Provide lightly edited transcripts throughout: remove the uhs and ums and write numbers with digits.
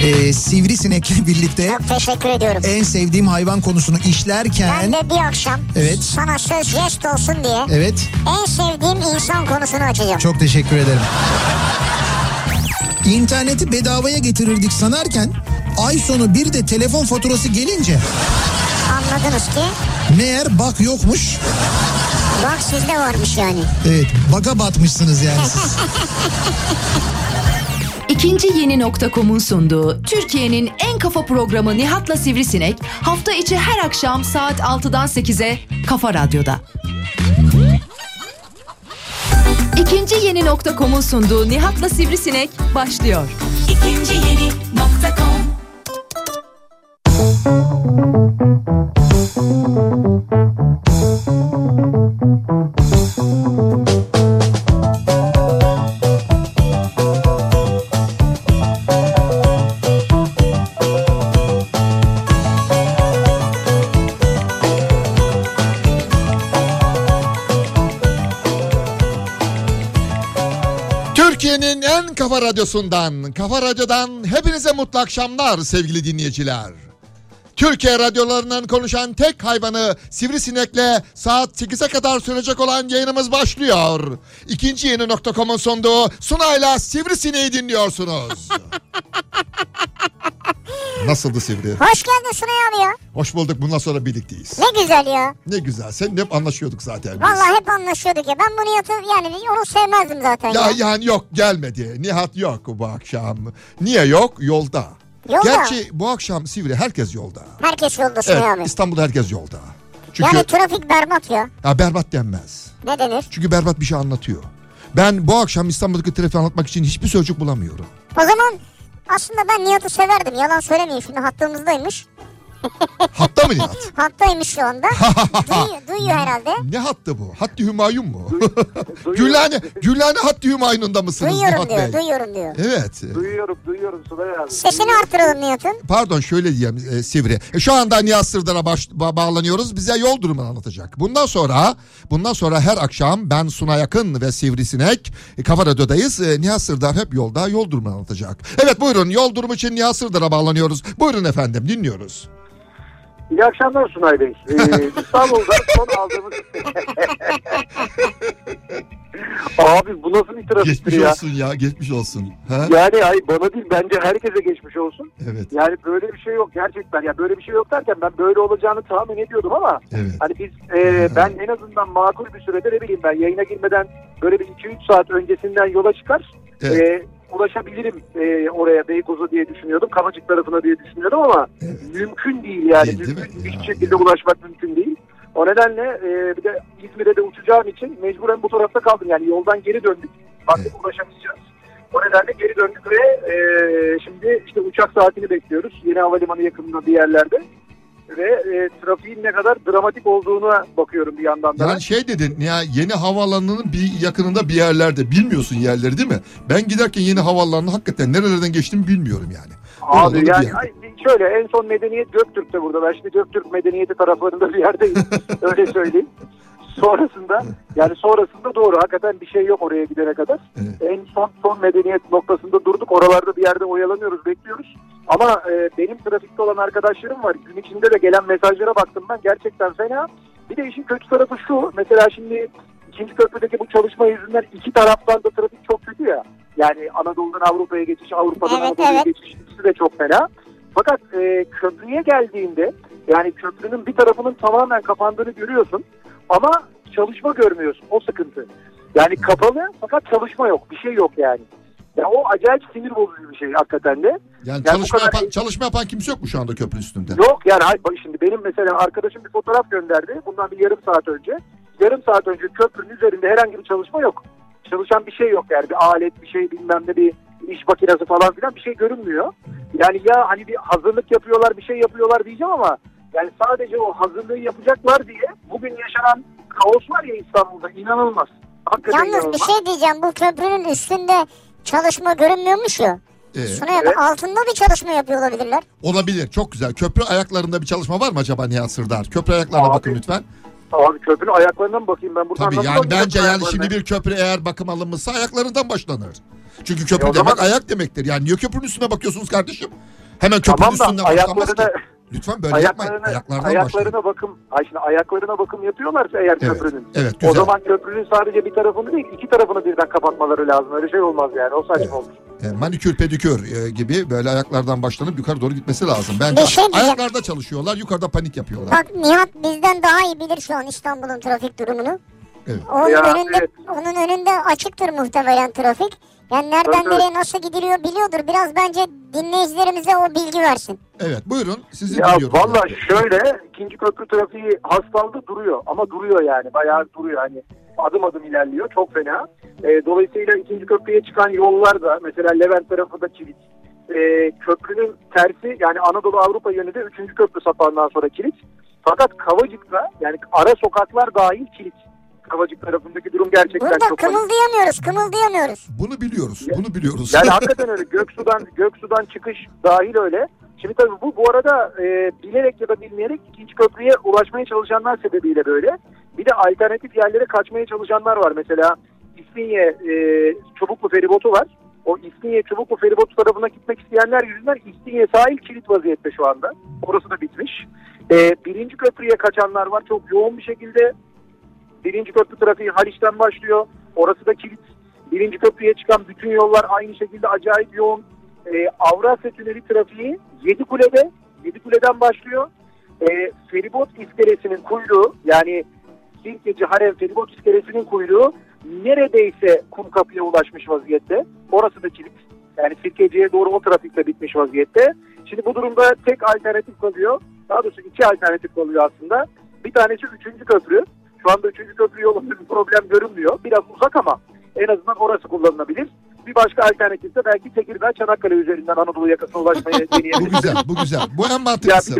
Sivrisinek'le birlikte Çok teşekkür ediyorum. en sevdiğim hayvan konusunu işlerken... Ben de bir akşam evet, sana söz jest olsun diye evet, en sevdiğim insan konusunu açacağım. Çok teşekkür ederim. İnterneti bedavaya getirirdik sanarken ay sonu bir de telefon faturası gelince... Anladınız ki... Meğer bak yokmuş. Bak sizde varmış yani. Evet, baka batmışsınız yani siz. İkinci Yeni.com'un sunduğu Türkiye'nin en kafa programı Nihat'la Sivrisinek hafta içi her akşam saat 6'dan 8'e Kafa Radyo'da. İkinci Yeni.com'un sunduğu Nihat'la Sivrisinek başlıyor. İkinci Yeni.com. Türkiye'nin en kafa radyosundan, Kafa Radyo'dan hepinize mutlu akşamlar sevgili dinleyiciler. Türkiye radyolarının konuşan tek hayvanı Sivrisinek'le saat 8'e kadar sürecek olan yayınımız başlıyor. İkinci Yeni.com'un sunduğu Sunay'la Sivrisinek'i dinliyorsunuz. Nasıldı Sivri? Hoş geldin Sunay abi ya. Hoş bulduk, bundan sonra birlikteyiz. Ne güzel ya. Ne güzel, seninle hep anlaşıyorduk zaten biz. Vallahi hep anlaşıyorduk ya. Ben bu Nihat'ı yani onu sevmezdim zaten ya. Yani yok, gelmedi. Nihat yok bu akşam. Niye yok? Yolda. Yolda. Gerçi bu akşam Sivri herkes yolda. Herkes yolda Sunay Evet, abi. İstanbul'da herkes yolda. Çünkü Yani trafik berbat ya. ya berbat denmez. Ne denir? Çünkü berbat bir şey anlatıyor. Ben bu akşam İstanbul'daki trafiği anlatmak için hiçbir sözcük bulamıyorum. O zaman aslında ben Nihat'ı severdim. Yalan söylemeyeyim, şimdi hattımızdaymış. Hatta mı Nihat? Hattaymış şu anda. Duyuyor herhalde. Ne hattı bu? Hattı Hümayun mu? Gülhane Hattı Hümayun'unda mısınız Duyuyorum Nihat diyor, Bey? duyuyorum diyor. Evet. Duyuyorum Sunay abi. Sesini artıralım Nihat'ın. Pardon, şöyle diyeyim Sivri. Şu anda Nihat Sırdar'a bağlanıyoruz. Bize yol durumunu anlatacak. Bundan sonra her akşam ben Sunay Akın ve Sivrisinek Kafa Radyo'dayız. Nihat Sırdar hep yolda, yol durumunu anlatacak. Evet, buyurun, yol durumu için Nihat Sırdar'a bağlanıyoruz. Buyurun efendim, dinliyoruz. İyi akşamlar Sunay Bey. İstanbul'da son aldığımız... Abi bu nasıl bir trafiktir Geçmiş ya? olsun ya, geçmiş olsun. Ha? Yani ay bana değil, bence herkese geçmiş olsun. Evet. Yani böyle bir şey yok gerçekten. Ya böyle bir şey yok derken ben böyle olacağını tahmin ediyordum ama Evet. hani biz ben en azından makul bir sürede, ne bileyim, ben yayına girmeden böyle bir 2-3 saat öncesinden yola çıkar. Evet. Ulaşabilirim oraya, Beykoz'a diye düşünüyordum. Kavacık tarafına diye düşünüyordum ama mümkün değil yani. Değil, değil mi? Hiçbir şekilde ulaşmak mümkün değil. O nedenle bir de İzmir'e de uçacağım için mecburen bu tarafta kaldım. Yani yoldan geri döndük. Baktık ulaşamayacağız. O nedenle geri döndük ve şimdi işte uçak saatini bekliyoruz. Yeni havalimanı yakınında bir yerlerde. Ve trafiğin ne kadar dramatik olduğuna bakıyorum bir yandan da. Yani şey dedin ya, yeni havaalanının bir yakınında bir yerlerde, bilmiyorsun yerleri değil mi? Ben giderken yeni havaalanına hakikaten nerelerden geçtiğimi bilmiyorum yani. Abi yani şöyle, en son medeniyet Göktürk'te burada. Ben şimdi Göktürk medeniyeti taraflarında bir yerdeyim. Öyle söyleyeyim. Sonrasında doğru, hakikaten bir şey yok oraya gidene kadar. Evet. En son medeniyet noktasında durduk. Oralarda bir yerde oyalanıyoruz, bekliyoruz. Ama benim trafikte olan arkadaşlarım var. Gün içinde de gelen mesajlara baktım ben. Gerçekten fena. Bir de işin kötü tarafı şu. Mesela şimdi 2. köprüdeki bu çalışma yüzünden iki taraftan da trafik çok kötü ya. Yani Anadolu'dan Avrupa'ya geçiş, Avrupa'dan Anadolu'ya geçiş, ikisi de çok fena. Fakat köprüye geldiğinde, yani köprünün bir tarafının tamamen kapandığını görüyorsun ama çalışma görmüyorsun. O sıkıntı. Yani kapalı fakat çalışma yok. Bir şey yok yani. Ya o acayip sinir bozucu bir şey hakikaten de. Yani çalışma yapan kimse yok mu şu anda köprü üstünde? Yok yani, hayır, şimdi benim mesela arkadaşım bir fotoğraf gönderdi. Bundan bir yarım saat önce. Yarım saat önce köprünün üzerinde herhangi bir çalışma yok. Çalışan bir şey yok yani. Bir alet, bir şey, bilmem ne, bir iş makinesi falan filan bir şey görünmüyor. Yani ya hani bir hazırlık yapıyorlar, bir şey yapıyorlar diyeceğim ama yani sadece o hazırlığı yapacaklar diye bugün yaşanan kaos var ya İstanbul'da, inanılmaz. Hakikaten yalnız inanılmaz. Bir şey diyeceğim, bu köprünün üstünde çalışma görünmüyormuş ya. Şuraya da altında bir çalışma yapıyor olabilirler. Olabilir, çok güzel. Köprü ayaklarında bir çalışma var mı acaba Nihat Sırdar? Köprü ayaklarına bakın lütfen. Abi köprünün ayaklarından bakayım ben buradan. Tabii yani bence yani şimdi bir köprü eğer bakım alınmışsa ayaklarından başlanır. Çünkü köprü demek ayak demektir. Yani niye köprünün üstüne bakıyorsunuz kardeşim? Hemen köprünün Tamam da üstünden başlanmaz ki. ayaklarına Lütfen böyle yapmayın. Ayaklardan başlayın. Ayaklarına bakım yapıyorlarsa eğer Evet, köprünün. evet, O güzel. zaman köprünün sadece bir tarafını değil, iki tarafını birden kapatmaları lazım. Öyle şey olmaz yani. O saçma olur. Manikür pedikür gibi böyle ayaklardan başlanıp yukarı doğru gitmesi lazım. Bence Bir şey diyeceğim. ayaklarda çalışıyorlar, yukarıda panik yapıyorlar. Bak Nihat bizden daha iyi bilir şu an İstanbul'un trafik durumunu. Evet. Onun önünde açıktır muhtemelen trafik. Yani nereden Evet. nereye nasıl gidiliyor biliyordur. Biraz bence dinleyicilerimize o bilgi versin. Evet, buyurun. Sizi Ya dinliyorum. valla şöyle, ikinci köprü trafiği hastaldı duruyor. Ama duruyor yani. Bayağı duruyor. Hani adım adım ilerliyor. Çok fena. Dolayısıyla ikinci köprüye çıkan yollar da mesela Levent tarafı da kilit. Köprünün tersi yani Anadolu Avrupa yönü de 3. köprü sapağından sonra kilit. Fakat Kavacık'ta yani ara sokaklar dahil kilit. Kavacık tarafındaki durum gerçekten Burada çok panik. kımıldayamıyoruz. Bunu biliyoruz. Yani hakikaten öyle. Göksu'dan çıkış dahil öyle. Şimdi tabii bu arada bilerek ya da bilmeyerek ikinci köprüye ulaşmaya çalışanlar sebebiyle böyle. Bir de alternatif yerlere kaçmaya çalışanlar var. Mesela İstinye Çubuklu feribotu var. O İstinye Çubuklu feribotu tarafına gitmek isteyenler yüzünden İstinye sahil kilit vaziyette şu anda. Orası da bitmiş. Birinci köprüye kaçanlar var. Çok yoğun bir şekilde. Birinci köprü trafiği Haliç'ten başlıyor. Orası da kilit. Birinci köprüye çıkan bütün yollar aynı şekilde acayip yoğun. Avrasya Tüneli trafiği Yedikule'den başlıyor. Feribot iskelesinin kuyruğu yani Sirkeci Harem Feribot iskelesinin kuyruğu neredeyse Kumkapı'ya ulaşmış vaziyette. Orası da kilit. Yani Sirkeci'ye doğru o trafikte bitmiş vaziyette. Şimdi bu durumda tek alternatif kalıyor. Daha doğrusu iki alternatif kalıyor aslında. Bir tanesi 3. köprü. Şu anda 3. köprü yolunda bir problem görünmüyor. Biraz uzak ama en azından orası kullanılabilir. Bir başka alternatif de belki Tekirdağ Çanakkale üzerinden Anadolu yakasına ulaşmayı deneyebiliriz. Bu güzel. Bu en mantıklısı.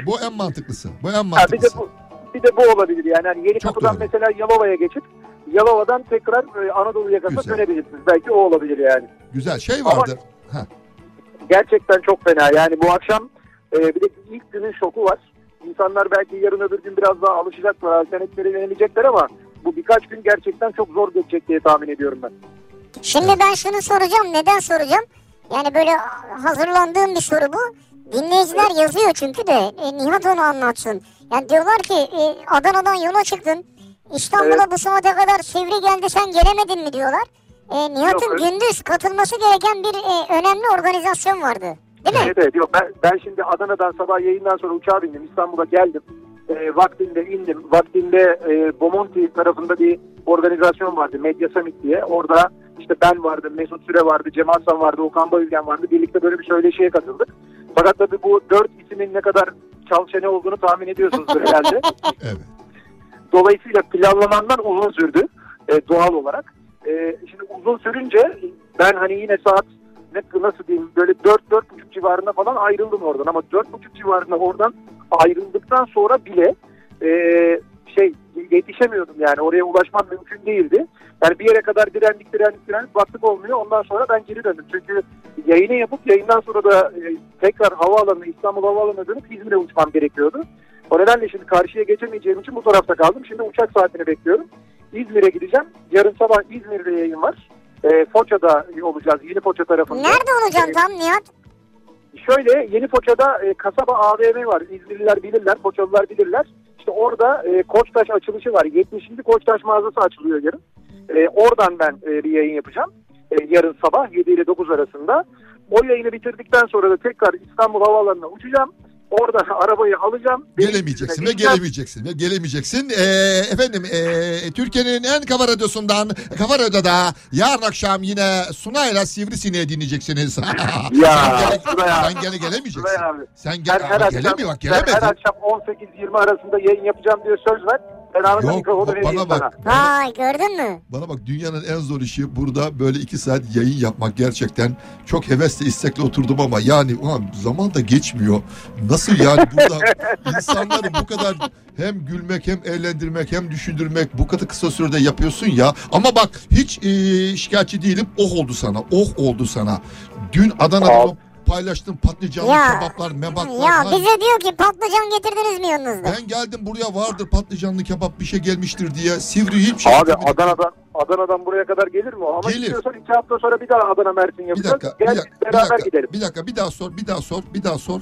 Bir de bu olabilir yani. Hani Yeni Çok Kapı'dan doğru. mesela Yalova'ya geçip Yalova'dan tekrar Anadolu yakasına Güzel. dönebilirsiniz. Belki o olabilir yani. Güzel şey vardır. Gerçekten çok fena. Yani bu akşam bir de ilk günün şoku var. İnsanlar belki yarın öbür gün biraz daha alışacaklar, alternatiflere yönelecekler ama bu birkaç gün gerçekten çok zor geçecek diye tahmin ediyorum ben. Şimdi ben şunu soracağım. Neden soracağım? Yani böyle hazırlandığım bir soru bu. Dinleyiciler yazıyor çünkü de Nihat onu anlatsın. Yani diyorlar ki Adana'dan yola çıktın. İstanbul'a bu saate kadar Sivri geldi sen gelemedin mi diyorlar. Nihat'ın Yok, gündüz katılması gereken bir önemli organizasyon vardı. Değil mi? Evet. Yok, ben şimdi Adana'dan sabah yayından sonra uçağa bindim. İstanbul'a geldim. Vaktinde indim. Vaktinde Bomonti tarafında bir organizasyon vardı. Medya Summit diye. Orada işte ben vardım, Mesut Süre vardı, Cem Aslan vardı, Okan Bayülgen vardı. Birlikte böyle bir söyleşiye katıldık. Fakat tabii bu 4 ismin ne kadar çalçene olduğunu tahmin ediyorsunuzdur herhalde. Evet. Dolayısıyla planlanandan uzun sürdü doğal olarak. Şimdi uzun sürünce ben hani yine saat nasıl diyeyim böyle 4-4.30 civarında falan ayrıldım oradan. Ama 4.30 civarında oradan ayrıldıktan sonra bile yetişemiyordum yani. Oraya ulaşmam mümkün değildi. Yani bir yere kadar direndik baktık olmuyor. Ondan sonra ben geri döndüm. Çünkü yayını yapıp yayından sonra da tekrar havaalanına, İstanbul Havaalanı'na dönüp İzmir'e uçmam gerekiyordu. O nedenle şimdi karşıya geçemeyeceğim için bu tarafta kaldım. Şimdi uçak saatini bekliyorum. İzmir'e gideceğim. Yarın sabah İzmir'de yayın var. Foça'da olacağız. Yeni Foça tarafında. Nerede olacaksın tam Nihat? Şöyle Yeni Foça'da kasaba AVM var. İzmirliler bilirler, Foçalılar bilirler. İşte orada Koçtaş açılışı var. 70. Koçtaş mağazası açılıyor yarın. Oradan ben bir yayın yapacağım. Yarın sabah 7 ile 9 arasında. O yayını bitirdikten sonra da tekrar İstanbul Havaalanı'na uçacağım. Orada arabayı alacağım. Gelemeyeceksin. Efendim Türkiye'nin en kafa radyosundan Kafa Radyo'da yarın akşam yine Sunay'la Sivrisineği dinleyeceksiniz. Sen gelemeyeceksin. Sen gelemiyor bak gelemedin. Her akşam 18-20 arasında yayın yapacağım diye söz ver. Yok bana bak. Vay gördün mü? Bana bak dünyanın en zor işi burada böyle 2 saat yayın yapmak gerçekten çok hevesle istekle oturdum ama yani ulan zaman da geçmiyor. Nasıl yani burada insanları bu kadar hem gülmek hem eğlendirmek hem düşündürmek bu kadar kısa sürede yapıyorsun ya. Ama bak hiç şikayetçi değilim. Oldu sana. Dün Adana'da paylaştım patlıcanlı kebaplar, mebaplar. Ya bize diyor ki patlıcan getirdiniz mi yanınızda? Ben geldim buraya vardır patlıcanlı kebap bir şey gelmiştir diye Sivri hiçbir şey Abi Adana'dan buraya kadar gelir mi o? Ama Gelir. istiyorsan 2 hafta sonra bir daha Adana Mersin yapacağız. Beraber gidelim. Bir daha sor.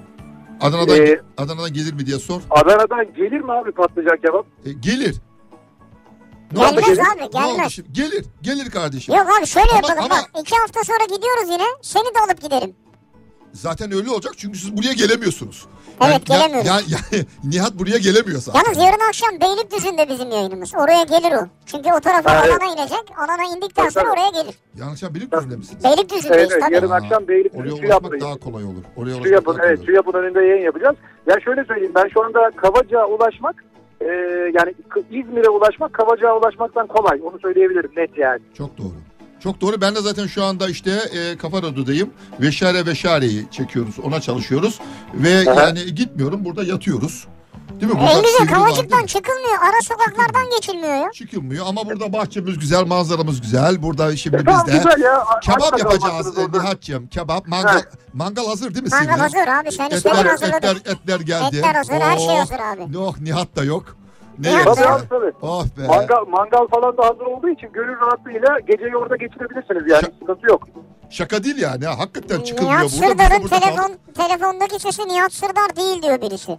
Adana'dan gelir mi diye sor. Adana'dan gelir mi abi patlıcan kebap? Gelir. Gelmez oldu şimdi? abi, Ne gelmez. oldu şimdi? Gelir kardeşim. Yok abi şöyle Ama- yapalım ama- bak. 2 hafta sonra gidiyoruz yine. Seni de alıp giderim. Zaten öyle olacak çünkü siz buraya gelemiyorsunuz. Evet, gelemiyoruz. Yani Nihat buraya gelemiyor zaten. Yalnız yarın akşam Beylikdüzü'nde bizim yayınımız. Oraya gelir o. Çünkü o tarafa Ha, evet. alana inecek. Alana indikten sonra Tabii. oraya gelir. Yanlış ya Beylikdüzü'nde misiniz? Beylikdüzü'ndeyiz Evet, tabii. yarın akşam Beylikdüzü Oraya TÜYAP'tayız. ulaşmak daha kolay olur. TÜYAP'ın önünde yayın yapacağız. Ya şöyle söyleyeyim, ben şu anda Kavacık'a ulaşmak yani İzmir'e ulaşmak Kavacık'a ulaşmaktan kolay. Onu söyleyebilirim net yani. Çok doğru. Çok doğru. Ben de zaten şu anda işte Kafa Radyo'dayım. Veşare'yi çekiyoruz. Ona çalışıyoruz. Ve Aha. yani gitmiyorum. Burada yatıyoruz. Değil mi? Burada Elinize sivri var, Kavacık'tan değil mi? çıkılmıyor. Ara sokaklardan geçilmiyor ya. Çıkılmıyor ama burada bahçemiz güzel, manzaramız güzel. Burada şimdi Tamam, biz de güzel ya. kebap Hatta yapacağız kalmazsınız orada. Nihat'cığım. Kebap, mangal hazır değil mi Mangal Sivri? hazır abi. Sen istedin hazırladık. Etler geldi. Etler hazır, her şey Oh, hazır abi. Yok Nihat da yok. Ne Nihat yeriz da Tabii ya? abi tabii. Oh be. Mangal falan da hazır olduğu için gönül rahatlığıyla geceyi orada geçirebilirsiniz yani. Sıkıntı yok. Şaka değil yani. Ha, hakikaten çıkılmıyor Nihat burada. Biz de Sırdar'ın burada kaldık. telefondaki sesi Nihat Sırdar değil diyor birisi.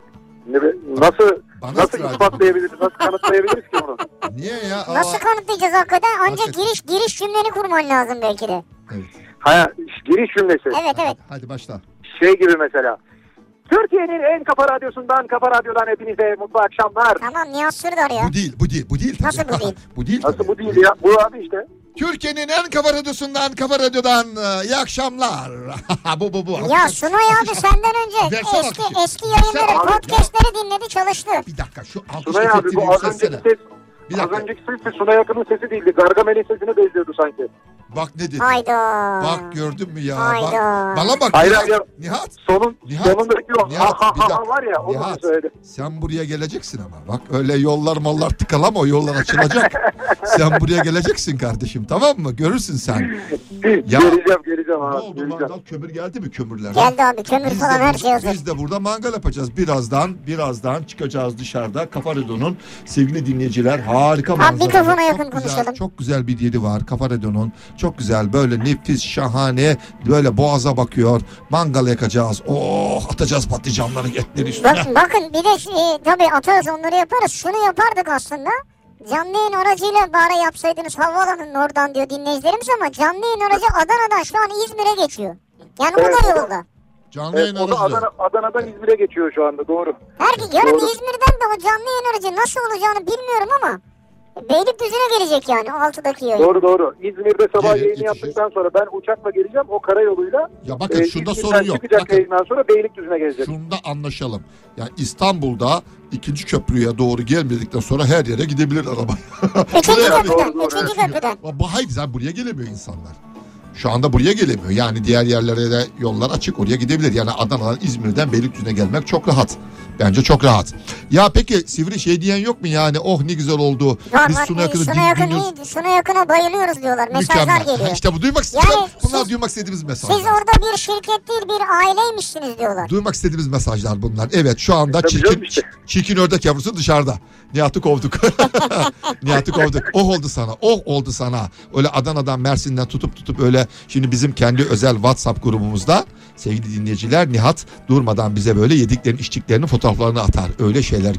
Nasıl Bana ısrar ispatlayabiliriz, nasıl kanıtlayabiliriz ki bunu? Niye ya? Nasıl kanıtlayacağız hakikaten? Ancak Hakikaten. giriş cümleni kurman lazım belki de. Evet. Ha, giriş cümlesi. Evet. Hadi başla. Şey gibi mesela. Türkiye'nin en kafa radyosundan, Kafa Radyo'dan hepinize mutlu akşamlar. Tamam Nihat Sırdar ya. Bu değil. Nasıl bu değil? Bu değil Nasıl tabii. bu değil ya? Bu abi işte. Türkiye'nin en Kafa Radyo'dan iyi akşamlar. bu. Ya Sunay abi senden önce Versene alkışı. eski yayınları, Versene. podcastleri dinledi çalıştı. Bir dakika şu alkış Sunay abi efektini bu az önceki yükseltsene. ses, Bir az dakika. önceki ses de Sunay Akın'ın sesi değildi. Gargamel'in sesine benziyordu sanki. Bak ne dedi. Hayda. Bak gördün mü ya? Hayda. Bak, bana bak. Hayır, Nihat. hayır. Nihat. Sonundaki o Nihat, bir dakika. var ya onu Nihat, söyledi. sen buraya geleceksin ama. Bak öyle yollar mallar tıkalama, o yollar açılacak. Sen buraya geleceksin kardeşim, tamam mı? Görürsün sen. Ya, Geleceğim ne abi. oldu Geleceğim. mangal? Kömür geldi mi kömürler? Geldi abi kömür Biz falan de her burada- şey hazır. Biz de burada mangal yapacağız. Birazdan çıkacağız dışarıda. Kafa Radyo'nun sevgili dinleyiciler harika manzara. mikrofona yakın Çok güzel, konuşalım. Çok güzel bir yeri var Kafa Radyo'nun. Çok güzel böyle nefis şahane böyle boğaza bakıyor. Mangal yakacağız. Oh atacağız patlıcanların etleri üstüne. Bakın bir de tabii atarız onları yaparız. Şunu yapardık aslında. Canlı yayın aracıyla bari yapsaydınız havaalanının oradan diyor dinleyicilerimiz ama canlı yayın aracı Adana'dan şu an İzmir'e geçiyor. Yani o da yolda. Canlı yayın Evet, o da aracı. Adana'dan İzmir'e geçiyor şu anda doğru. Yarın Doğru. İzmir'den de o canlı yayın aracı nasıl olacağını bilmiyorum ama Beylikdüzü'ne gelecek yani o 6'daki yayın. Doğru. İzmir'de sabah Gelir, yayını yetişir. yaptıktan sonra ben uçakla geleceğim. O karayoluyla Ya bakın şunda İzmir'den sorun yok. çıkacak Bakın yayından sonra Beylikdüzü'ne gelecek. şunda anlaşalım. Yani İstanbul'da ikinci köprüye doğru gelmedikten sonra her yere gidebilir araba. Üçüncü Buraya- köprüden. Doğru, Üçüncü evet. köprüden. Hayır zaten buraya gelemiyor insanlar. Şu anda buraya gelemiyor. Yani diğer yerlere de yollar açık, oraya gidebilir. Yani Adana'dan İzmir'den Beylikdüzü'ne gelmek çok rahat. Bence çok rahat. Ya peki Sivri şey diyen yok mu yani? Oh ne güzel oldu. Biz Sunay Akın'ı dinliyoruz. Sunay Yakın'a bayılıyoruz diyorlar. Mesajlar Mükemmel. geliyor. İşte bu duymak Yani bunlar siz- duymak istediğimiz mesajlar. Siz orada bir şirket değil bir aileymişsiniz diyorlar. Duymak istediğimiz mesajlar bunlar. Evet şu anda Tabii canım işte. çirkin ördek yavrusu dışarıda. Nihat'ı kovduk. Nihat'ı kovduk. Oh oldu sana. Öyle Adana'dan Mersin'den tutup öyle şimdi bizim kendi özel WhatsApp grubumuzda sevgili dinleyiciler Nihat durmadan bize böyle yediklerini içtiklerinin fotoğraflarını atar. Öyle şeyler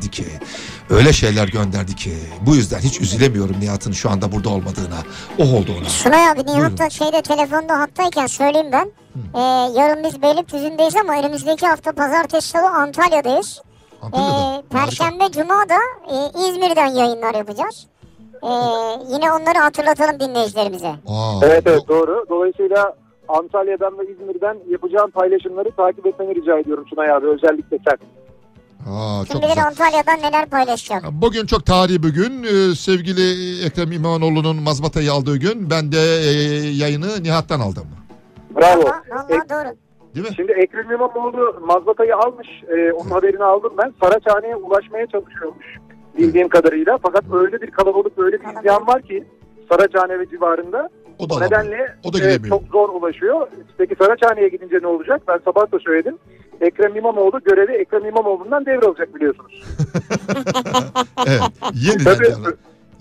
gönderdi ki. Bu yüzden hiç üzülemiyorum Nihat'ın şu anda burada olmadığına. Oh oldu ona. Sunay abi Nihat Buyurun. da telefonda hattayken söyleyeyim ben. Yarın biz Beylikdüzü'ndeyiz ama önümüzdeki hafta pazartesi salı Antalya'dayız. Antalya'da. Perşembe cuma da İzmir'den yayınlar yapacağız. Yine onları hatırlatalım dinleyicilerimize. Evet doğru. Dolayısıyla Antalya'dan ve İzmir'den yapacağım paylaşımları takip etmeni rica ediyorum Sunay abi. Özellikle sen. Çok Kim bilir güzel. Antalya'dan neler paylaşacak. Bugün çok tarihi bir gün. Sevgili Ekrem İmamoğlu'nun mazbatayı aldığı gün. Ben de yayını Nihat'tan aldım. Bravo. Vallahi doğru. Değil mi? Şimdi Ekrem İmamoğlu mazbatayı almış. Onun haberini aldım ben. Saraçhane'ye ulaşmaya çalışıyormuş bildiğim kadarıyla. Fakat öyle bir kalabalık, öyle bir isyan var ki Saraçhane ve civarında. O da O alamıyor. nedenle O da gidemiyor. çok zor ulaşıyor. Peki Saraçhane'ye gidince ne olacak? Ben sabah da söyledim. Ekrem İmamoğlu görevi Ekrem İmamoğlu'ndan devralacak biliyorsunuz. Evet. Yeniden Tabii.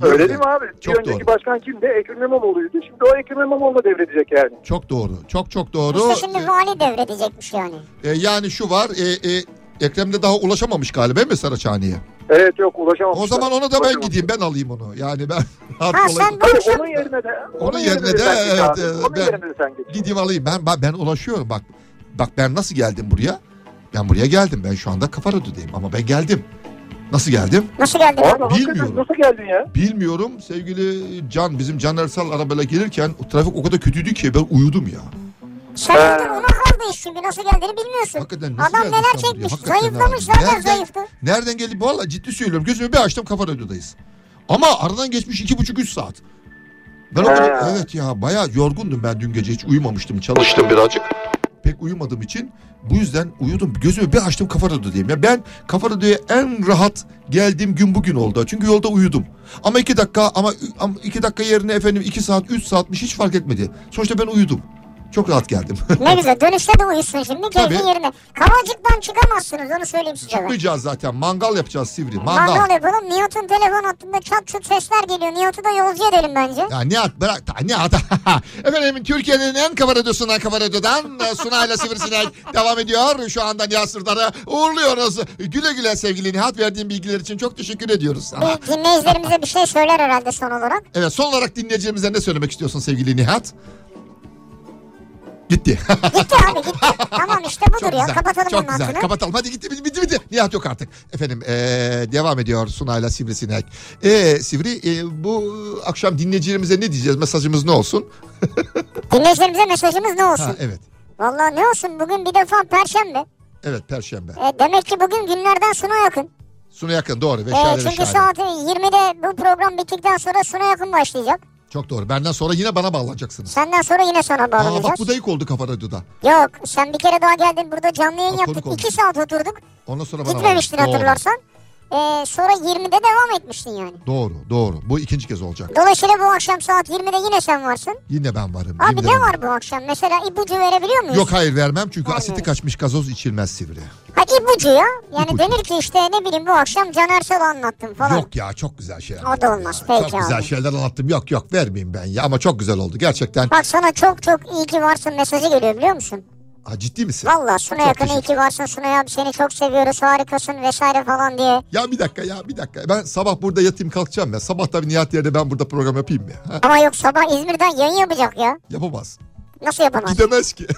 Öyle değil mi abi? Çok bir önceki doğru. başkan kimdi? Ekrem İmamoğlu'ydu. Şimdi o Ekrem İmamoğlu'na devredecek yani. Çok doğru. Çok doğru. İşte şimdi vali devredecekmiş yani. Yani şu var. Ekrem'de daha ulaşamamış galiba değil mi Saraçhane'ye? Evet yok ulaşamamışlar. O zaman ona da ben Ulaşamamışlar. gideyim. Ben alayım onu. Yani ben... Ha sen bu Tabii akşam... onun yerine de. Onun yerine de sen geç evet, abi. Onun ben yerine de sen geç. gideyim alayım. Ben ulaşıyorum bak. Bak ben nasıl geldim buraya? Ben buraya geldim. Ben şu anda Kafa Radyo'dayım ama ben geldim. Nasıl geldim? Nasıl geldin? Abi abi? hakikaten Bilmiyorum. nasıl geldin ya? Bilmiyorum sevgili Can. Bizim Can Ersal arabayla gelirken trafik o kadar kötüydü ki ben uyudum ya. Sen evde ona kaldı iş çünkü nasıl geldiğini bilmiyorsun. Hakikaten nasıl Adam geldin neler sen buraya? çekmiş. Hakikaten Zayıflamış abi. zaten zayıftı. Nereden geldi? Vallahi ciddi söylüyorum. Gözümü bir açtım Kafa Radyo'dayız. Ama aradan geçmiş 2,5-3 saat. Ben o kadar, evet ya bayağı yorgundum ben dün gece. Hiç uyumamıştım. Çalıştım birazcık. Pek uyumadığım için bu yüzden uyudum. Gözümü bir açtım Kafa Radyo'dayım. Ya ben Kafa Radyo'ya en rahat geldiğim gün bugün oldu. Çünkü yolda uyudum. Ama 2 dakika yerine efendim 2 saat 3 saatmiş hiç fark etmedi. Sonuçta ben uyudum. Çok rahat geldim. Ne güzel dönüşte de uyusun şimdi keyfin Tabii. yerine. Kavacıktan çıkamazsınız onu söyleyeyim size ben. Çıkmayacağız zaten. Mangal yapacağız Sivri. Mangal. Mangal yapalım. Nihat'ın telefon hattında çat çut sesler geliyor. Nihat'ı da yolcu edelim bence. Ya Nihat bırak. Nihat. Efendim Türkiye'nin en Kafa Radyosu'ndan Kafa Radyo'dan Sunay'la Sivrisinek devam ediyor. Şu anda Nihat Sırdar'ı uğurluyoruz. Güle güle sevgili Nihat. Verdiğin bilgiler için çok teşekkür ediyoruz. Bir dinleyicilerimize bir şey söyler herhalde son olarak. Evet son olarak dinleyicilerimize ne söylemek istiyorsun sevgili Nihat? Gitti. Gitti abi gitti. Tamam işte budur Çok ya. güzel, Kapatalım çok bunun güzel. altını. Kapatalım. Hadi gitti bitti. Nihat yok artık. Efendim devam ediyor Sunay'la Sivrisinek. Sivri bu akşam dinleyicilerimize ne diyeceğiz? Mesajımız ne olsun? Dinleyicilerimize mesajımız ne olsun? Ha, evet. Vallahi ne olsun bugün bir defa Perşembe. Evet Perşembe. Demek ki bugün günlerden Suna yakın. Suna yakın doğru. Veşare Çünkü veşare. saat 20'de bu program bittikten sonra Suna yakın başlayacak. Çok doğru. Benden sonra yine bana bağlanacaksınız. Senden sonra yine sana Aa, bağlanacağız. bak bu da ilk oldu Kafa Radyo'da. Yok sen bir kere daha geldin burada canlı yayın Ha, yaptık. konuk 2 olduk. saat oturduk. Ondan sonra bana Gitmemiştin bağlandı. hatırlarsan. Sonra 20'de devam etmiştin yani. Doğru. Bu ikinci kez olacak. Dolayısıyla bu akşam saat 20'de yine sen varsın. Yine ben varım. Abi Yine ne ben var varım. bu akşam? Mesela ipucu verebiliyor muyuz? Yok hayır vermem çünkü Vermiyoruz. asiti kaçmış gazoz içilmez Sivri. Ha ipucu ya. Yani İpucu. denir ki işte ne bileyim bu akşam Can Ersal'ı anlattım falan. Yok ya çok güzel şeyler. O da anlattım olmaz, ya. peki Çok güzel abi. şeyler anlattım. Yok vermeyeyim ben ya ama çok güzel oldu gerçekten. Bak sana çok çok iyi ki varsın mesajı geliyor biliyor musun? Ha, ciddi misin? Valla Suna Çok yakın iyi teşekkür- ki varsın Suna abi seni çok seviyoruz harikasın vesaire falan diye. Ya bir dakika. Ben sabah burada yatayım kalkacağım ya. Sabah da bir Nihat yerine ben burada program yapayım ya. Ha, Ama yok sabah İzmir'den yayın yapacak ya. yapamaz. Nasıl yapamaz? Gidemez ki.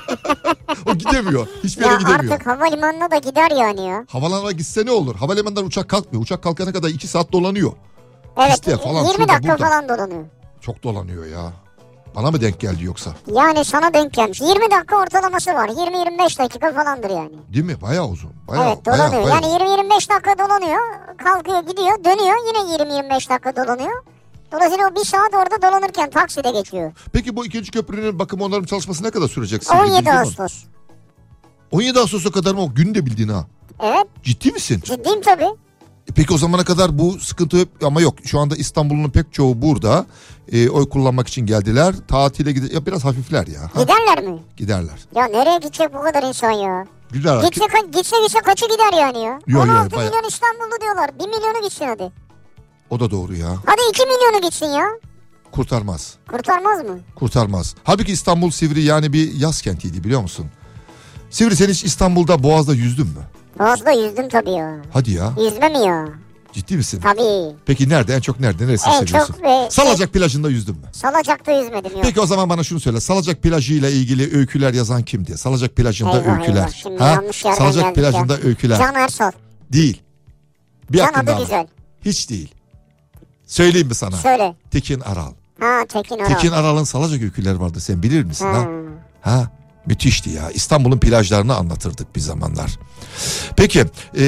O gidemiyor. Hiçbir yere Ya gidemiyor. artık havalimanına da gider yani ya. Havalanına gitse ne olur? Havalimanından uçak kalkmıyor. Uçak kalkana kadar 2 saat dolanıyor. Evet Piste falan, 20 şurada, dakika burada. falan dolanıyor. Çok dolanıyor ya. Bana mı denk geldi yoksa? Yani sana denk gelmiş. 20 dakika ortalaması var. 20-25 dakika falandır yani. Değil mi? Bayağı uzun. Evet dolanıyor. Yani 20-25 dakika dolanıyor. Kalkıyor gidiyor dönüyor. Yine 20-25 dakika dolanıyor. Dolayısıyla o bir saat orada dolanırken takside geçiyor. Peki bu ikinci köprünün bakım onarım çalışması ne kadar sürecek? Sivri? 17 Bildin mi? Ağustos. 17 Ağustos'a kadar mı? O günü de bildin ha. Evet Ciddi misin? ciddiyim tabii. Peki o zamana kadar bu sıkıntı ama yok. Şu anda İstanbul'un pek çoğu burada. Oy kullanmak için geldiler. Tatile ya biraz hafifler ya. Ha? Giderler mi? Giderler. Ya nereye gidecek bu kadar insan ya? Giderler. Gitse kaçı gider yani ya? Yo, 16 bayağı. milyon İstanbullu diyorlar. 1 milyonu gitsin hadi. O da doğru ya. Hadi 2 milyonu gitsin ya. Kurtarmaz. Kurtarmaz mı? Kurtarmaz. Halbuki İstanbul Sivri yani bir yaz kentiydi biliyor musun? Sivri sen hiç İstanbul'da Boğaz'da yüzdün mü? Boğaz'da yüzdüm tabii ya. Hadi ya. Yüzme mi ya? Ciddi misin? Tabii. Peki nerede? En çok nerede? Neresini En seviyorsun? çok Salacak plajında yüzdün mü? Salacak'ta yüzmedim ya. Peki o zaman bana şunu söyle. Salacak plajı ile ilgili öyküler yazan kimdi? Salacak plajında Eyvah, öyküler. eyvah, şimdi yanlış yerden Salacak geldik plajında ya. öyküler. Can Ersal. Değil. Bir Can hakkın adı daha var. güzel. Hiç değil. Söyleyeyim mi sana? Söyle. Tekin Aral. Ha Tekin Aral. Tekin Aral'ın Salacak öyküleri vardı. Sen bilir misin ha? Hmm. Ha? Müthişti ya. İstanbul'un plajlarını anlatırdık bir zamanlar. Peki.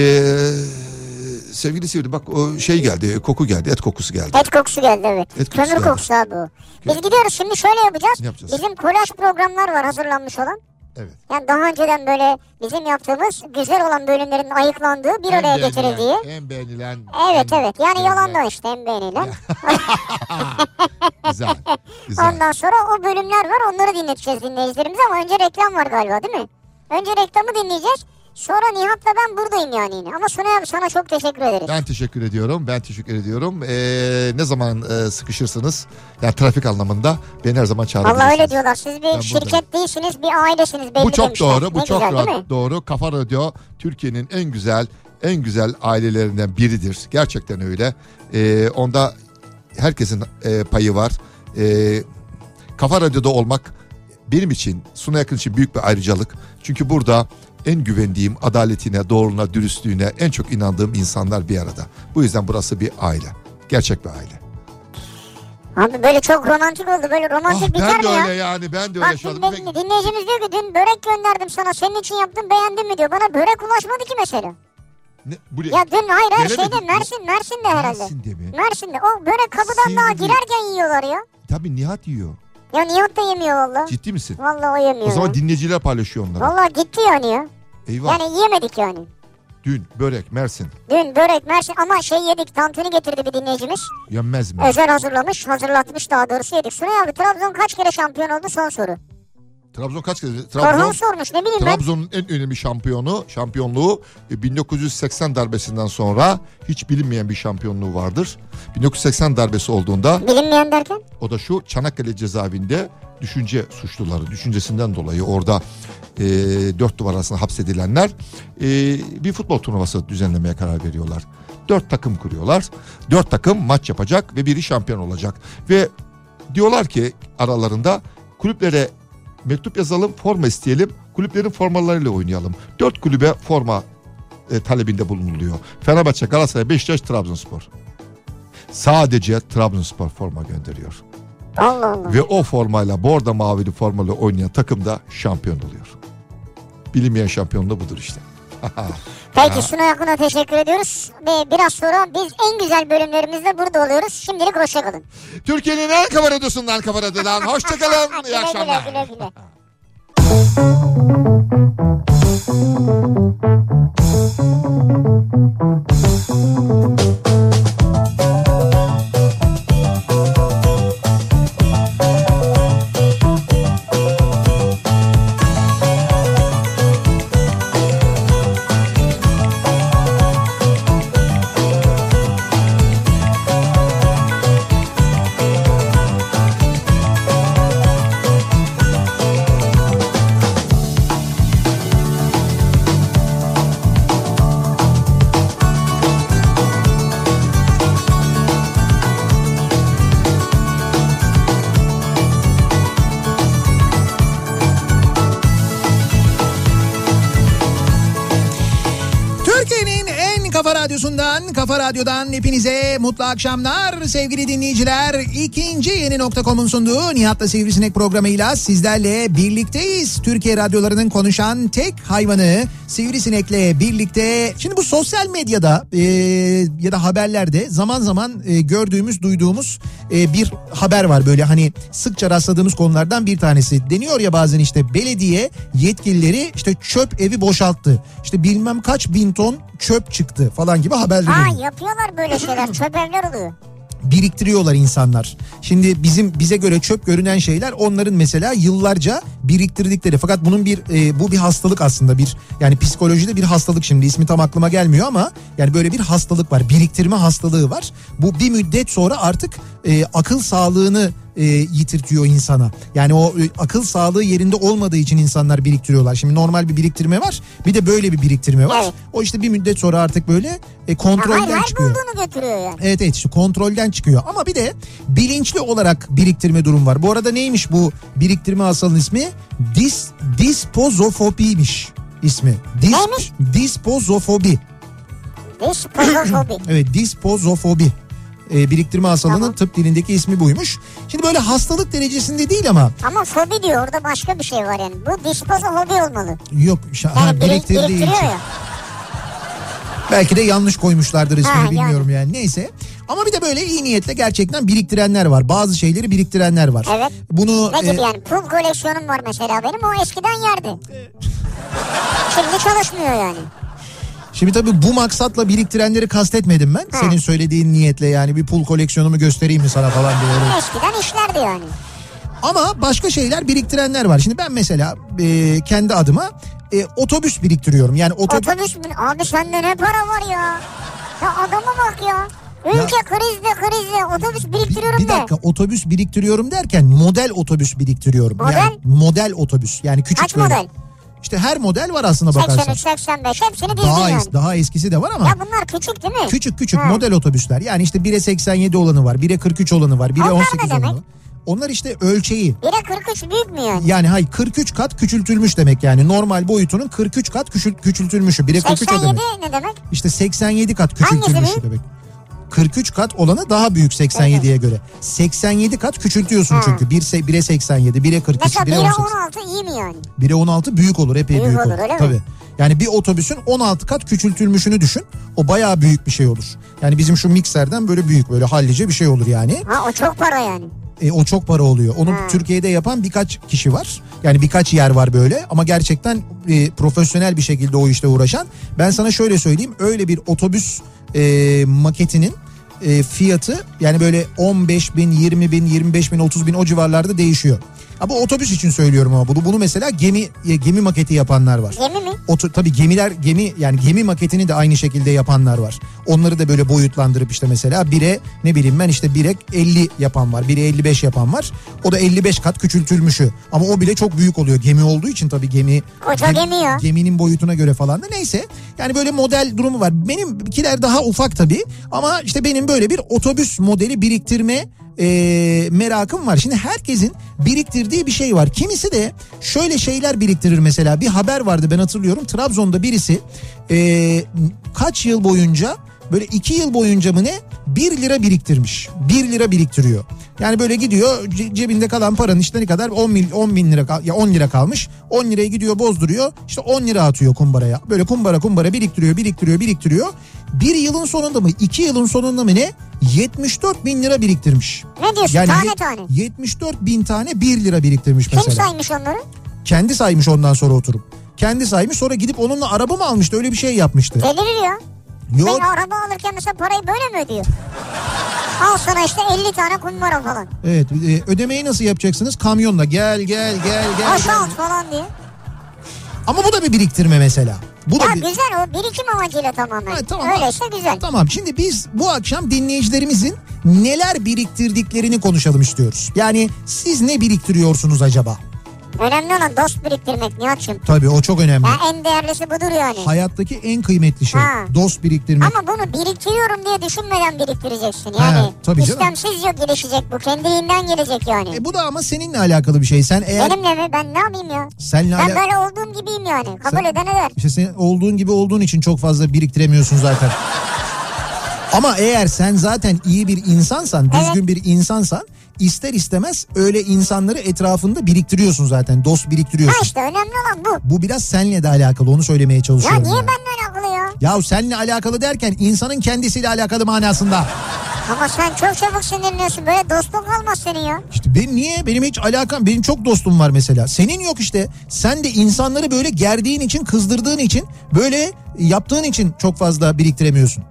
Sevgili Sivri bak o şey geldi. Koku geldi. Et kokusu geldi. Et kokusu geldi evet. Et kokusu Kömür geldi. kokusu abi bu. Biz gidiyoruz şimdi şöyle yapacağız. Ne yapacağız? Bizim kolaj programlar var hazırlanmış olan. Evet. Yani daha önceden böyle bizim yaptığımız güzel olan bölümlerin ayıklandığı bir araya getirildiği. En beğenilen. Evet. Yani yalandan işte en beğenilen. Güzel. Güzel. Ondan sonra o bölümler var onları dinleteceğiz dinleyicilerimize ama önce reklam var galiba değil mi? Önce reklamı dinleyeceğiz. Sonra Nihat'la ben buradayım yani yine. Ama Sunay abi sana çok teşekkür ederiz. Ben teşekkür ediyorum. Ne zaman sıkışırsınız, yani trafik anlamında beni her zaman çağırabilirsiniz. Allah öyle diyorlar. Siz bir şirket değilsiniz, bir ailesiniz belli Bu çok demişler. doğru. Bu ne çok güzel, doğru. Kafa Radyo Türkiye'nin en güzel ailelerinden biridir. Gerçekten öyle. Onda herkesin payı var. Kafa Radyo'da olmak benim için, Sunay Akın için büyük bir ayrıcalık. Çünkü burada en güvendiğim, adaletine, doğruluğuna, dürüstlüğüne en çok inandığım insanlar bir arada. Bu yüzden burası bir aile. Gerçek bir aile. Abi böyle çok romantik oldu. Böyle romantik biter mi ya? Ben de öyle yani. Ben de öyle şu anda. Dinleyicimiz diyor ki dün börek gönderdim sana. Senin için yaptım, beğendin mi diyor. Bana börek ulaşmadı ki mesela. Ya dün hayır şeyde Mersin'de herhalde. Mersin'de mi? Mersin'de. O börek kapıdan daha girerken yiyorlar ya. Tabii Nihat yiyor. Ya Nihat da yemiyor valla. Ciddi misin? Valla o yemiyor. O zaman dinleyiciler paylaşıyor onları. Valla gitti yani ya. Eyvah. Yani yiyemedik yani. Dün börek Mersin. Dün börek Mersin ama yedik. Tantuni getirdi bir dinleyicimiz. Yenmez mi? Özel hazırlatmış daha doğrusu yedik. Sunay abi Trabzon kaç kere şampiyon oldu son soru. Trabzon kaç kere? Korhan sormuş ne bileyim ben. Trabzon'un en önemli şampiyonluğu 1980 darbesinden sonra hiç bilinmeyen bir şampiyonluğu vardır. 1980 darbesi olduğunda. Bilinmeyen derken? O da şu: Çanakkale cezaevinde düşünce suçluları, düşüncesinden dolayı orada 4 duvar arasında hapsedilenler bir futbol turnuvası düzenlemeye karar veriyorlar. 4 takım kuruyorlar. 4 takım maç yapacak ve biri şampiyon olacak. Ve diyorlar ki aralarında kulüplere mektup yazalım, forma isteyelim, kulüplerin formalarıyla oynayalım. 4 kulübe forma talebinde bulunuluyor. Fenerbahçe, Galatasaray, Beşiktaş, Trabzonspor. Sadece Trabzonspor forma gönderiyor. Allah Allah. Ve o formayla, bordo mavili formayla oynayan takım da şampiyon oluyor. Bilinmeyen şampiyonluğu budur işte. Peki Sunay Akın'a teşekkür ediyoruz. Ve biraz sonra biz en güzel bölümlerimizde burada oluyoruz. Şimdilik hoşçakalın. Türkiye'nin en Kafa Radyosu'ndan, Kafa Radyo'dan hoşçakalın. İyi akşamlar. Güle. Kafa Radyo'dan hepinize mutlu akşamlar sevgili dinleyiciler. İkinci Yeni.com'un sunduğu Nihat'la Sivrisinek programıyla sizlerle birlikteyiz. Türkiye radyolarının konuşan tek hayvanı Sivrisinek'le birlikte. Şimdi bu sosyal medyada ya da haberlerde zaman zaman gördüğümüz, duyduğumuz bir haber var. Böyle hani sıkça rastladığımız konulardan bir tanesi. Deniyor ya bazen işte belediye yetkilileri işte çöp evi boşalttı. İşte bilmem kaç bin ton çöp çıktı falan gibi haberler. Yapıyorlar böyle şeyler. Çöp evler oluyor. Biriktiriyorlar insanlar. Şimdi bize göre çöp görünen şeyler onların mesela yıllarca biriktirdikleri. Fakat bunun bu bir hastalık aslında, yani psikolojide bir hastalık, şimdi ismi tam aklıma gelmiyor ama yani böyle bir hastalık var. Biriktirme hastalığı var. Bu bir müddet sonra artık akıl sağlığını yitirtiyor insana. Yani o akıl sağlığı yerinde olmadığı için insanlar biriktiriyorlar. Şimdi normal bir biriktirme var, bir de böyle bir biriktirme var. Evet. O işte bir müddet sonra artık böyle kontrolden çıkıyor. Bulduğunu götürüyor yani. Evet işte kontrolden çıkıyor. Ama bir de bilinçli olarak biriktirme durum var. Bu arada neymiş bu biriktirme hastalığının ismi? Dispozofobiymiş ismi. Neymiş? Dispozofobi. Dispozofobi. Evet, dispozofobi. Biriktirme hastalığının tıp dilindeki ismi buymuş. Şimdi böyle hastalık derecesinde değil ama. Ama fobi diyor, orada başka bir şey var yani. Bu dispozofobi olmalı. Yok. Yani biriktirdiği için. Ya. Belki de yanlış koymuşlardır ismini, bilmiyorum yani. Neyse. Ama bir de böyle iyi niyetle gerçekten biriktirenler var. Bazı şeyleri biriktirenler var. Evet. Bunu ne gibi yani? Pul koleksiyonum var mesela benim. O eskiden yerdi. Şimdi çalışmıyor yani. Şimdi tabii bu maksatla biriktirenleri kastetmedim ben. Senin söylediğin niyetle, yani bir pul koleksiyonumu göstereyim mi sana falan diye. Eskiden işlerdi yani. Ama başka şeyler biriktirenler var. Şimdi ben mesela kendi adıma otobüs biriktiriyorum. Yani Otobüs mü? Abi sende ne para var ya? Ya adama bak ya. Ülke krizde otobüs biriktiriyorum bir dakika, otobüs biriktiriyorum derken model otobüs biriktiriyorum. Model? Yani model otobüs. Yani küçük Kaç böyle. model? İşte her model var aslında bakarsan. 83, 85 hepsini dizdin yani. Daha eskisi de var ama. Ya bunlar küçük değil mi? Küçük model otobüsler. Yani işte 1'e 87 olanı var, 1'e 43 olanı var, 1'e Onlar 18 ne olanı demek? var. Onlar işte ölçeği. 1'e 43 büyük mü yani? Yani hayır, 43 kat küçültülmüş demek yani. Normal boyutunun 43 kat küçültülmüşü. 1'e 43 o 87 demek. ne demek? İşte 87 kat Hangisi küçültülmüşü büyük? demek. 43 kat olanı daha büyük 87'ye göre. 87 kat küçültüyorsun çünkü. 1'e 87, 1'e 43, Mesela 1'e 1'e 18. 16 iyi mi yani? 1'e 16 büyük olur, epey büyük olur. Öyle mi? Tabii. Yani bir otobüsün 16 kat küçültülmüşünü düşün. O bayağı büyük bir şey olur. Yani bizim şu mikserden böyle büyük, böyle hallice bir şey olur yani. Ha o çok para yani. O çok para oluyor. Onu Türkiye'de yapan birkaç kişi var. Yani birkaç yer var böyle ama gerçekten profesyonel bir şekilde o işte uğraşan. Ben sana şöyle söyleyeyim, öyle bir otobüs maketinin fiyatı yani böyle 15 bin, 20 bin, 25 bin, 30 bin o civarlarda değişiyor. Bu otobüs için söylüyorum ama bunu mesela gemi maketi yapanlar var. Gemi mi? Tabii gemi maketini de aynı şekilde yapanlar var. Onları da böyle boyutlandırıp işte mesela 1'e ne bileyim ben işte 1'e 50 yapan var, 1'e 55 yapan var. O da 55 kat küçültülmüşü. Ama o bile çok büyük oluyor. Gemi olduğu için tabii geminin boyutuna göre falan da neyse. Yani böyle model durumu var. Benimkiler daha ufak tabii ama işte benim böyle bir otobüs modeli biriktirme merakım var. Şimdi herkesin biriktirdiği bir şey var. Kimisi de şöyle şeyler biriktirir mesela. Bir haber vardı, ben hatırlıyorum. Trabzon'da birisi kaç yıl boyunca, böyle 2 yıl boyunca mı ne 1 lira biriktirmiş. 1 lira biriktiriyor. Yani böyle gidiyor, cebinde kalan paranın işte ne kadar 10 bin lira ya 10 lira kalmış. 10 lirayı gidiyor bozduruyor. İşte 10 lira atıyor kumbaraya. Böyle kumbara biriktiriyor. 1 yılın sonunda mı 2 yılın sonunda mı ne 74 bin lira biriktirmiş. Ne diyorsun, yani tane? 74 bin tane 1 lira biriktirmiş mesela. Kim saymış onları? Kendi saymış ondan sonra oturup. Kendi saymış, sonra gidip onunla araba mı almıştı, öyle bir şey yapmıştı. Delirir ya. Yok. Ben araba alırken mesela parayı böyle mi ödüyor? Al sana işte 50 tane kumbara falan. Evet, ödemeyi nasıl yapacaksınız? Kamyonla gel. Asalt falan diye. Ama bu da bir biriktirme mesela. Bu da güzel, o birikim amacıyla tamamen. Ha, tamam. Öyleyse güzel. Tamam, şimdi biz bu akşam dinleyicilerimizin neler biriktirdiklerini konuşalım istiyoruz. Yani siz ne biriktiriyorsunuz acaba? Önemli olan dost biriktirmek Nihat'cığım. Tabii o çok önemli. Ya en değerlisi budur yani. Hayattaki en kıymetli şey dost biriktirmek. Ama bunu biriktiriyorum diye düşünmeden biriktireceksin. Yani tabii canım. istemsizce gelişecek bu. Kendiliğinden gelecek yani. Bu da ama seninle alakalı bir şey. Sen eğer... Benimle mi? Ben ne yapayım ya? Ben böyle olduğum gibiyim yani. Kabul eden eder. İşte sen olduğun gibi olduğun için çok fazla biriktiremiyorsun zaten. Ama eğer sen zaten iyi bir insansan, düzgün bir insansan, ister istemez öyle insanları etrafında biriktiriyorsun zaten. Dost biriktiriyorsun. Ha işte önemli olan bu. Bu biraz seninle de alakalı, onu söylemeye çalışıyorum. Ya niye benimle alakalı ya? Ya seninle alakalı derken insanın kendisiyle alakalı manasında. Ama sen çok çabuk sinirleniyorsun. Böyle dostluk olmaz senin ya. İşte benim hiç alakam, benim çok dostum var mesela. Senin yok işte. Sen de insanları böyle gerdiğin için, kızdırdığın için, böyle yaptığın için çok fazla biriktiremiyorsun.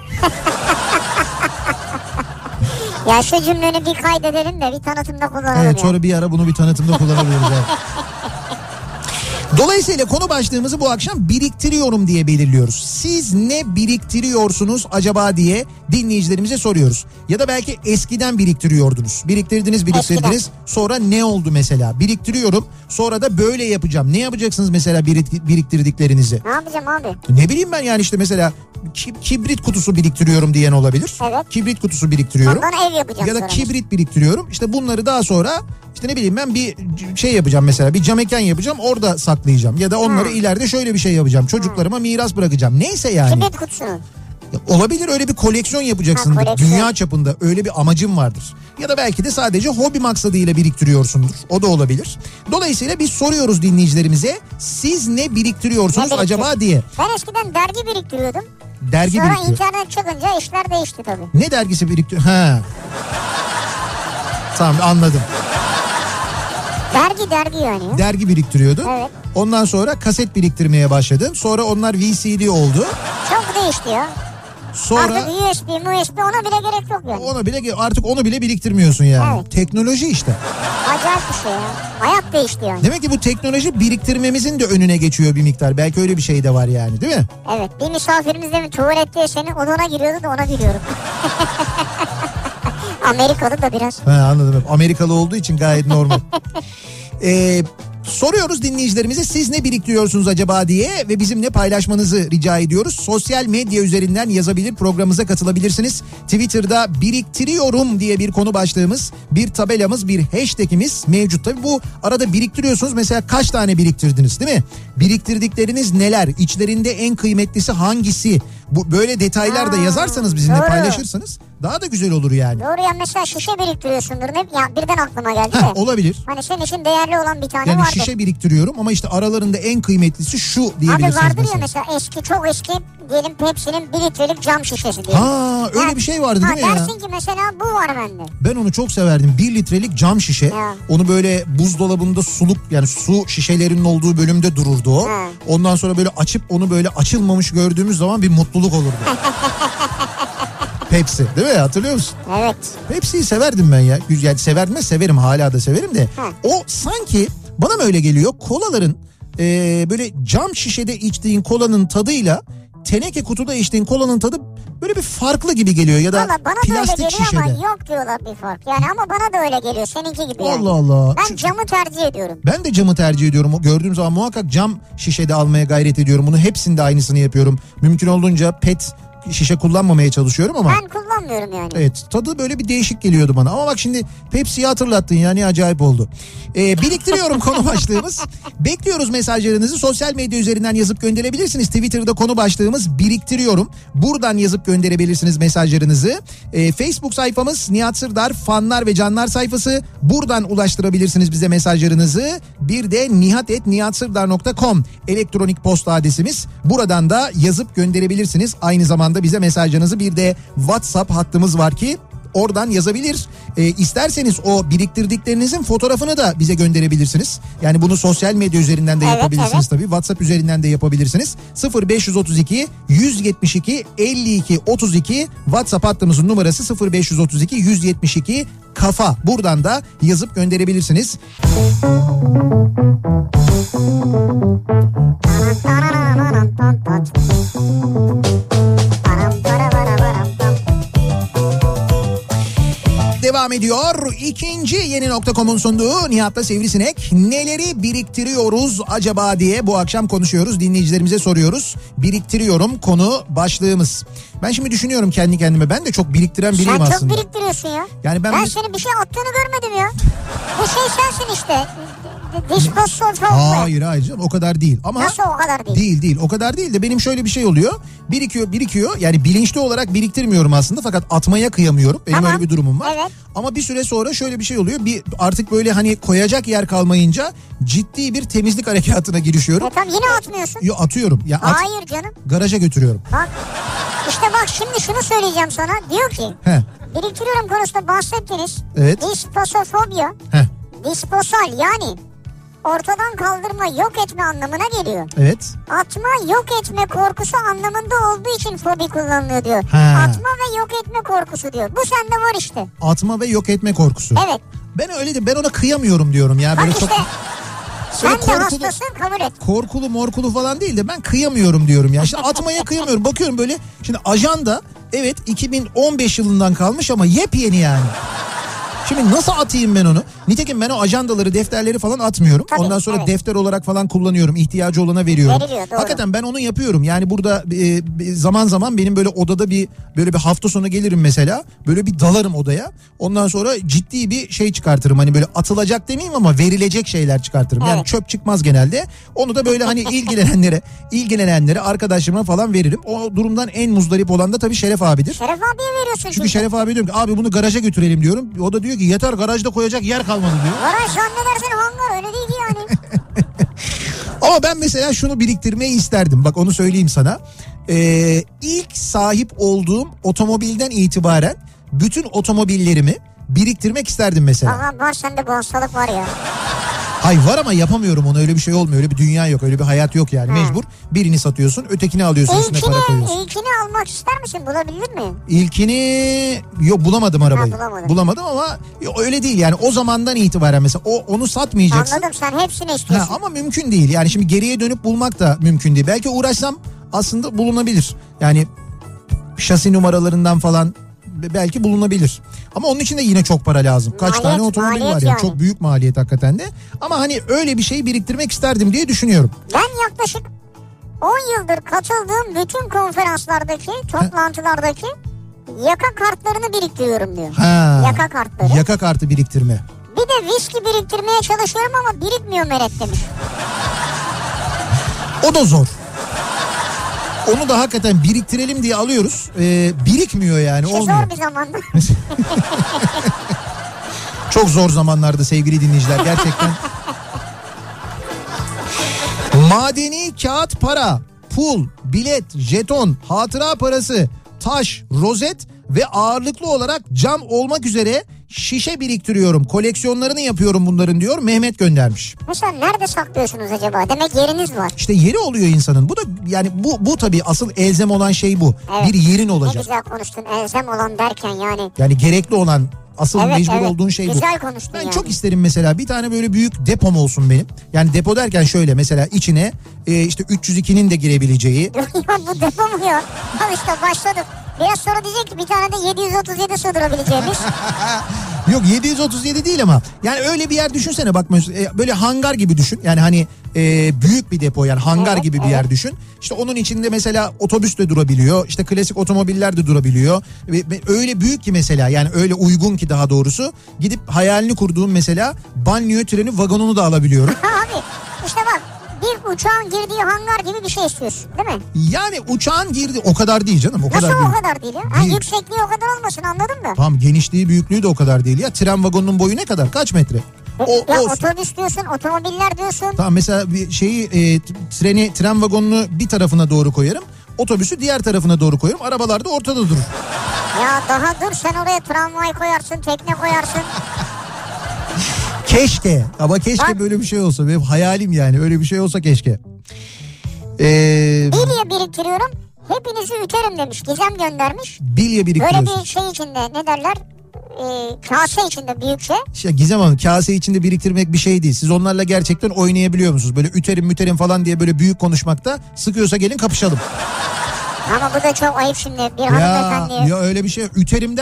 Ya şu cümleni bir kaydedelim de bir tanıtımda kullanalım. Evet, sonra bir ara bunu bir tanıtımda kullanabiliriz. Dolayısıyla konu başlığımızı bu akşam biriktiriyorum diye belirliyoruz. Siz ne biriktiriyorsunuz acaba diye dinleyicilerimize soruyoruz. Ya da belki eskiden biriktiriyordunuz. Biriktirdiniz. Eskiden. Sonra ne oldu mesela? Biriktiriyorum, sonra da böyle yapacağım. Ne yapacaksınız mesela biriktirdiklerinizi? Ne yapacağım abi? Ne bileyim ben, yani işte mesela kibrit kutusu biriktiriyorum diyen olabilir. Evet. Kibrit kutusu biriktiriyorum. Ondan ev yapacağım. Ya da kibrit biriktiriyorum. İşte bunları daha sonra işte ne bileyim ben bir şey yapacağım mesela, bir camekan yapacağım, orada saklayacağım. Ya da onları ileride şöyle bir şey yapacağım. Çocuklarıma miras bırakacağım. Neyse yani. Kibrit kutusunu. Olabilir, öyle bir koleksiyon yapacaksındır. Koleksiyon. Dünya çapında öyle bir amacın vardır. Ya da belki de sadece hobi maksadıyla biriktiriyorsundur. O da olabilir. Dolayısıyla biz soruyoruz dinleyicilerimize, siz ne biriktiriyorsunuz acaba diye. Ben eskiden dergi biriktiriyordum. Dergi Sonra biriktiriyor. internet çıkınca işler değişti tabii. Ne dergisi biriktiriyor? Ha. Tamam, anladım. Dergi yani. Dergi biriktiriyordun. Evet. Ondan sonra kaset biriktirmeye başladın. Sonra onlar VCD oldu. Çok değişti ya. Sonra artık USB ona bile gerek yok yani. artık onu bile biriktirmiyorsun yani. Evet. Teknoloji işte. Acayip bir şey ya. Hayat değişti yani. Demek ki bu teknoloji biriktirmemizin de önüne geçiyor bir miktar. Belki öyle bir şey de var yani, değil mi? Evet, bir misafirimiz de tuvalette senin odana giriyordu da ona giriyorum. Amerikalı da biraz. He, anladım. Amerikalı olduğu için gayet normal. Soruyoruz dinleyicilerimize, siz ne biriktiriyorsunuz acaba diye ve bizimle paylaşmanızı rica ediyoruz. Sosyal medya üzerinden yazabilir, programımıza katılabilirsiniz. Twitter'da biriktiriyorum diye bir konu başlığımız, bir tabelamız, bir hashtagimiz mevcut. Tabii bu arada biriktiriyorsunuz. Mesela kaç tane biriktirdiniz, değil mi? Biriktirdikleriniz neler? İçlerinde en kıymetlisi hangisi? Bu böyle detaylar da yazarsanız, bizimle doğru. paylaşırsanız daha da güzel olur yani. Doğru ya, mesela şişe biriktiriyorsundur. Ya birden aklıma geldi Heh, de. olabilir. Hani senin için değerli olan bir tane Yani vardı. şişe biriktiriyorum ama işte aralarında en kıymetlisi şu Abi diyebilirsiniz vardır mesela. ya mesela eski, çok eski diyelim Pepsi'nin 1 litrelik cam şişesi diye. Ha, öyle bir şey vardı değil mi ya? Dersin ki mesela bu var bende. Ben onu çok severdim. 1 litrelik cam şişe. Ya. Onu böyle buzdolabında suluk, yani su şişelerinin olduğu bölümde dururdu o. Ha. Ondan sonra böyle açıp onu böyle açılmamış gördüğümüz zaman bir mutluluk olurdu. Pepsi, değil mi? Hatırlıyor musun? Evet. Pepsi'yi severdim ben ya. Yani severdim, severim, hala da severim de. Ha. O sanki bana mı öyle geliyor? Kolaların böyle cam şişede içtiğin kolanın tadıyla teneke kutuda içtiğin kolanın tadı böyle bir farklı gibi geliyor, ya da Valla bana da öyle plastik geliyor şişede. ama yok diyorlar bir fark. Yani ama bana da öyle geliyor, seninki gibi yani. Allah Allah. Ben camı tercih ediyorum. Ben de camı tercih ediyorum. O gördüğüm zaman muhakkak cam şişede almaya gayret ediyorum. Bunu hepsinde aynısını yapıyorum. Mümkün olduğunca pet şişe kullanmamaya çalışıyorum ama. Ben kullanmıyorum yani. Evet, tadı böyle bir değişik geliyordu bana. Ama bak şimdi Pepsi'yi hatırlattın ya, ne acayip oldu. Biriktiriyorum konu başlığımız. Bekliyoruz mesajlarınızı. Sosyal medya üzerinden yazıp gönderebilirsiniz. Twitter'da konu başlığımız biriktiriyorum. Buradan yazıp gönderebilirsiniz mesajlarınızı. Facebook sayfamız Nihat Sırdar fanlar ve canlar sayfası. Buradan ulaştırabilirsiniz bize mesajlarınızı. Bir de nihat@nihatsırdar.com elektronik posta adresimiz. Buradan da yazıp gönderebilirsiniz. Aynı zamanda bize mesajlarınızı, bir de WhatsApp hattımız var ki oradan yazabilir. İsterseniz o biriktirdiklerinizin fotoğrafını da bize gönderebilirsiniz. Yani bunu sosyal medya üzerinden de yapabilirsiniz tabii. WhatsApp üzerinden de yapabilirsiniz. 0532 172 52 32 WhatsApp hattımızın numarası 0532 172 kafa. Buradan da yazıp gönderebilirsiniz. Devam ediyor. İkinci yeni nokta.com'un sunduğu Nihat'la Sivrisinek. Neleri biriktiriyoruz acaba diye bu akşam konuşuyoruz. Dinleyicilerimize soruyoruz. Biriktiriyorum konu başlığımız. Ben şimdi düşünüyorum kendi kendime. Ben de çok biriktiren biriyim Sen aslında. çok biriktiriyorsun ya. Yani ben senin bir şey attığını görmedim ya. Bu şey sensin işte. Dispozisyon. Hayır canım, o kadar değil. Ama nasıl o kadar değil? Değil. O kadar değil de benim şöyle bir şey oluyor. Birikiyor. Yani bilinçli olarak biriktirmiyorum aslında, fakat atmaya kıyamıyorum. Benim Tamam. öyle bir durumum var. Evet. Ama bir süre sonra şöyle bir şey oluyor. Artık böyle hani koyacak yer kalmayınca ciddi bir temizlik harekatına girişiyorum. Tamam, yine atmıyorsun. Yo, atıyorum. Ya Hayır canım. Garaja götürüyorum. Bak işte bak, şimdi şunu söyleyeceğim sana. Diyor ki biriktiriyorum konusunda bahsettiniz. Evet. Disposofobia. Disposal yani ortadan kaldırma, yok etme anlamına geliyor. Evet. Atma, yok etme korkusu anlamında olduğu için fobi kullanılıyor diyor. Atma ve yok etme korkusu diyor. Bu sende var işte. Atma ve yok etme korkusu. Evet. Ben öyle de, ben ona kıyamıyorum diyorum ya. Böyle bak işte. Sen de korkulu, hastasın, kabul et. Korkulu morkulu falan değil de ben kıyamıyorum diyorum ya. İşte atmaya kıyamıyorum. Bakıyorum böyle, şimdi ajanda evet 2015 yılından kalmış ama yepyeni yani. Şimdi nasıl atayım ben onu? Nitekim ben o ajandaları, defterleri falan atmıyorum. Tabii, ondan sonra evet. defter olarak falan kullanıyorum. İhtiyacı olana veriyorum. Veriliyor, doğru. Hakikaten ben onu yapıyorum. Yani burada zaman zaman benim böyle odada böyle bir hafta sonu gelirim mesela. Böyle bir dalarım odaya. Ondan sonra ciddi bir şey çıkartırım. Hani böyle atılacak demeyeyim ama verilecek şeyler çıkartırım. Yani Evet. çöp çıkmaz genelde. Onu da böyle hani ilgilenenlere, arkadaşlarıma falan veririm. O durumdan en muzdarip olan da tabii Şeref abidir. Şeref abiye veriyorsun. Çünkü Şeref abi diyorum ki abi bunu garaja götürelim diyorum. O da diyor ki yeter, garajda koyacak yer kalmadı diyor. Garaj zannedersin hangar, öyle değil ki yani. Ama ben mesela şunu biriktirmeyi isterdim. Bak onu söyleyeyim sana. İlk sahip olduğum otomobilden itibaren bütün otomobillerimi biriktirmek isterdim mesela. Aha, var sende bu hastalık var ya. Hayır var ama yapamıyorum onu, öyle bir şey olmuyor. Öyle bir dünya yok, öyle bir hayat yok yani. Mecbur birini satıyorsun, ötekini alıyorsun, üstüne para koyuyorsun. İlkini almak ister misin? Bulabildin mi? İlkini yok, bulamadım arabayı. Bulamadım ama öyle değil yani, o zamandan itibaren mesela onu satmayacaksın. Anladım, sen hepsini istiyorsun. Ama mümkün değil yani, şimdi geriye dönüp bulmak da mümkün değil. Belki uğraşsam aslında bulunabilir. Yani şasi numaralarından falan belki bulunabilir. Ama onun için de yine çok para lazım. Kaç tane otomobil var yani. Çok büyük maliyet hakikaten de. Ama hani öyle bir şey biriktirmek isterdim diye düşünüyorum. Ben yaklaşık 10 yıldır katıldığım bütün konferanslardaki, toplantılardaki yaka kartlarını biriktiriyorum diyor. Yaka kartları. Yaka kartı biriktirme. Bir de viski biriktirmeye çalışıyorum ama birikmiyor Meret demiş. O da zor. Onu da hakikaten biriktirelim diye alıyoruz. Birikmiyor yani, olmuyor. Zor bir zamanda. Çok zor zamanlarda sevgili dinleyiciler gerçekten. Madeni kağıt para, pul, bilet, jeton, hatıra parası, taş, rozet ve ağırlıklı olarak cam olmak üzere şişe biriktiriyorum. Koleksiyonlarını yapıyorum bunların diyor. Mehmet göndermiş. Mesela nerede saklıyorsunuz acaba? Demek yeriniz var. İşte yeri oluyor insanın. Bu da yani bu tabii asıl elzem olan şey bu. Evet. Bir yerin olacak. Ne güzel konuştun, elzem olan derken yani. Yani gerekli olan, asıl mecbur olduğun şey güzel bu. Güzel konuştun ben yani. Çok isterim mesela bir tane böyle büyük depom olsun benim. Yani depo derken şöyle, mesela içine işte 302'nin de girebileceği. Ya bu depo mu ya? Al işte başladık. Biraz sonra diyecek ki bir tane de 737 sığdırabileceğimiz. Yok 737 değil ama yani öyle bir yer düşünsene, bak böyle hangar gibi düşün. Yani hani büyük bir depo, yani hangar gibi bir yer düşün. İşte onun içinde mesela otobüs de durabiliyor. İşte klasik otomobiller de durabiliyor. Ve öyle büyük ki mesela, yani öyle uygun ki daha doğrusu. Gidip hayalini kurduğum mesela banliyö treni vagonunu da alabiliyorum. Abi işte bak, bir uçağın girdiği hangar gibi bir şey istiyorsun değil mi? Yani uçağın girdiği o kadar değil canım, o kadar değil. Nasıl o kadar değil ya? Ha, yüksekliği o kadar olmasın, anladın mı? Tamam, genişliği büyüklüğü de o kadar değil ya. Tren vagonunun boyu ne kadar? Kaç metre? Otobüs diyorsun, otomobiller diyorsun. Tamam, mesela bir tren vagonunu bir tarafına doğru koyarım. Otobüsü diğer tarafına doğru koyarım. Arabalar da ortada durur. Ya daha dur, sen oraya tramvay koyarsın, tekne koyarsın. Keşke, ama keşke böyle bir şey olsa. Benim hayalim yani, öyle bir şey olsa keşke. Bilye biriktiriyorum. Hepinizi üterim demiş. Gizem göndermiş. Bilye biriktiriyorsun. Böyle bir şey içinde, ne derler? Kase içinde, büyükçe. İşte Gizem Hanım, kase içinde biriktirmek bir şey değil. Siz onlarla gerçekten oynayabiliyor musunuz? Böyle üterim falan diye böyle büyük konuşmakta, sıkıyorsa gelin kapışalım. Ama bu da çok ayıp şimdi bir hanımefendiye. Ya öyle bir şey, üterim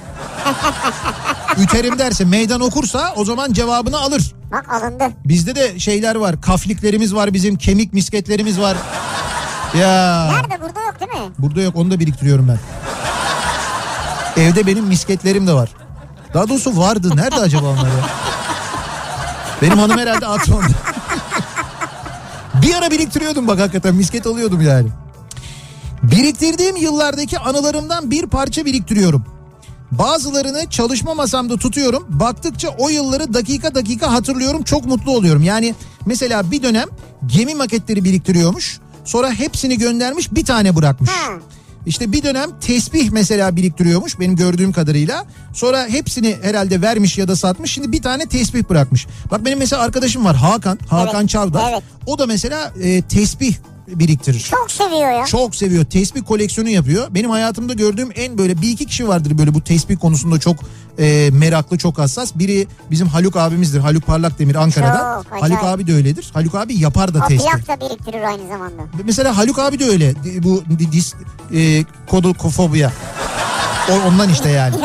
derse meydan okursa o zaman cevabını alır. Bak alındı. Bizde de şeyler var, kafliklerimiz var, bizim kemik misketlerimiz var. Ya. Nerede, burada yok değil mi? Burada yok, onu da biriktiriyorum ben. Evde benim misketlerim de var. Daha doğrusu vardı, nerede acaba onlar ya? Benim hanım herhalde attı onu. Bir ara biriktiriyordum bak, hakikaten misket alıyordum yani. Biriktirdiğim yıllardaki anılarımdan bir parça biriktiriyorum. Bazılarını çalışma masamda tutuyorum. Baktıkça o yılları dakika dakika hatırlıyorum. Çok mutlu oluyorum. Yani mesela bir dönem gemi maketleri biriktiriyormuş. Sonra hepsini göndermiş, bir tane bırakmış. İşte bir dönem tesbih mesela biriktiriyormuş benim gördüğüm kadarıyla. Sonra hepsini herhalde vermiş ya da satmış. Şimdi bir tane tesbih bırakmış. Bak benim mesela arkadaşım var, Hakan Çavdar. Evet. O da mesela tesbih biriktirir. Çok seviyor ya. Çok seviyor. Tesbih koleksiyonu yapıyor. Benim hayatımda gördüğüm en böyle bir iki kişi vardır böyle bu tesbih konusunda çok meraklı, çok hassas. Biri bizim Haluk abimizdir. Haluk Parlakdemir, Ankara'dan. Haluk abi de öyledir. Haluk abi yapar da tesbih. O plak da biriktirir aynı zamanda. Mesela Haluk abi de öyle. Bu kodofobia. Ondan işte yani.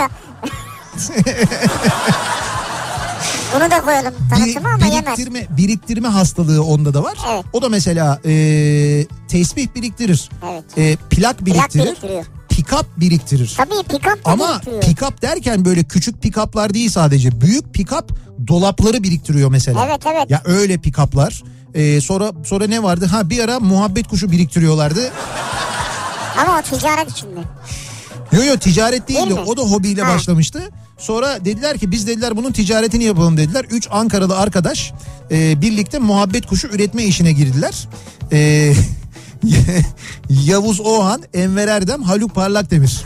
Bunu da koyalım tanıtıma ama yemez. Biriktirme hastalığı onda da var. Evet. O da mesela tesbih biriktirir. Evet. Plak biriktiriyor. Pick-up biriktirir. Tabii pick-up da ama biriktiriyor. Pick-up derken böyle küçük pick-up'lar değil sadece. Büyük pick-up dolapları biriktiriyor mesela. Evet. Ya öyle pick-up'lar. Sonra ne vardı? Bir ara muhabbet kuşu biriktiriyorlardı. Ama o ticaret içinde. Yok ticaret değildi. O da hobiyle başlamıştı. Sonra dediler ki biz dediler bunun ticaretini yapalım dediler. 3 Ankaralı arkadaş birlikte muhabbet kuşu üretme işine girdiler. Yavuz Oğan, Enver Erdem, Haluk Parlakdemir.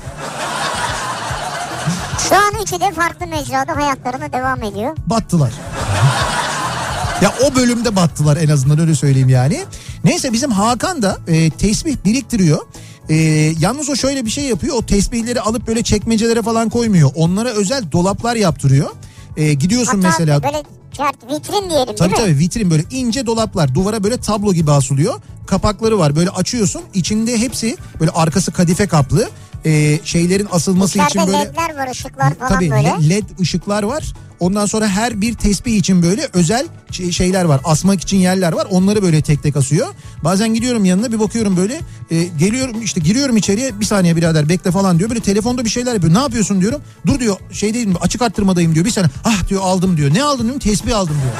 Şu an üçü de farklı mecrada hayatlarına devam ediyor. Battılar. Ya o bölümde battılar en azından, öyle söyleyeyim yani. Neyse bizim Hakan da tesbih biriktiriyor. Yalnız o şöyle bir şey yapıyor. O tesbihleri alıp böyle çekmecelere falan koymuyor. Onlara özel dolaplar yaptırıyor. Gidiyorsun hatta mesela. böyle vitrin diyelim, tabii değil mi? vitrin, böyle ince dolaplar, duvara böyle tablo gibi asılıyor. Kapakları var, böyle açıyorsun, içinde hepsi böyle arkası kadife kaplı. Şeylerin asılması İçeride için böyle ledler var, ışıklar falan tabii, böyle. led ışıklar var. Ondan sonra her bir tesbih için böyle özel şeyler var. Asmak için yerler var. Onları böyle tek tek asıyor. Bazen gidiyorum yanına, bir bakıyorum böyle. Geliyorum işte, giriyorum içeriye, bir saniye birader bekle falan diyor. Böyle telefonda bir şeyler yapıyor. Ne yapıyorsun diyorum. Dur diyor, şey değilim, açık arttırmadayım diyor. Bir saniye, ah diyor, aldım diyor. Ne aldın diyorum, tesbih aldım diyor.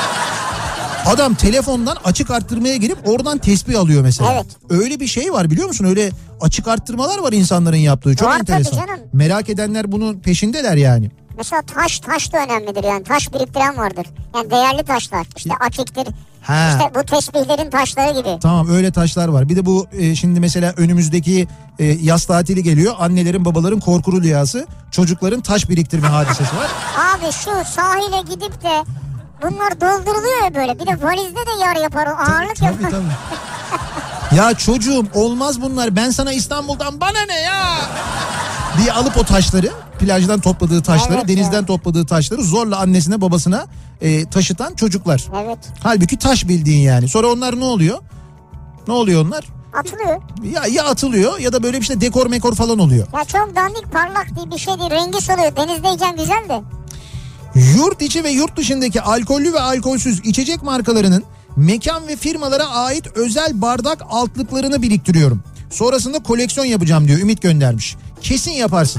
Adam telefondan açık arttırmaya girip oradan tesbih alıyor mesela. Evet. Öyle bir şey var, biliyor musun? Öyle açık arttırmalar var insanların yaptığı. Çok var enteresan. tabii canım. Merak edenler bunun peşindeler yani. Mesela taş da önemlidir yani. Taş biriktiren vardır. Yani değerli taşlar. İşte atiktir. Ha. İşte bu tesbihlerin taşları gibi. Tamam, öyle taşlar var. Bir de bu şimdi mesela önümüzdeki yaz tatili geliyor. Annelerin babaların korkulu rüyası. Çocukların taş biriktirme hadisesi var. Abi şu sahile gidip de bunlar dolduruluyor ya böyle. Bir de valizde de yer yapar, o ağırlık yapar. Tabii. Ya çocuğum, olmaz bunlar. Ben sana İstanbul'dan bana ne ya diye alıp o taşları, plajdan topladığı taşları, evet, denizden evet. topladığı taşları zorla annesine babasına taşıtan çocuklar. Evet. Halbuki taş bildiğin yani. Sonra onlar ne oluyor? Ne oluyor onlar? Atılıyor. Ya atılıyor ya da böyle bir şey, dekor mekor falan oluyor. Ya çok dandik, parlak diye bir şey değil. Rengi soluyor. Denizdeyken güzel de. Yurt içi ve yurt dışındaki alkollü ve alkolsüz içecek markalarının mekan ve firmalara ait özel bardak altlıklarını biriktiriyorum. Sonrasında koleksiyon yapacağım diyor, Ümit göndermiş. Kesin yaparsın.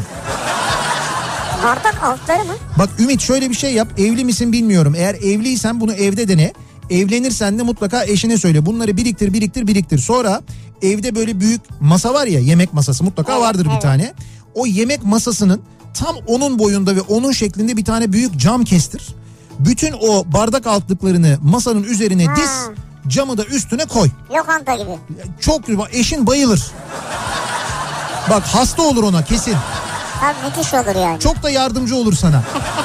Bardak altları mı? Bak Ümit, şöyle bir şey yap. Evli misin bilmiyorum. Eğer evliysen bunu evde dene. Evlenirsen de mutlaka eşine söyle. Bunları biriktir. Sonra evde böyle büyük masa var ya, yemek masası mutlaka evet, vardır bir tane. O yemek masasının tam onun boyunda ve onun şeklinde bir tane büyük cam kestir. Bütün o bardak altlıklarını masanın üzerine diz. Camı da üstüne koy. Lokanta gibi. Çok güzel. Eşin bayılır. Bak hasta olur ona kesin. Tabii müthiş olur yani. Çok da yardımcı olur sana.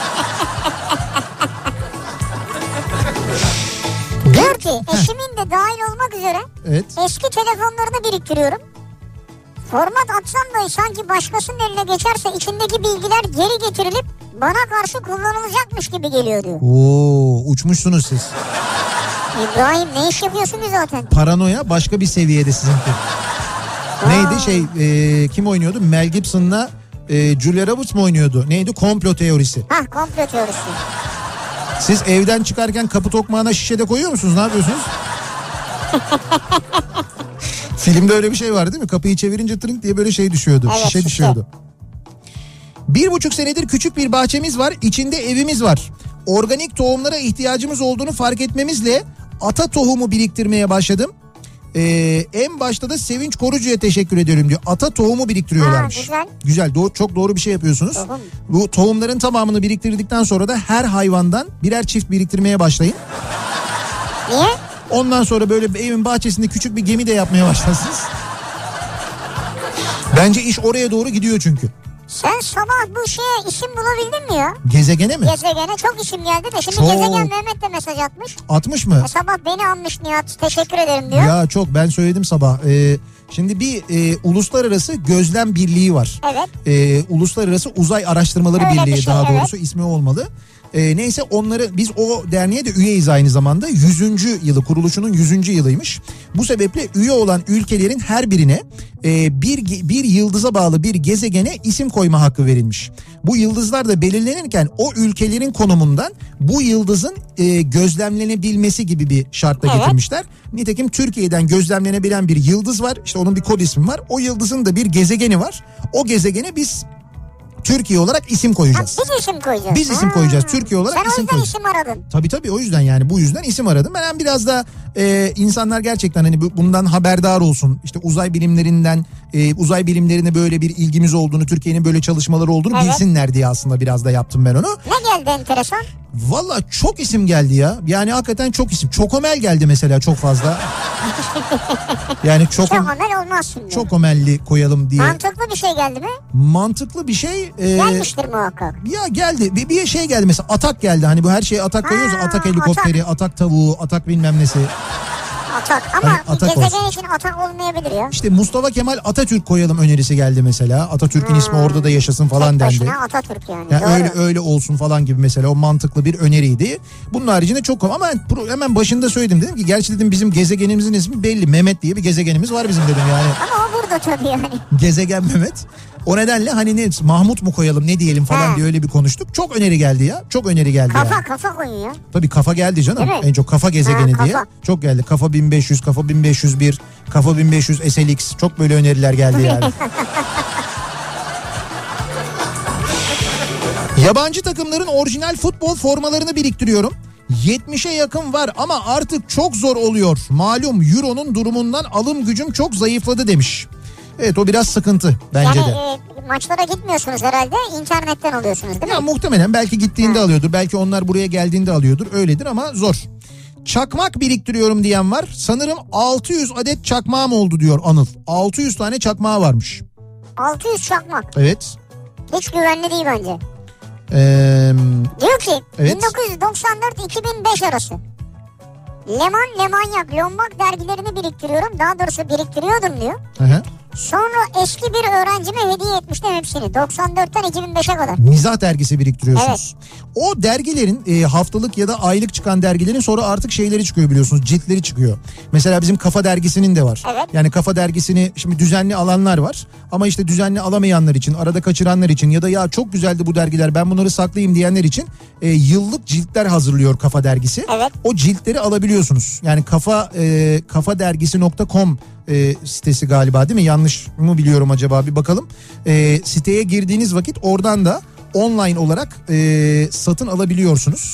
Diyor ki eşimin de dahil olmak üzere Evet. eski telefonlarını biriktiriyorum. Format atsam da sanki başkasının eline geçerse içindeki bilgiler geri getirilip bana karşı kullanılacakmış gibi geliyor diyor. Oo, uçmuşsunuz siz. İbrahim, ne iş yapıyorsunuz zaten? Paranoya başka bir seviyede sizinki. Neydi kim oynuyordu? Mel Gibson'la Julia Roberts mı oynuyordu? Neydi? Komplo teorisi. Komplo teorisi. Siz evden çıkarken kapı tokmağına şişede koyuyor musunuz? Ne yapıyorsunuz? Filmde öyle bir şey var değil mi? Kapıyı çevirince trink diye böyle şey düşüyordu. Evet, şişe düşüyordu. 1,5 senedir küçük bir bahçemiz var. İçinde evimiz var. Organik tohumlara ihtiyacımız olduğunu fark etmemizle ata tohumu biriktirmeye başladım. En başta da Sevinç Korucu'ya teşekkür ediyorum diyor. Ata tohumu biriktiriyorlarmış. Güzel. Güzel, çok doğru bir şey yapıyorsunuz. Tohum. Bu tohumların tamamını biriktirdikten sonra da her hayvandan birer çift biriktirmeye başlayın. Niye? Ondan sonra böyle evin bahçesinde küçük bir gemi de yapmaya başlarsınız. Bence iş oraya doğru gidiyor çünkü. Sen sabah bu şeye isim bulabildin mi ya? Gezegene mi? Gezegene çok isim geldi de şimdi Çok. Gezegen Mehmet de mesaj atmış. Atmış mı? Sabah beni anmış Nihat, teşekkür ederim diyor. Ya çok, ben söyledim sabah. Şimdi bir uluslararası gözlem birliği var. Evet. Uluslararası Uzay Araştırmaları Öyle bir Birliği şey, daha evet. doğrusu ismi olmalı. Neyse onları, biz o derneğe de üyeyiz aynı zamanda. 100. yılı, kuruluşunun 100. yılıymış. Bu sebeple üye olan ülkelerin her birine bir yıldıza bağlı bir gezegene isim koyma hakkı verilmiş. Bu yıldızlar da belirlenirken o ülkelerin konumundan bu yıldızın gözlemlenebilmesi gibi bir şartla getirmişler. Nitekim Türkiye'den gözlemlenebilen bir yıldız var. İşte onun bir kod ismi var. O yıldızın da bir gezegeni var. O gezegene biz Türkiye olarak isim koyacağız. Biz isim koyacağız. Biz isim koyacağız. Türkiye olarak sen isim koyacağız. Sen o yüzden isim aradın. Tabii o yüzden, yani bu yüzden isim aradım. Ben biraz da insanlar gerçekten hani bundan haberdar olsun. İşte uzay bilimlerinden, uzay bilimlerine böyle bir ilgimiz olduğunu, Türkiye'nin böyle çalışmaları olduğunu bilsinler diye aslında biraz da yaptım ben onu. Ne geldi enteresan? Valla çok isim geldi ya. Yani hakikaten çok isim. Çokomel geldi mesela, çok fazla. Yani çok omel olmaz şimdi. Çok omelli koyalım diye. Mantıklı bir şey geldi mi? Mantıklı bir şey. Gelmiştir muhakkak. Ya geldi. Bir şey geldi mesela, atak geldi. Hani bu her şeye atak koyuyoruz. Atak helikopteri, atak tavuğu, atak bilmem nesi. Atak ama hani atak gezegen olsun. için atak olmayabilir ya. İşte Mustafa Kemal Atatürk koyalım önerisi geldi mesela. Atatürk'ün ismi orada da yaşasın falan dendi. Tek başına Atatürk yani. Yani öyle olsun falan gibi mesela, o mantıklı bir öneriydi. Bunun haricinde çok ama hemen başında söyledim, dedim ki gerçi dedim bizim gezegenimizin ismi belli. Mehmet diye bir gezegenimiz var bizim dedim yani. Ama o burada tabii yani. Gezegen Mehmet. O nedenle hani ne Mahmut mu koyalım ne diyelim falan diye öyle bir konuştuk. Çok öneri geldi ya. Çok öneri geldi. Kafa koyun ya. Tabii kafa geldi canım. En çok kafa gezegeni diye. Çok geldi. Kafa 1500, kafa 1501, kafa 1500 SLX. Çok böyle öneriler geldi yani. Yabancı takımların orijinal futbol formalarını biriktiriyorum. 70'e yakın var ama artık çok zor oluyor. Malum Euro'nun durumundan alım gücüm çok zayıfladı demiş. Evet, o biraz sıkıntı bence de. Yani maçlara gitmiyorsunuz herhalde, internetten alıyorsunuz değil mi? Ya muhtemelen belki gittiğinde alıyordur. Belki onlar buraya geldiğinde alıyordur. Öyledir ama zor. Çakmak biriktiriyorum diyen var. Sanırım 600 adet çakmağım oldu diyor Anıl. 600 tane çakmağı varmış. 600 çakmak. Evet. Hiç güvenli değil bence. Diyor ki evet. 1994-2005 arası. Lemanyak, Lombak dergilerini biriktiriyorum. Daha doğrusu biriktiriyordum diyor. Hı. Sonra eski bir öğrencime hediye etmiştim hepsini. 94'ten 2005'e kadar. Mizah dergisi biriktiriyorsunuz. Evet. O dergilerin haftalık ya da aylık çıkan dergilerin sonra artık şeyleri çıkıyor biliyorsunuz. Ciltleri çıkıyor. Mesela bizim Kafa dergisinin de var. Evet. Yani Kafa dergisini şimdi düzenli alanlar var. Ama işte düzenli alamayanlar için, arada kaçıranlar için ya da ya çok güzeldi bu dergiler ben bunları saklayayım diyenler için yıllık ciltler hazırlıyor Kafa dergisi. Evet. O ciltleri alabiliyorsunuz. Yani kafadergisi.com sitesi galiba değil mi? Yanlış mı biliyorum acaba, bir bakalım. Siteye girdiğiniz vakit oradan da online olarak satın alabiliyorsunuz.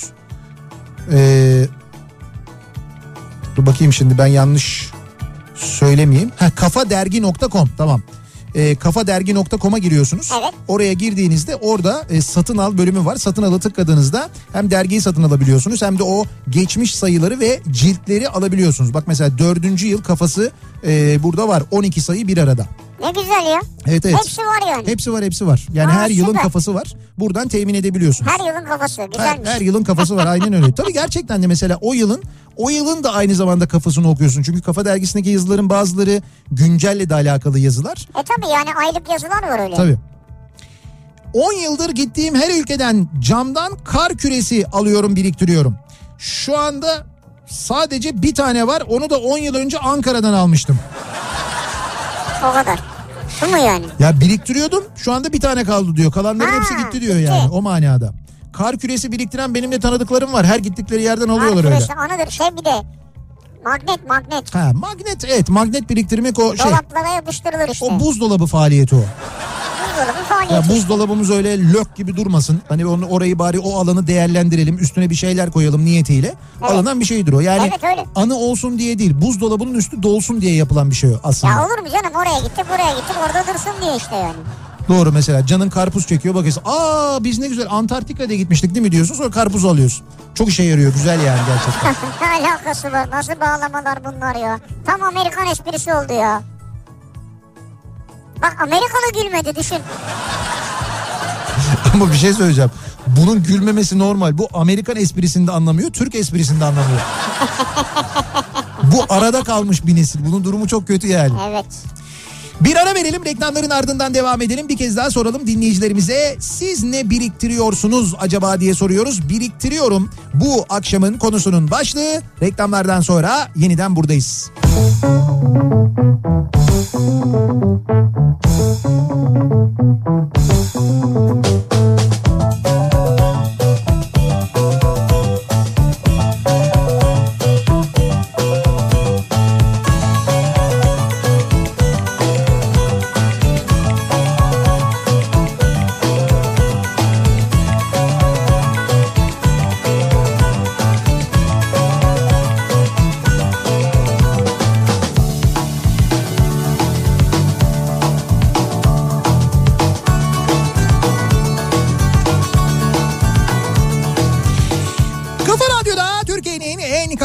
Dur bakayım şimdi ben yanlış söylemeyeyim. Kafadergi.com, tamam. Kafadergi.com'a giriyorsunuz. Evet. Oraya girdiğinizde orada satın al bölümü var. Satın alı tıkladığınızda hem dergiyi satın alabiliyorsunuz hem de o geçmiş sayıları ve ciltleri alabiliyorsunuz. Bak mesela 4. yıl kafası burada var. 12 sayı bir arada. Ne güzel ya. Evet. Hepsi var yani. Hepsi var. Yani her yılın süper. Kafası var. Buradan temin edebiliyorsunuz. Her yılın kafası güzelmiş. Her yılın kafası var, aynen öyle. Tabii gerçekten de mesela o yılın da aynı zamanda kafasını okuyorsun. Çünkü Kafa dergisindeki yazıların bazıları güncelle de alakalı yazılar. Tabii yani aylık yazılar var öyle. Tabii. 10 yıldır gittiğim her ülkeden camdan kar küresi alıyorum, biriktiriyorum. Şu anda sadece bir tane var. Onu da 10 yıl önce Ankara'dan almıştım. O kadar. Bu mu yani? Ya biriktiriyordum. Şu anda bir tane kaldı diyor. Kalanların hepsi gitti diyor yani. O manada. Kar küresi biriktiren benim de tanıdıklarım var. Her gittikleri yerden alıyorlar öyle. Kar küresi anıdır. Bir de magnet. Magnet, evet, magnet biriktirmek o şey. Dolaplara yapıştırılır işte. O buzdolabı faaliyeti o. Buzdolabı faaliyeti. Ya buzdolabımız öyle lök gibi durmasın. Hani orayı bari o alanı değerlendirelim. Üstüne bir şeyler koyalım niyetiyle. Evet. Alınan bir şeydir o. Yani anı olsun diye değil. Buzdolabının üstü dolsun diye yapılan bir şey o aslında. Ya olur mu canım, oraya gittik buraya gittik orada dursun diye işte yani. Doğru, mesela canın karpuz çekiyor, bakıyorsun. Biz ne güzel Antarktika'da gitmiştik değil mi diyorsun, sonra karpuz alıyorsun. Çok işe yarıyor, güzel yani gerçekten. Ne alakası var, nasıl bağlamalar bunlar ya. Tam Amerikan esprisi oldu ya. Bak Amerikalı gülmedi, düşün. Ama bir şey söyleyeceğim. Bunun gülmemesi normal. Bu Amerikan esprisini de anlamıyor, Türk esprisini de anlamıyor. Bu arada kalmış bir nesil. Bunun durumu çok kötü yani. Evet. Bir ara verelim, reklamların ardından devam edelim. Bir kez daha soralım dinleyicilerimize. Siz ne biriktiriyorsunuz acaba diye soruyoruz. Biriktiriyorum. Bu akşamın konusunun başlığı. Reklamlardan sonra yeniden buradayız.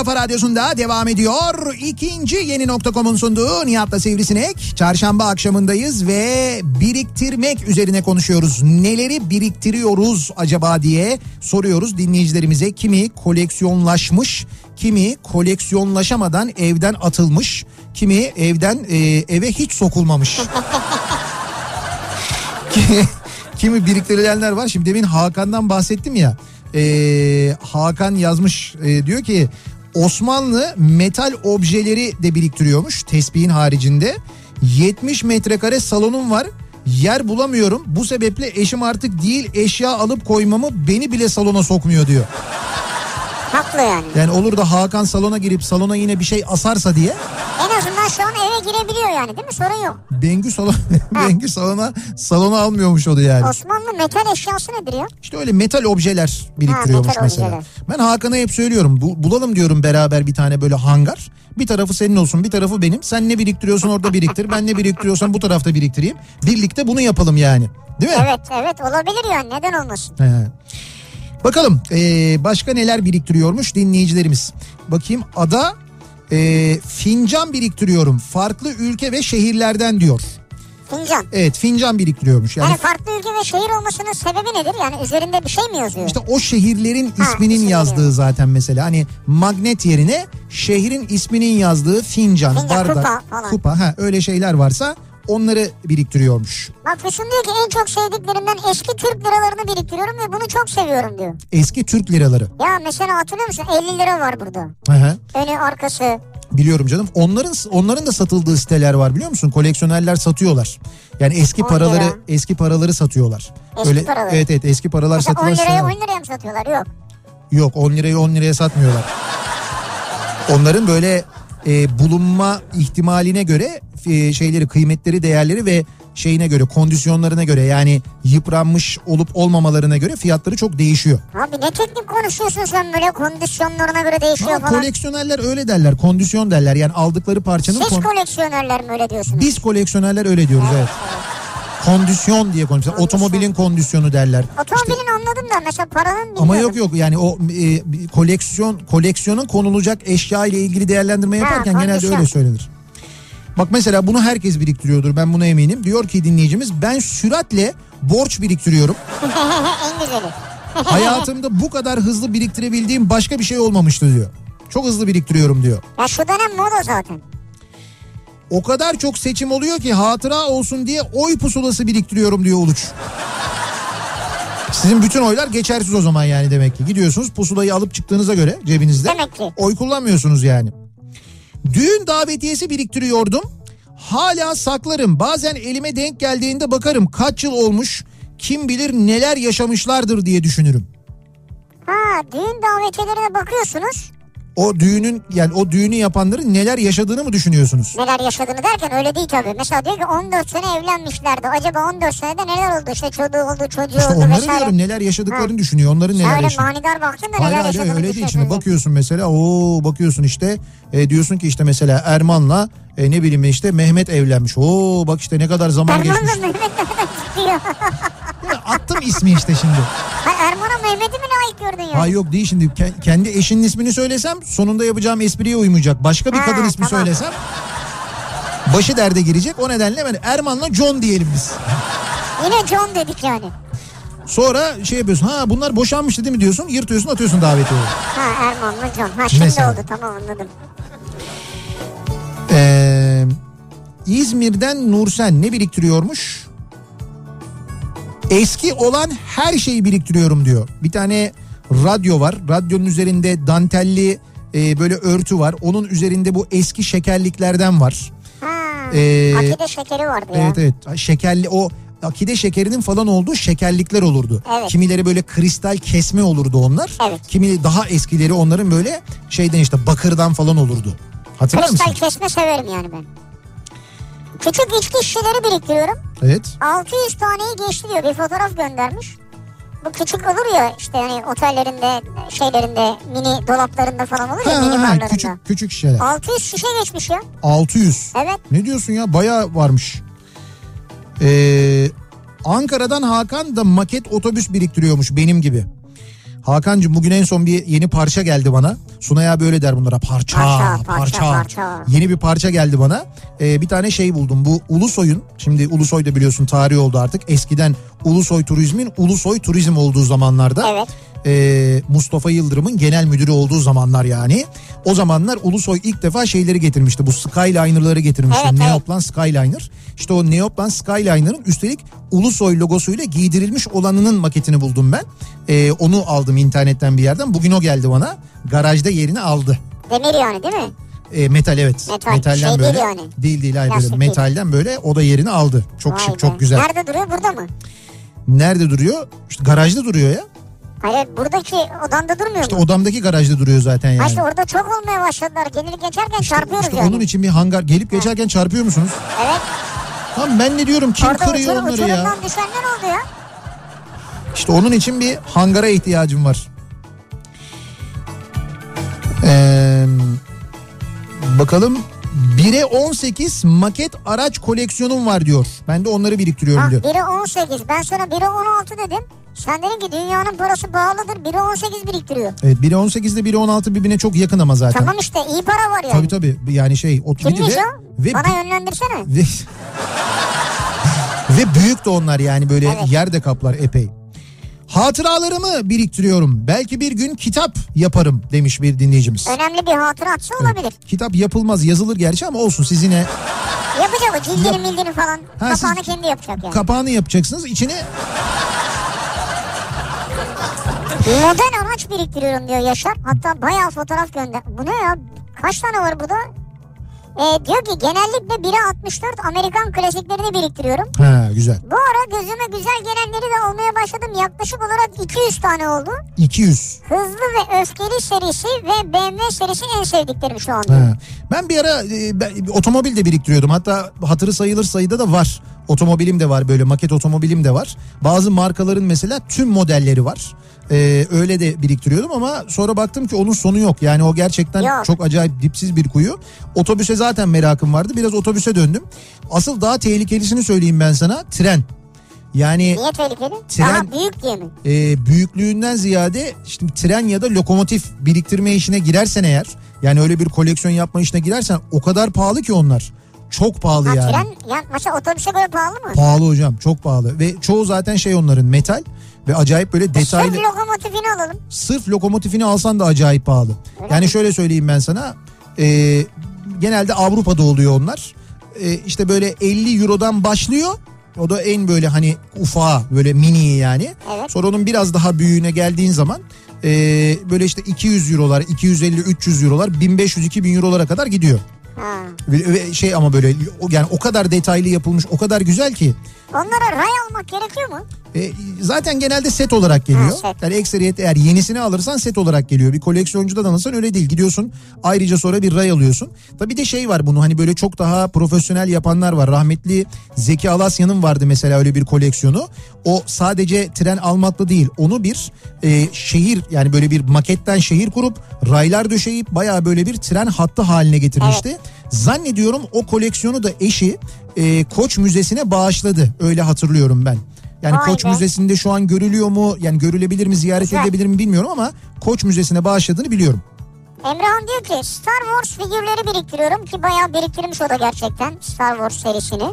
Kafa Radyosu'nda devam ediyor. İkinci yeni nokta.com'un sunduğu Nihat'la Sivrisinek. Çarşamba akşamındayız ve biriktirmek üzerine konuşuyoruz. Neleri biriktiriyoruz acaba diye soruyoruz dinleyicilerimize. Kimi koleksiyonlaşmış, kimi koleksiyonlaşamadan evden atılmış, kimi eve hiç sokulmamış. Kimi biriktirilenler var. Şimdi demin Hakan'dan bahsettim ya. Hakan yazmış, diyor ki Osmanlı metal objeleri de biriktiriyormuş tespihin haricinde. 70 metrekare salonum var. Yer bulamıyorum. Bu sebeple eşim artık değil eşya alıp koymamı beni bile salona sokmuyor diyor. Haklı yani. Yani olur da Hakan salona girip salona yine bir şey asarsa diye. En azından şu an eve girebiliyor yani değil mi? Sorun yok. Bengü salona almıyormuş onu yani. Osmanlı metal eşyası nedir ya? İşte öyle metal objeler biriktiriyormuş metal mesela. objeler. Ben Hakan'a hep söylüyorum. Bulalım diyorum beraber bir tane böyle hangar. Bir tarafı senin olsun, bir tarafı benim. Sen ne biriktiriyorsun orada biriktir. Ben ne biriktiriyorsam bu tarafta biriktireyim. Birlikte bunu yapalım yani. Değil mi? Evet olabilir yani, neden olmasın? He. Bakalım başka neler biriktiriyormuş dinleyicilerimiz. Bakayım Ada fincan biriktiriyorum. Farklı ülke ve şehirlerden diyor. Fincan. Evet, fincan biriktiriyormuş. Yani farklı ülke ve şehir olmasının sebebi nedir? Yani üzerinde bir şey mi yazıyor? İşte o şehirlerin isminin yazdığı zaten mesela. Hani magnet yerine şehrin isminin yazdığı fincan, bardak, kupa öyle şeyler varsa onları biriktiriyormuş. Bak Füsun diyor ki en çok sevdiklerimden eski Türk liralarını biriktiriyorum ve bunu çok seviyorum diyor. Eski Türk liraları. Ya mesela hatırlıyor musun? 50 lira var burada. Hı. Önü arkası. Biliyorum canım. Onların da satıldığı siteler var biliyor musun? Koleksiyonerler satıyorlar. Yani eski paraları satıyorlar. Eski paraları. Evet eski paralar mesela satıyorlar. 10 liraya mı satıyorlar? Yok. Yok 10 liraya satmıyorlar. Onların böyle bulunma ihtimaline göre kıymetleri, değerleri ve şeyine göre, kondisyonlarına göre, yani yıpranmış olup olmamalarına göre fiyatları çok değişiyor. Abi ne teknik konuşuyorsun sen, böyle kondisyonlarına göre değişiyor falan. Koleksiyonerler öyle derler, kondisyon derler. Yani aldıkları parçanın... Siz koleksiyonerler mi öyle diyorsunuz? Biz koleksiyonerler öyle diyoruz evet. Kondisyon diye konuşuyorlar. Otomobilin kondisyonu derler. Otomobilin anladım da mesela paranın bilmiyorum. Ama yok yani o koleksiyonun konulacak eşya ile ilgili değerlendirme yaparken genelde öyle söylenir. Bak mesela bunu herkes biriktiriyordur, ben buna eminim. Diyor ki dinleyicimiz, ben süratle borç biriktiriyorum. En güzeli. Hayatımda bu kadar hızlı biriktirebildiğim başka bir şey olmamıştı diyor. Çok hızlı biriktiriyorum diyor. Ya şu dönem moda zaten. O kadar çok seçim oluyor ki hatıra olsun diye oy pusulası biriktiriyorum diyor Uluç. Sizin bütün oylar geçersiz o zaman yani demek ki. Gidiyorsunuz pusulayı alıp çıktığınıza göre cebinizde. Demek ki. Oy kullanmıyorsunuz yani. Düğün davetiyesi biriktiriyordum. Hala saklarım. Bazen elime denk geldiğinde bakarım kaç yıl olmuş. Kim bilir neler yaşamışlardır diye düşünürüm. Düğün davetiyelerine bakıyorsunuz. O düğünü yapanların neler yaşadığını mı düşünüyorsunuz? Neler yaşadığını derken öyle değil tabii. Mesela diyor ki 14 sene evlenmişlerdi. Acaba 14 senede neler oldu? İşte çocuğu oldu, çocuğu işte oldu onları vesaire. Diyorum, neler yaşadıklarını düşünüyor. Onların neler öyle yaşadığını. manidar baktın da neler yaşadığını düşünüyorsun. Öyle değil şimdi. Öyle. Bakıyorsun mesela bakıyorsun işte diyorsun ki işte mesela Erman'la ne bileyim işte Mehmet evlenmiş. Bak işte ne kadar zaman geçmiş. Erman'la Mehmet nereden çıkıyor? Attım ismi işte şimdi. Erman'a Mehmet'i mi layık gördün ya? Yok değil şimdi. Kendi eşinin ismini söylesem sonunda yapacağım espriye uymayacak. Başka bir kadın ismi söylesem başı derde girecek. O nedenle ben Erman'la John diyelim biz. Yine John dedik yani. Sonra şey yapıyorsun. Bunlar boşanmıştı değil mi diyorsun. Yırtıyorsun, atıyorsun davetiyeyi. Erman'la John. Şimdi mesela. oldu, tamam anladım. İzmir'den Nursen ne biriktiriyormuş? Eski olan her şeyi biriktiriyorum diyor. Bir tane radyo var. Radyonun üzerinde dantelli böyle örtü var. Onun üzerinde bu eski şekerliklerden var. Akide şekeri vardı ya. Evet. Şekerli, o akide şekerinin falan olduğu şekerlikler olurdu. Evet. Kimileri böyle kristal kesme olurdu onlar. Evet. Kimileri daha eskileri onların böyle şeyden işte bakırdan falan olurdu. Hatırlar mısın? Kristal kesme severim yani ben. Küçük içki şişeleri biriktiriyorum. Evet. 600 taneyi geçti diyor, bir fotoğraf göndermiş. Bu küçük olur ya işte yani otellerinde, şeylerinde, mini dolaplarında falan olur ya, mini barlarında. Küçük şişeler. 600 şişe geçmiş ya. 600. Evet. Ne diyorsun ya, bayağı varmış. Ankara'dan Hakan da maket otobüs biriktiriyormuş benim gibi. Hakan'cığım bugün en son bir yeni parça geldi bana. Sunay abi öyle der bunlara, parça. Yeni bir parça geldi bana. Bir tane şey buldum, bu Ulusoy'un, şimdi Ulusoy da biliyorsun tarihi oldu artık. Eskiden Ulusoy Turizm'in Ulusoy Turizm olduğu zamanlarda. Evet. Mustafa Yıldırım'ın genel müdürü olduğu zamanlar yani. O zamanlar Ulusoy ilk defa şeyleri getirmişti. Bu Skyliner'ları getirmişti. Evet, Neoplan Skyliner. İşte o Neoplan Skyliner'ın üstelik Ulusoy logosuyla giydirilmiş olanının maketini buldum ben. Onu aldım internetten bir yerden. Bugün o geldi bana. Garajda yerini aldı. Demir yani değil mi? Metal, evet. Metal. Metalden Şey böyle. değil yani. Değil hayır, Plastik böyle metalden böyle o da yerini aldı. Çok Vay şık, be. çok güzel. Nerede duruyor, burada mı? Nerede duruyor? İşte garajda duruyor ya. Hayır, buradaki odanda durmuyor İşte mu? odamdaki garajda duruyor zaten yani. Ha işte orada çok olmaya başladılar. Gelir geçerken çarpıyoruz İşte yani. onun için bir hangar, gelip geçerken çarpıyor musunuz? Evet. Tamam, ben ne diyorum, kim Orada kırıyor onları ya? uçurumdan düşenler oldu ya. İşte onun için bir hangara ihtiyacım var. Bakalım, 1'e 18 maket araç koleksiyonum var diyor. Ben de onları biriktiriyorum diyor. 1'e 18, ben sana 1'e 16 dedim. Sen dedin ki dünyanın parası pahalıdır, 1'e 18 biriktiriyor. Evet, 1'e 18 ile 1'e 16 birbirine çok yakın ama zaten. Tamam işte, iyi para var yani. Tabii yani şey. Kimmiş o? Bana yönlendirsene. Ve büyük de onlar yani, böyle Evet. yer de kaplar epey. Hatıralarımı biriktiriyorum. Belki bir gün kitap yaparım demiş bir dinleyicimiz. Önemli bir hatıratsa olabilir. Kitap yapılmaz, yazılır gerçi ama olsun, siz yine Yapacak o cildini mildini falan. Ha, Kapağını siz- kendi yapacak yani. kapağını yapacaksınız, içine Modern araç biriktiriyorum diyor Yaşar. Hatta bayağı fotoğraf gönder. Bu ne ya? Kaç tane var burada? Diyor ki genellikle 1'e 64 Amerikan klasiklerini biriktiriyorum. ha güzel. Bu ara gözüme güzel gelenleri de almaya başladım. Yaklaşık olarak 200 tane oldu. 200. Hızlı ve Öfkeli serisi ve BMW serisi en sevdiklerim şu anda. Ha. Ben bir ara otomobil de biriktiriyordum. Hatta hatırı sayılır sayıda da var. Otomobilim de var, böyle maket otomobilim de var. Bazı markaların mesela tüm modelleri var. Öyle de biriktiriyordum ama sonra baktım ki onun sonu yok. Yani o gerçekten Yok. çok acayip dipsiz bir kuyu. Otobüse zaten merakım vardı. Biraz otobüse döndüm. Asıl daha tehlikelisini söyleyeyim ben sana. Tren. Yani Niye tehlikeli? Tren- Daha büyük diye mi? büyüklüğünden ziyade işte tren ya da lokomotif biriktirme işine girersen eğer, yani öyle bir koleksiyon yapma işine girersen, o kadar pahalı ki onlar. Çok pahalı Ha, yani. tren ya, mesela otobüse göre pahalı mı? Pahalı hocam, çok pahalı ve çoğu zaten şey, onların metal ve acayip böyle detaylı. Sırf lokomotifini alalım. Sırf lokomotifini alsan da acayip pahalı. Yani şöyle söyleyeyim ben sana, genelde Avrupa'da oluyor onlar. İşte böyle 50 Euro'dan başlıyor. O da en böyle hani ufağı, böyle mini yani. Evet. Sonra onun biraz daha büyüğüne geldiğin zaman böyle işte 200 Euro'lar, 250-300 Euro'lar, 1500-2000 Euro'lara kadar gidiyor. Ha. Ve şey ama böyle yani o kadar detaylı yapılmış, o kadar güzel ki. Onlara ray almak gerekiyor mu? Zaten genelde set olarak geliyor. Ha, set. Yani ekseriyet, eğer yenisini alırsan set olarak geliyor. Bir koleksiyoncudan alırsan öyle değil. Gidiyorsun ayrıca sonra bir ray alıyorsun. Tabii bir de şey var, bunu hani böyle çok daha profesyonel yapanlar var. Rahmetli Zeki Alasya'nın vardı mesela öyle bir koleksiyonu. O sadece tren almakla değil, onu bir şehir, yani böyle bir maketten şehir kurup raylar döşeyip bayağı böyle bir tren hattı haline getirmişti. Evet. Zannediyorum o koleksiyonu da eşi Koç Müzesi'ne bağışladı. Öyle hatırlıyorum ben. Yani Vay Koç be. Müzesi'nde şu an görülüyor mu? Yani görülebilir mi, ziyaret Güzel. edilebilir mi bilmiyorum ama Koç Müzesi'ne bağışladığını biliyorum. Emrah'ın diyor ki Star Wars figürleri biriktiriyorum ki bayağı biriktirmiş o da gerçekten Star Wars serisini.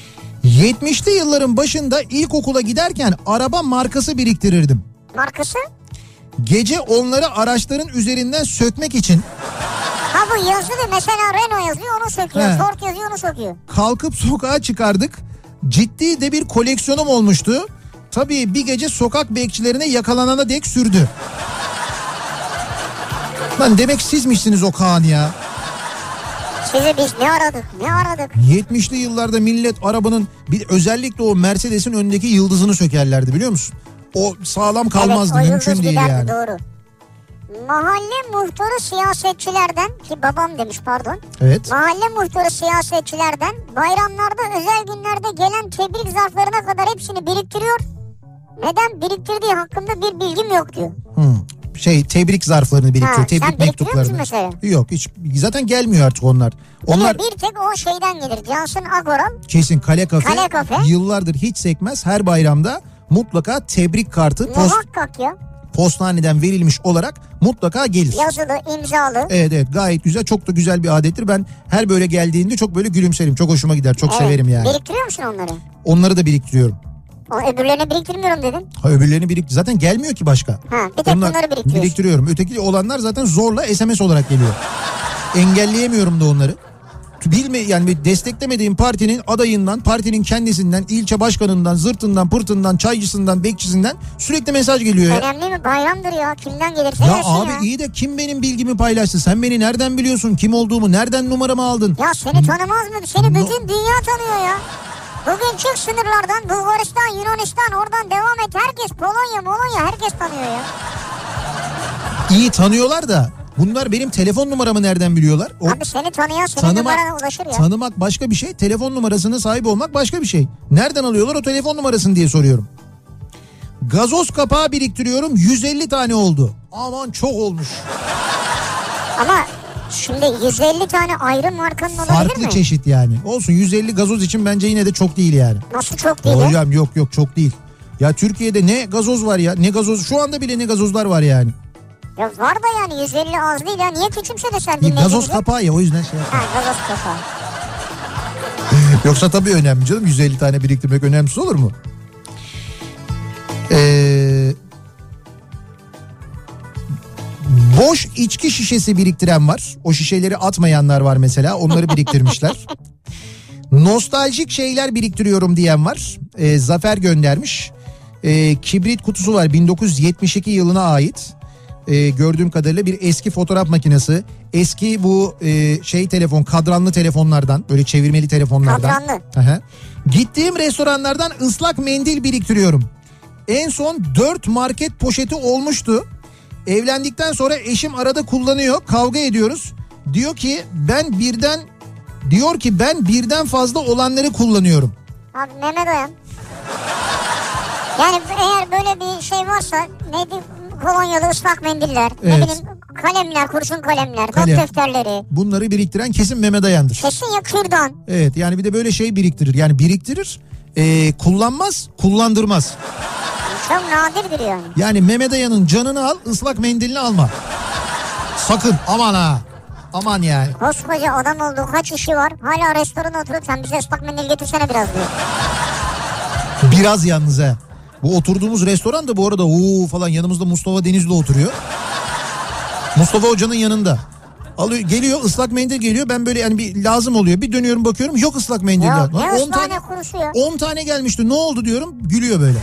70'li yılların başında ilkokula giderken araba markası biriktirirdim. Markası? Gece onları araçların üzerinden sökmek için Ha bu yazılı, mesela Renault yazıyor onu söküyor. He. Ford yazıyor onu söküyor. kalkıp sokağa çıkardık. Ciddi de bir koleksiyonum olmuştu. Tabii bir gece sokak bekçilerine yakalanana dek sürdü. Lan demek sizmişsiniz o Kaan ya. Sizi biz ne aradık? 70'li yıllarda millet arabanın, bir özellikle o Mercedes'in önündeki yıldızını sökerlerdi, biliyor musun? O sağlam kalmazdı, evet, o mümkün yıldız değil giderdi, yani. doğru. Mahalle muhtarı siyasetçilerden, ki babam demiş pardon. Evet. Mahalle muhtarı siyasetçilerden bayramlarda, özel günlerde gelen tebrik zarflarına kadar hepsini biriktiriyor. Neden biriktirdiği hakkında bir bilgim yok diyor. Tebrik zarflarını biriktiriyor. Ha, Tebrik sen biriktiriyor musun mektuplarını. mesela? Yok, hiç zaten gelmiyor artık onlar. Onlar Bir tek o şeyden gelir. Cansın Agoral. kesin Kale Kafe, Kale Kafe. yıllardır hiç sekmez, her bayramda mutlaka tebrik kartı Muhakkak ya. postaneden verilmiş olarak mutlaka gelir. Yazılı, imzalı. Evet gayet güzel, çok da güzel bir adettir. Ben her böyle geldiğinde çok böyle gülümserim, çok hoşuma gider, çok severim yani. Biriktiriyor musun onları? Onları da biriktiriyorum. O öbürlerini biriktirmiyorum dedin. Ha, öbürlerini zaten gelmiyor ki başka. Ha, bir tek bunları biriktiriyorum. Öteki olanlar zaten zorla SMS olarak geliyor. Engelleyemiyorum da onları. Yani desteklemediğim partinin adayından, partinin kendisinden, ilçe başkanından, zırtından, pırtından, çaycısından, bekçisinden sürekli mesaj geliyor ya. Önemli mi? Bayramdır ya. Kimden gelirse ya gelsin abi ya. İyi de kim benim bilgimi paylaştı? Sen beni nereden biliyorsun? Kim olduğumu? Nereden numaramı aldın? Ya seni tanımaz mı? Seni bütün dünya tanıyor ya. Bugün çık sınırlardan, Bulgaristan, Yunanistan, oradan devam et. Herkes, Polonya, herkes tanıyor ya. İyi tanıyorlar da bunlar benim telefon numaramı nereden biliyorlar? Abi seni tanıyan senin numarana ulaşır ya. Tanımak başka bir şey, telefon numarasına sahip olmak başka bir şey. Nereden alıyorlar o telefon numarasını diye soruyorum. Gazoz kapağı biriktiriyorum, 150 tane oldu. Aman çok olmuş. Ama şimdi 150 tane ayrı markanın olabilir mi? Farklı çeşit yani. Olsun, 150 gazoz için bence yine de çok değil yani. Nasıl çok değil? Hocam yok çok değil. Ya Türkiye'de ne gazoz var ya, ne gazoz, şu anda bile ne gazozlar var yani. Ya var da yani 150 az değil ya. Niye küçümsedin sen dinleyicimizi? Gazoz kapağı ya, o yüzden şey yapayım. Ha, gazoz kapağı. Yoksa tabii önemli canım. 150 tane biriktirmek önemsiz olur mu? Boş içki şişesi biriktiren var. O şişeleri atmayanlar var mesela. Onları biriktirmişler. Nostaljik şeyler biriktiriyorum diyen var. Zafer göndermiş. Kibrit kutusu var, 1972 yılına ait. Gördüğüm kadarıyla bir eski fotoğraf makinesi. Eski bu telefon, kadranlı telefonlardan, böyle çevirmeli telefonlardan. Kadranlı. Aha. Gittiğim restoranlardan ıslak mendil biriktiriyorum. En son 4 market poşeti olmuştu. Evlendikten sonra eşim arada kullanıyor, kavga ediyoruz. Diyor ki ben birden fazla olanları kullanıyorum. Abi Mehmet Oyan. Yani eğer böyle bir şey varsa neydi? Kolonyalı ıslak mendiller, evet. Ne bileyim kalemler, kurşun kalemler, not defterleri. Bunları biriktiren kesin Mehmet Ayan'dır. Kesin ya, kürdan. Evet, yani bir de böyle şey biriktirir. Yani biriktirir, kullanmaz, kullandırmaz. Çok nadirdir yani. Yani Mehmet Ayan'ın canını al, ıslak mendilini alma. Sakın, aman ha. Aman yani. Koskoca adam oldu, kaç işi var. Hala restorana oturup sen bize ıslak mendil getirsene biraz diyor. Biraz yalnız ha. Bu oturduğumuz restoran da bu arada falan, yanımızda Mustafa Denizli oturuyor. Mustafa Hoca'nın yanında. Alıyor, geliyor, ıslak mendil geliyor. Ben böyle yani bir lazım oluyor. Bir dönüyorum, bakıyorum yok ıslak mendil. Ya ne ıslahane kurusu ya. 10 tane gelmişti, ne oldu diyorum. Gülüyor böyle.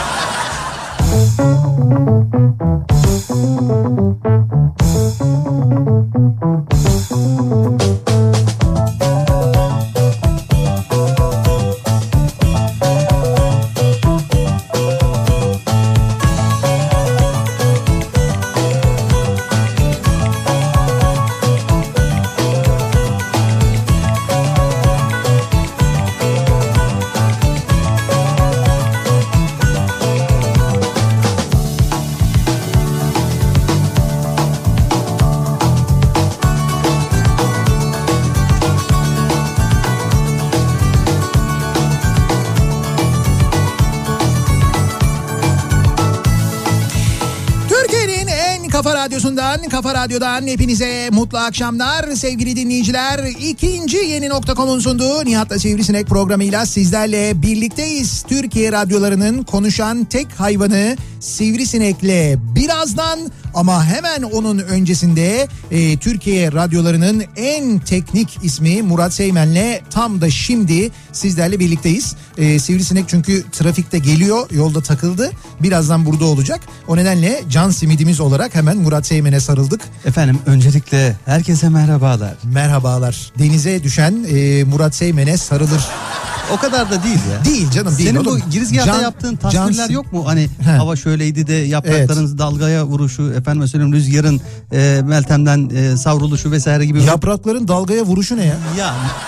Kafa Radyo'dan hepinize mutlu akşamlar sevgili dinleyiciler. İkinci Yeni.com'un sunduğu Nihat'la Sivrisinek programıyla sizlerle birlikteyiz. Türkiye radyolarının konuşan tek hayvanı Sivrisinek'le birazdan, ama hemen onun öncesinde Türkiye radyolarının en teknik ismi Murat Seymen'le tam da şimdi sizlerle birlikteyiz. Sivrisinek çünkü trafikte geliyor, yolda takıldı. Birazdan burada olacak. O nedenle can simidimiz olarak hemen Murat Seymen'e sarıldık. Efendim öncelikle herkese merhabalar. Merhabalar. Denize düşen Murat Seymen'e sarılır. O kadar da değil ya. Değil canım, değil. Senin oğlum. bu girizgahta yaptığın tasvirler yok mu? Hani hava şöyleydi de yaprakların dalgaya vuruşu, efendim söyleyeyim rüzgarın Meltem'den savruluşu vesaire gibi. Yaprakların dalgaya vuruşu ne ya? Ya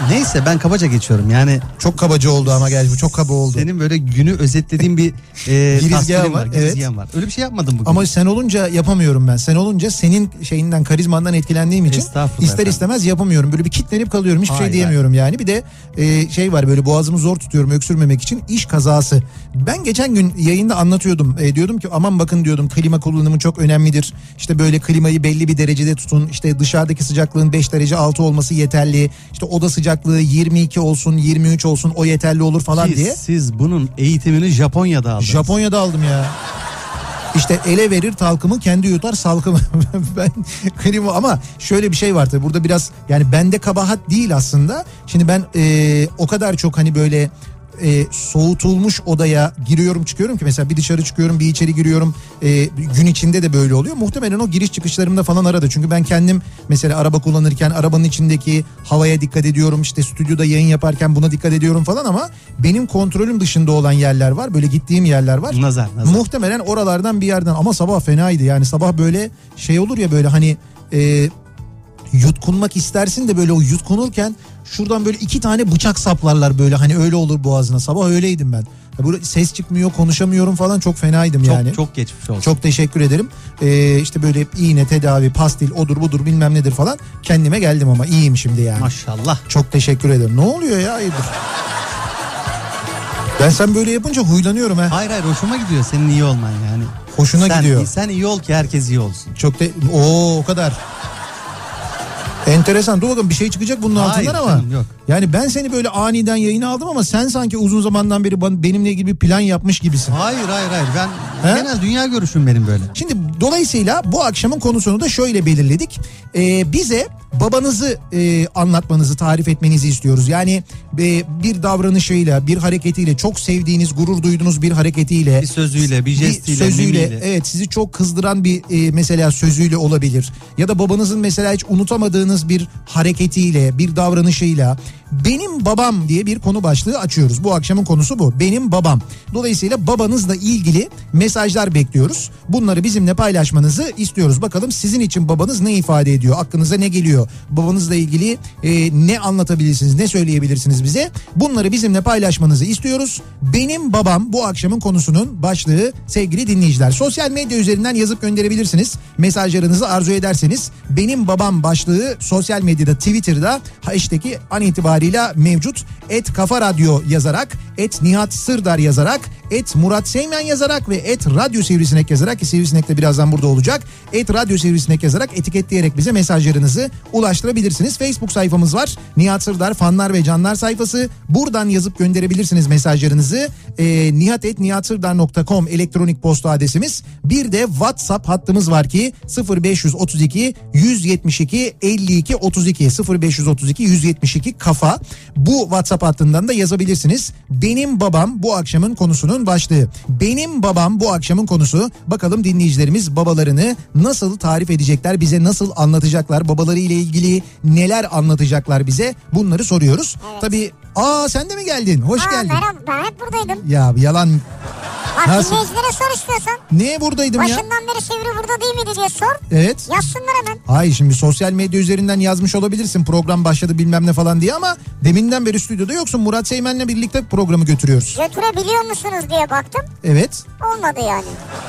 Neyse ben kabaca geçiyorum yani. Çok kabaca oldu ama gerçi bu çok kaba oldu. Senin böyle günü özetlediğin bir girizgahın var. Girizgahın var. Öyle bir şey yapmadım bugün. Ama sen olunca yapamıyorum ben. Sen olunca senin şeyinden, karizmandan etkilendiğim için ister istemez yapamıyorum. Böyle bir kitlenip kalıyorum. Hiçbir şey diyemiyorum yani. Bir de şey var, böyle boğazımı zor tutuyorum öksürmemek için. İş kazası. Ben geçen gün yayında anlatıyordum. Diyordum ki aman bakın diyordum, klima kullanımı çok önemlidir. İşte böyle klimayı belli bir derecede tutun. İşte dışarıdaki sıcaklığın 5 derece altı olması yeterli. İşte oda sıcaklığı 22 olsun, 23 olsun, o yeterli olur falan diye. Siz bunun eğitimini Japonya'da aldınız. Japonya'da aldım ya. İşte ele verir talkımı, kendi yutar salkımı. Ben klima, ama şöyle bir şey var tabii burada biraz, yani bende kabahat değil aslında. Şimdi ben o kadar çok hani böyle soğutulmuş odaya giriyorum çıkıyorum ki, mesela bir dışarı çıkıyorum bir içeri giriyorum, gün içinde de böyle oluyor. Muhtemelen o giriş çıkışlarımda falan arada, çünkü ben kendim mesela araba kullanırken arabanın içindeki havaya dikkat ediyorum, işte stüdyoda yayın yaparken buna dikkat ediyorum falan, ama benim kontrolüm dışında olan yerler var, böyle gittiğim yerler var. Nazar. Muhtemelen oralardan bir yerden, ama sabah fenaydı yani. Sabah böyle şey olur ya, böyle hani yutkunmak istersin de böyle o yutkunurken şuradan böyle 2 tane bıçak saplarlar böyle, hani öyle olur boğazına. Sabah öyleydim ben. Böyle ses çıkmıyor, konuşamıyorum falan, çok fenaydım yani. Çok geçmiş olsun. Çok teşekkür ederim. İşte böyle iğne tedavi, pastil, odur budur bilmem nedir falan, kendime geldim ama iyiyim şimdi yani. Maşallah. Çok teşekkür ederim. Ne oluyor ya, hayırdır? Ben sen böyle yapınca huylanıyorum ha. Hayır hoşuma gidiyor senin iyi olman yani. Hoşuna gidiyor. Sen iyi ol ki herkes iyi olsun. Çok o kadar. Enteresan. Dur bakalım, bir şey çıkacak bunun altından ama. Canım, yok. Yani ben seni böyle aniden yayına aldım ama sen sanki uzun zamandan beri benimle ilgili bir plan yapmış gibisin. Hayır. Ben genel dünya görüşüm benim böyle. Şimdi dolayısıyla bu akşamın konusunu da şöyle belirledik. Bize babanızı anlatmanızı, tarif etmenizi istiyoruz. Yani bir davranışıyla, bir hareketiyle, çok sevdiğiniz, gurur duyduğunuz bir hareketiyle, bir sözüyle, bir jestiyle, mimiyle. Evet, sizi çok kızdıran bir mesela sözüyle olabilir. Ya da babanızın mesela hiç unutamadığınız bir hareketiyle, bir davranışıyla. Benim babam diye bir konu başlığı açıyoruz. Bu akşamın konusu bu. Benim babam. Dolayısıyla babanızla ilgili mesajlar bekliyoruz. Bunları bizimle paylaşmanızı istiyoruz. Bakalım sizin için babanız ne ifade ediyor? Aklınıza ne geliyor? Babanızla ilgili ne anlatabilirsiniz? Ne söyleyebilirsiniz bize? Bunları bizimle paylaşmanızı istiyoruz. Benim babam bu akşamın konusunun başlığı sevgili dinleyiciler. Sosyal medya üzerinden yazıp gönderebilirsiniz. Mesajlarınızı arzu ederseniz. Benim babam başlığı sosyal medyada, Twitter'da hashtag'i an itibariyle mevcut. @kafaradyo yazarak, @Nihat Sırdar yazarak, @Murat Seymen yazarak ve @Radyo Sivrisinek yazarak, ki Sivrisinek de birazdan burada olacak. @Radyo Sivrisinek yazarak etiketleyerek bize mesajlarınızı ulaştırabilirsiniz. Facebook sayfamız var. Nihat Sırdar fanlar ve canlar sayfası. Buradan yazıp gönderebilirsiniz mesajlarınızı. nihat@nihatsırdar.com elektronik posta adresimiz. Bir de WhatsApp hattımız var ki 0532 172 52 32 0532 172 kafa. Bu WhatsApp hattından da yazabilirsiniz. Benim babam bu akşamın konusunun başlığı. Benim babam bu akşamın konusu. Bakalım dinleyicilerimiz babalarını nasıl tarif edecekler, bize nasıl anlatacaklar, babaları ile ilgili neler anlatacaklar bize, bunları soruyoruz. Evet. Tabii sen de mi geldin? Hoş geldin. Merhaba, ben hep buradaydım. Ya yalan. Bak dinleyicilere sor istiyorsan. Neye buradaydım ya? Başından beri Sivri burada değil miydi diye sor. Evet. Yazsınlar hemen. Hayır, şimdi sosyal medya üzerinden yazmış olabilirsin, program başladı bilmem ne falan diye, ama deminden beri stüdyoda yoksun. Murat Seymen'le birlikte programı götürüyoruz. Götürebiliyor musunuz diye baktım. Evet. Olmadı yani.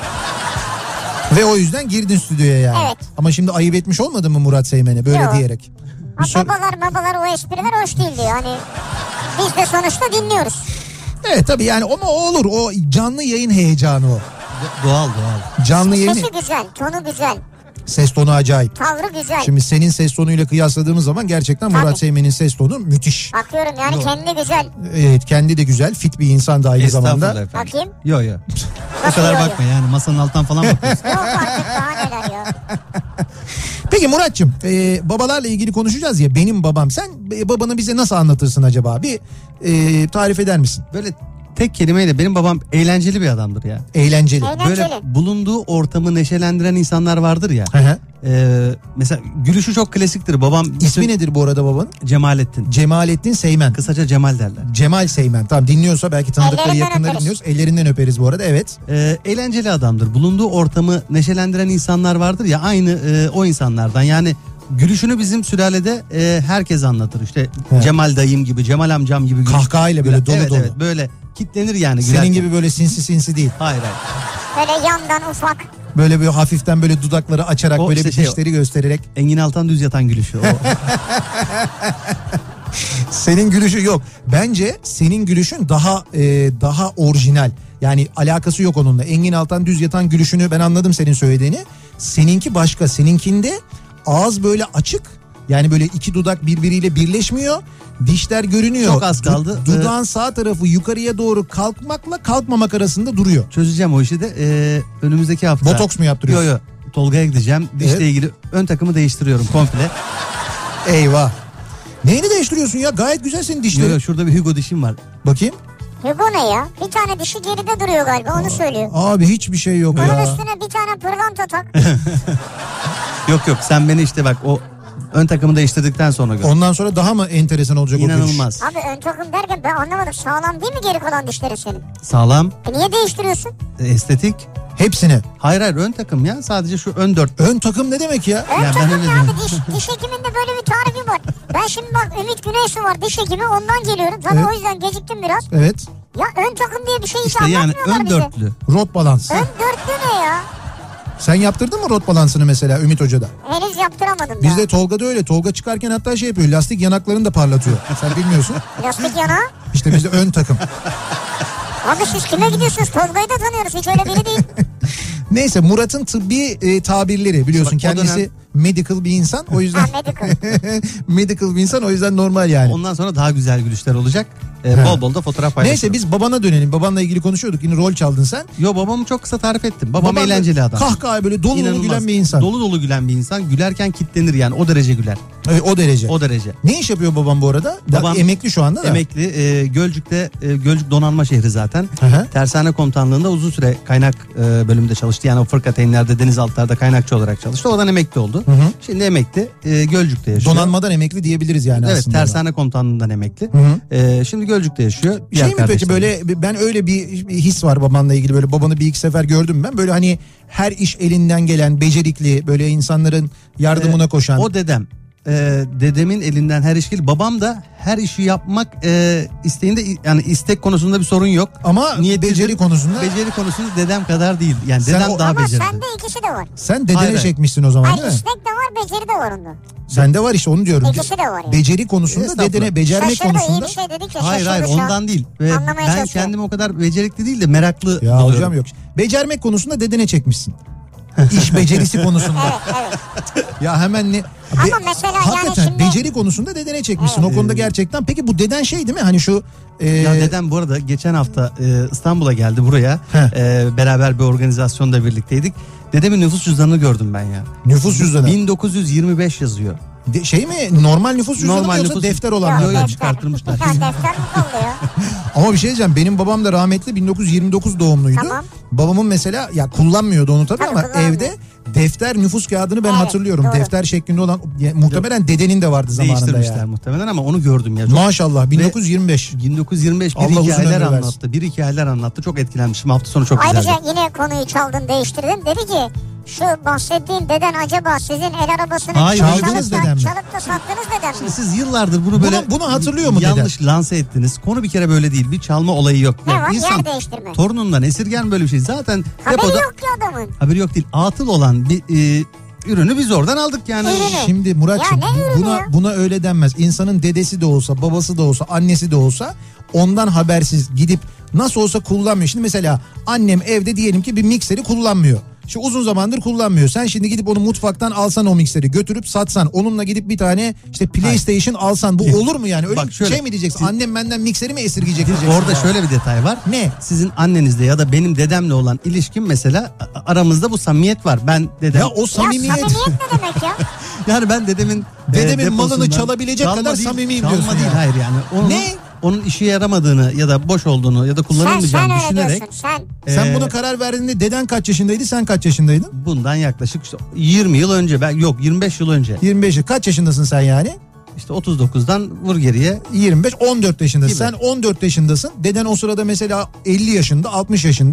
Ve o yüzden girdin stüdyoya yani. Evet. Ama şimdi ayıp etmiş olmadın mı Murat Seymen'e böyle Yok. diyerek? Babalar o espriler hoş değildi yani. Biz de sonuçta dinliyoruz. Evet tabii yani, ama o olur, o canlı yayın heyecanı o. Doğal. Canlı yayın. Sesi güzel, tonu güzel. Ses tonu acayip. Tavrı güzel. Şimdi senin ses tonuyla kıyasladığımız zaman gerçekten tabii. Murat Seymen'in ses tonu müthiş. Bakıyorum yani kendi güzel. Evet, kendi de güzel, fit bir insan da aynı zamanda. Efendim. Bakayım. Yok. O kadar bakma yani, masanın altından falan bakıyorsun. Yok artık, daha neler ya. Peki Murat'cığım, babalarla ilgili konuşacağız ya, benim babam. Sen babanı bize nasıl anlatırsın acaba? Bir tarif eder misin? Böyle tek kelimeyle, benim babam eğlenceli bir adamdır ya. Eğlenceli. Böyle bulunduğu ortamı neşelendiren insanlar vardır ya. Hı. Mesela gülüşü çok klasiktir. Babam İsmi nedir bu arada babanın? Cemalettin. Cemalettin Seymen. Kısaca Cemal derler. Cemal Seymen. Tamam, dinliyorsa belki tanıdıkları, yakınları dinliyoruz. Ellerinden öperiz bu arada, evet. Eğlenceli adamdır. Bulunduğu ortamı neşelendiren insanlar vardır ya, aynı o insanlardan. Yani Gülüşünü bizim sülalede herkes anlatır. İşte Evet. Cemal dayım gibi, Cemal amcam gibi. Kahkahayla böyle dolu evet, dolu. Evet, böyle kitlenir yani. Senin gülerken. gibi böyle sinsi değil. Hayır. Böyle yandan ufak. Böyle bir hafiften böyle dudakları açarak O böyle işte bir dişleri göstererek. Engin Altan düz yatan gülüşü. O. Senin gülüşü yok. Bence senin gülüşün daha orijinal. Yani alakası yok onunla. Engin Altan düz yatan gülüşünü ben anladım senin söylediğini. Seninki başka. Seninkinde ağız böyle açık. Yani böyle iki dudak birbiriyle birleşmiyor. Dişler görünüyor. Çok az kaldı. Dudağın sağ tarafı yukarıya doğru kalkmakla kalkmamak arasında duruyor. Çözeceğim o işi de önümüzdeki hafta. Botoks mu yaptırıyorsun? Yok. Tolga'ya gideceğim. Dişle Evet. ilgili ön takımı değiştiriyorum komple. Eyvah. Neyini değiştiriyorsun ya? Gayet güzel senin dişlerin. Yok, şurada bir Hugo dişim var. Bakayım. Hugo ne ya? Bir tane dişi geride duruyor galiba, onu söylüyor. Abi hiçbir şey yok Onun ya. üstüne bir tane pırlanta tak. Yok sen beni işte bak o ön takımı değiştirdikten sonra gör. Ondan sonra daha mı enteresan olacak o gülüş? İnanılmaz. Abi ön takım derken ben anlamadım. Sağlam değil mi geri kalan dişlerin senin? Sağlam, Niye değiştiriyorsun? estetik. Hepsini. Hayır ön takım ya, sadece şu ön dört. Ön takım ne demek ya? Ön Ya ben takım öyle ya abi, diyorum. diş hekiminde böyle bir tarifi var. Ben şimdi bak Ümit Güneysu var diş hekimi, ondan geliyorum. Zaten Evet. o yüzden geciktim biraz. Evet. Ya ön takım diye bir şey hiç İşte yani anlatmıyorlar ön bize. dörtlü. Rot balans. Ön dörtlü ne ya? Sen yaptırdın mı rot balansını mesela Ümit Hoca'da? Henüz yaptıramadım Bizde ya. Tolga'da öyle. Tolga çıkarken hatta şey yapıyor. Lastik yanaklarını da parlatıyor. Sen bilmiyorsun. Lastik yana. İşte bizde ön takım. Abi siz kime gidiyorsunuz? Tolga'yı da tanıyoruz. Hiç öyle biri değil. Neyse Murat'ın tıbbi tabirleri biliyorsun. Bak, o Kendisi dönem- medical bir insan. O yüzden Ha, medical. medical bir insan, o yüzden normal yani. Ondan sonra daha güzel gülüşler olacak. Bol bol da fotoğraf paylaşıyorum. Neyse biz babana dönelim. Babanla ilgili konuşuyorduk. Yine rol çaldın sen. Yo, babamı çok kısa tarif ettim. Babam Baban da eğlenceli adam. Kahkaha böyle dolu dolu İnanılmaz. gülen bir insan. Dolu dolu gülen bir insan. Gülerken kitlenir yani, o derece güler. O derece. O derece. Ne iş yapıyor babam bu arada? Babam Emekli şu anda da. Emekli. Gölcük'te, Gölcük donanma şehri zaten. Hı hı. Tersane komutanlığında uzun süre kaynak bölümünde çalıştı. Yani o fırkateynlerde, denizaltılarda kaynakçı olarak çalıştı. Oradan emekli oldu. Hı hı. Şimdi emekli. Gölcük'te yaşıyor. Donanmadan emekli diyebiliriz yani Evet, aslında. tersane komutanlığından emekli. Hı Şimdi Gölcük'te yaşıyor. Şey mi Diğer peki böyle, ben öyle bir his var babanla ilgili, böyle babanı bir iki sefer gördüm ben. Böyle hani her iş elinden gelen, becerikli, böyle insanların yardımına koşan. O dedem. Dedemin elinden her iş gelir. Babam da her işi yapmak isteğinde, yani istek konusunda bir sorun yok. Ama Niyetlidir. beceri konusunda Beceri konusunda dedem kadar değil. Yani Sen dedem o- daha Ama becerikli. sende ikisi de var. sen dedene Hayır. çekmişsin o zaman Hayır, değil mi? istek de var, beceri de var onda. Sende var işte, onu diyorum. İkisi de var yani. Beceri konusunda, Estağfurullah. dedene becermek Şaşırdı, iyi konusunda. bir şey dedik ya. Hayır şaşırdı şu an. ondan değil. Anlamaya Ben çalışıyorum. kendim o kadar becerikli değil de meraklı Ya buluyorum. hocam yok. Becermek konusunda dedene çekmişsin. İş becerisi konusunda. Evet evet. Ya hemen ne? Ama mesela yani hakikaten şimdi- beceri konusunda dedene çekmişsin. Evet. O konuda gerçekten. Peki bu deden şey değil mi? Hani şu Ya dedem bu arada geçen hafta İstanbul'a geldi buraya. Beraber bir organizasyonda birlikteydik. Dedemin nüfus cüzdanını gördüm ben ya. nüfus cüzdanı. 1925 yazıyor. Şey mi? Normal nüfus cüzdanı mı yoksa nüfus- defter Yok, olan mı? Yo, yo, defter. çıkarttırmışlar. Ya defter mi kaldı ya? Ama bir şey diyeceğim. Benim babam da rahmetli 1929 doğumluydu. Tamam. Babamın mesela ya kullanmıyordu onu tabii Tabii, ama kullanmıyor. evde defter nüfus kağıdını ben Evet, hatırlıyorum. doğru. Defter şeklinde olan muhtemelen dedenin de vardı zamanında Değiştirmişler ya. muhtemelen ama onu gördüm ya. Çok Maşallah 1925. 1925 bir Allah uzun hikayeler ömür versin. anlattı. Bir hikayeler anlattı. Çok etkilenmiştim. Hafta sonu çok güzeldi. Ayrıca yine konuyu çaldın değiştirdin. Dedi ki şu bahsettiğin deden acaba sizin el arabasını Hayır, çaldınız dedem mi? çalıp da sattınız dedem mi? Siz yıllardır bunu böyle Bunu hatırlıyor mu dedem? yanlış lanse ettiniz. Konu bir kere böyle değil. Bir çalma olayı yok. Ne Yani var? insan Yer değiştirme. torunundan esirgen böyle bir şey. Zaten Haberi depoda yok ki adamın. haberi yok değil. Atıl olan bir ürünü biz oradan aldık yani. Ürünü. Şimdi Muratçım Ya ne ürünü ya? buna öyle denmez. İnsanın dedesi de olsa, babası da olsa, annesi de olsa ondan habersiz gidip nasıl olsa kullanmıyor. Şimdi mesela annem evde diyelim ki bir mikseri kullanmıyor. İşte uzun zamandır kullanmıyor. Sen şimdi gidip onu mutfaktan alsan, o mikseri götürüp satsan, onunla gidip bir tane işte PlayStation alsan, bu olur mu yani? Öyle Bak bir şöyle, şey mi diyeceksin? siz- Annem benden mikseri mi esirgeyecek diyeceksin? Orada ya? şöyle bir detay var. Ne? Sizin annenizle ya da benim dedemle olan ilişkim mesela aramızda bu samimiyet var. Ben dedem. Ya o Ya samimiyet. samimiyet ne demek ya? Yani ben dedemin Dedemin malını deposundan- çalabilecek Çalma kadar değil, samimiyim çalma diyorsun değil, ya. hayır yani. Ne? Onun işe yaramadığını ya da boş olduğunu ya da Sen kullanılmayacağını öyle düşünerek diyorsun sen. Sen buna karar verdiğinde deden kaç yaşındaydı, sen kaç yaşındaydın? bundan yaklaşık işte 20 yıl önce, ben yok 25 yıl önce. 25. Kaç yaşındasın sen yani? İşte 39'dan vur geriye. 25, 14 yaşındasın. Gibi. Sen 14 yaşındasın. Deden o sırada mesela 50 yaşında, 60 yaşında.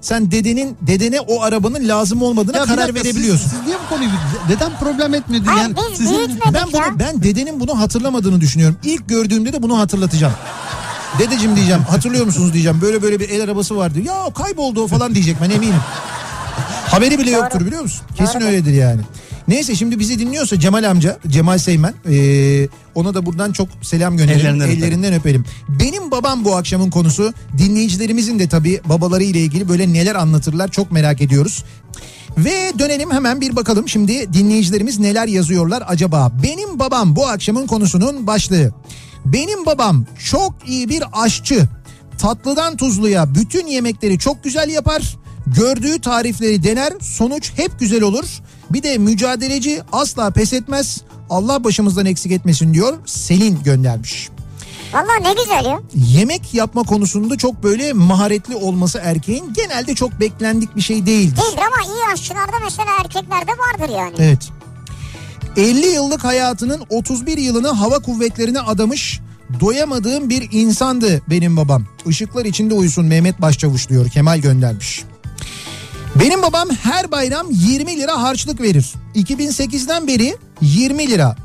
sen dedene o arabanın lazım olmadığına karar verebiliyorsun. Siz niye bu konuyu neden problem etmedi? Hayır, Yani biz büyütmedik Ben dedenin bunu hatırlamadığını düşünüyorum. İlk gördüğümde de bunu hatırlatacağım. Dedeciğim diyeceğim, hatırlıyor musunuz diyeceğim. Böyle bir el arabası vardı. Ya kayboldu o falan diyecek, ben eminim. Haberi bile yoktur, biliyor musun? Kesin öyledir yani. Neyse, şimdi bizi dinliyorsa Cemal amca, Cemal Seymen, ona da buradan çok selam gönderelim. Ellerinden öpelim. Benim babam bu akşamın konusu. Dinleyicilerimizin de tabii babaları ile ilgili böyle neler anlatırlar çok merak ediyoruz. Ve dönelim hemen bir bakalım şimdi dinleyicilerimiz neler yazıyorlar acaba. Benim babam bu akşamın konusunun başlığı. Benim babam çok iyi bir aşçı. Tatlıdan tuzluya bütün yemekleri çok güzel yapar. Gördüğü tarifleri dener, sonuç hep güzel olur. Bir de mücadeleci, asla pes etmez. Allah başımızdan eksik etmesin diyor. Selin göndermiş. Vallahi ne güzel ya. Yemek yapma konusunda çok böyle maharetli olması erkeğin genelde çok beklendik bir şey değildir. Değildir ama iyi aşçılarda mesela erkeklerde vardır yani. Evet. 50 yıllık hayatının 31 yılını hava kuvvetlerine adamış, doyamadığım bir insandı benim babam. Işıklar içinde uyusun Mehmet Başçavuş diyor. Kemal göndermiş. Benim babam her bayram 20 lira harçlık verir. 2008'den beri 20 lira.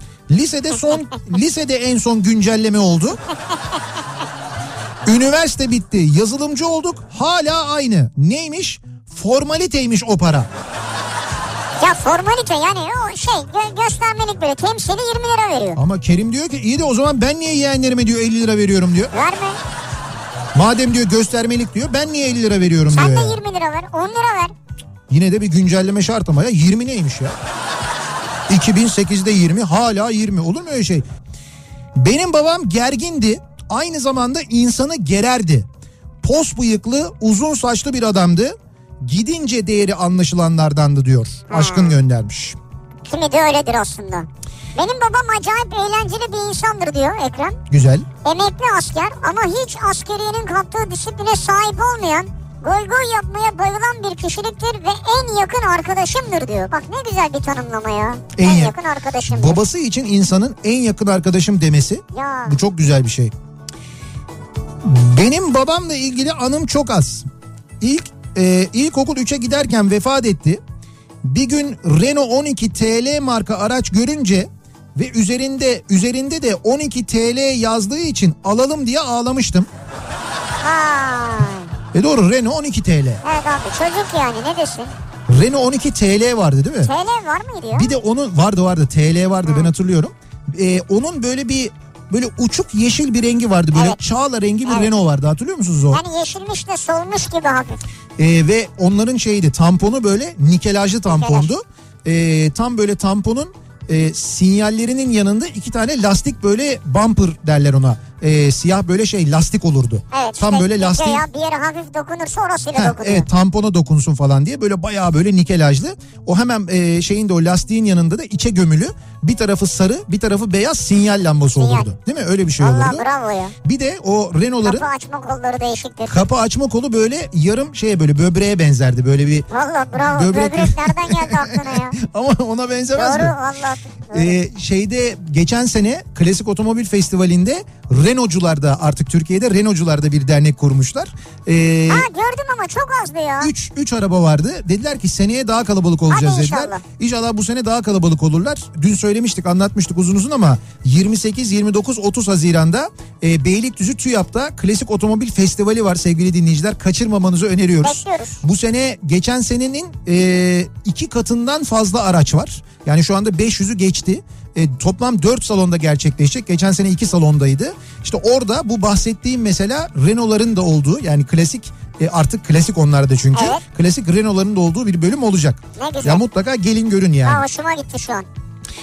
Lisede en son güncelleme oldu. Üniversite bitti. Yazılımcı olduk. Hala aynı. Neymiş? Formaliteymiş o para. Ya formalite yani o göstermelik böyle temsili 20 lira veriyor. Ama Kerim diyor ki iyi de o zaman ben niye yeğenlerime diyor 50 lira veriyorum diyor. Verme. Madem diyor göstermelik diyor, ben niye 50 lira veriyorum Sen diyor. Sen de 20 lira ver, 10 lira ver. Yine de bir güncelleme şart ama ya 20 neymiş ya? 2008'de 20, hala 20, olur mu öyle şey? Benim babam gergindi, aynı zamanda insanı gererdi. Pos bıyıklı, uzun saçlı bir adamdı. Gidince değeri anlaşılanlardandı diyor. Aşkın göndermiş. Kimi de öyledir aslında. Benim babam acayip eğlenceli bir insandır diyor Ekrem. Güzel. Emekli asker ama hiç askeriyenin kattığı disipline sahip olmayan, goy goy yapmaya bayılan bir kişiliktir ve en yakın arkadaşımdır diyor. Bak ne güzel bir tanımlama ya. En yakın arkadaşımdır. Babası için insanın en yakın arkadaşım demesi, ya. Bu çok güzel bir şey. Benim babamla ilgili anım çok az. İlkokul 3'e giderken vefat etti. Bir gün Renault 12 TL marka araç görünce ve üzerinde de 12 TL yazdığı için alalım diye ağlamıştım. Doğru, Renault 12 TL. Evet abi, çocuk yani, ne desin? Renault 12 TL vardı değil mi? TL var mıydı ya? Bir de onun vardı TL vardı, ben hatırlıyorum. Onun böyle uçuk yeşil bir rengi vardı, böyle çağla rengi bir Renault vardı, hatırlıyor musunuz o? Yani yeşilmiş de solmuş gibi hafif. Ve onların tamponu böyle nikelajlı tampondu. Tam böyle tamponun sinyallerinin yanında 2 tane lastik, böyle bumper derler ona. Siyah böyle lastik olurdu. Evet, tam böyle lastik. Ya bir yere hafif dokunursa orasıyla dokunuyor. Evet, tampona dokunsun falan diye böyle bayağı böyle nikelajlı. O hemen o lastiğin yanında da içe gömülü, bir tarafı sarı bir tarafı beyaz sinyal lambası olurdu. Değil mi? Öyle bir şey olurdu. Vallahi bravo ya. Bir de o Renault'ların kapı açma kolları değişiktir. Kapı açma kolu böyle yarım böyle böbreğe benzerdi, böyle bir. Vallahi bravo. Böbrek nereden geldi aklına ya? Ama ona benzemez mi? Doğru vallahi. Geçen sene Klasik Otomobil Festivali'nde Renault'cularda, artık Türkiye'de Renault'cularda bir dernek kurmuşlar. Gördüm ama çok azdı ya. 3 araba vardı. Dediler ki seneye daha kalabalık olacağız dediler. İnşallah bu sene daha kalabalık olurlar. Dün söylemiştik, anlatmıştık uzun ama 28, 29, 30 Haziran'da Beylikdüzü TÜYAP'ta Klasik Otomobil Festivali var sevgili dinleyiciler. Kaçırmamanızı öneriyoruz. Bekliyoruz. Bu sene geçen senenin 2 katından fazla araç var. Yani şu anda 500'ü geçti. Toplam 4 salonda gerçekleşecek. Geçen sene 2 salondaydı. İşte orada bu bahsettiğim mesela Renault'ların da olduğu, yani klasik, artık klasik onlarda çünkü. Evet. Klasik Renault'ların da olduğu bir bölüm olacak. Ne güzel. Ya mutlaka gelin görün yani. Hoşuma gitti şu an.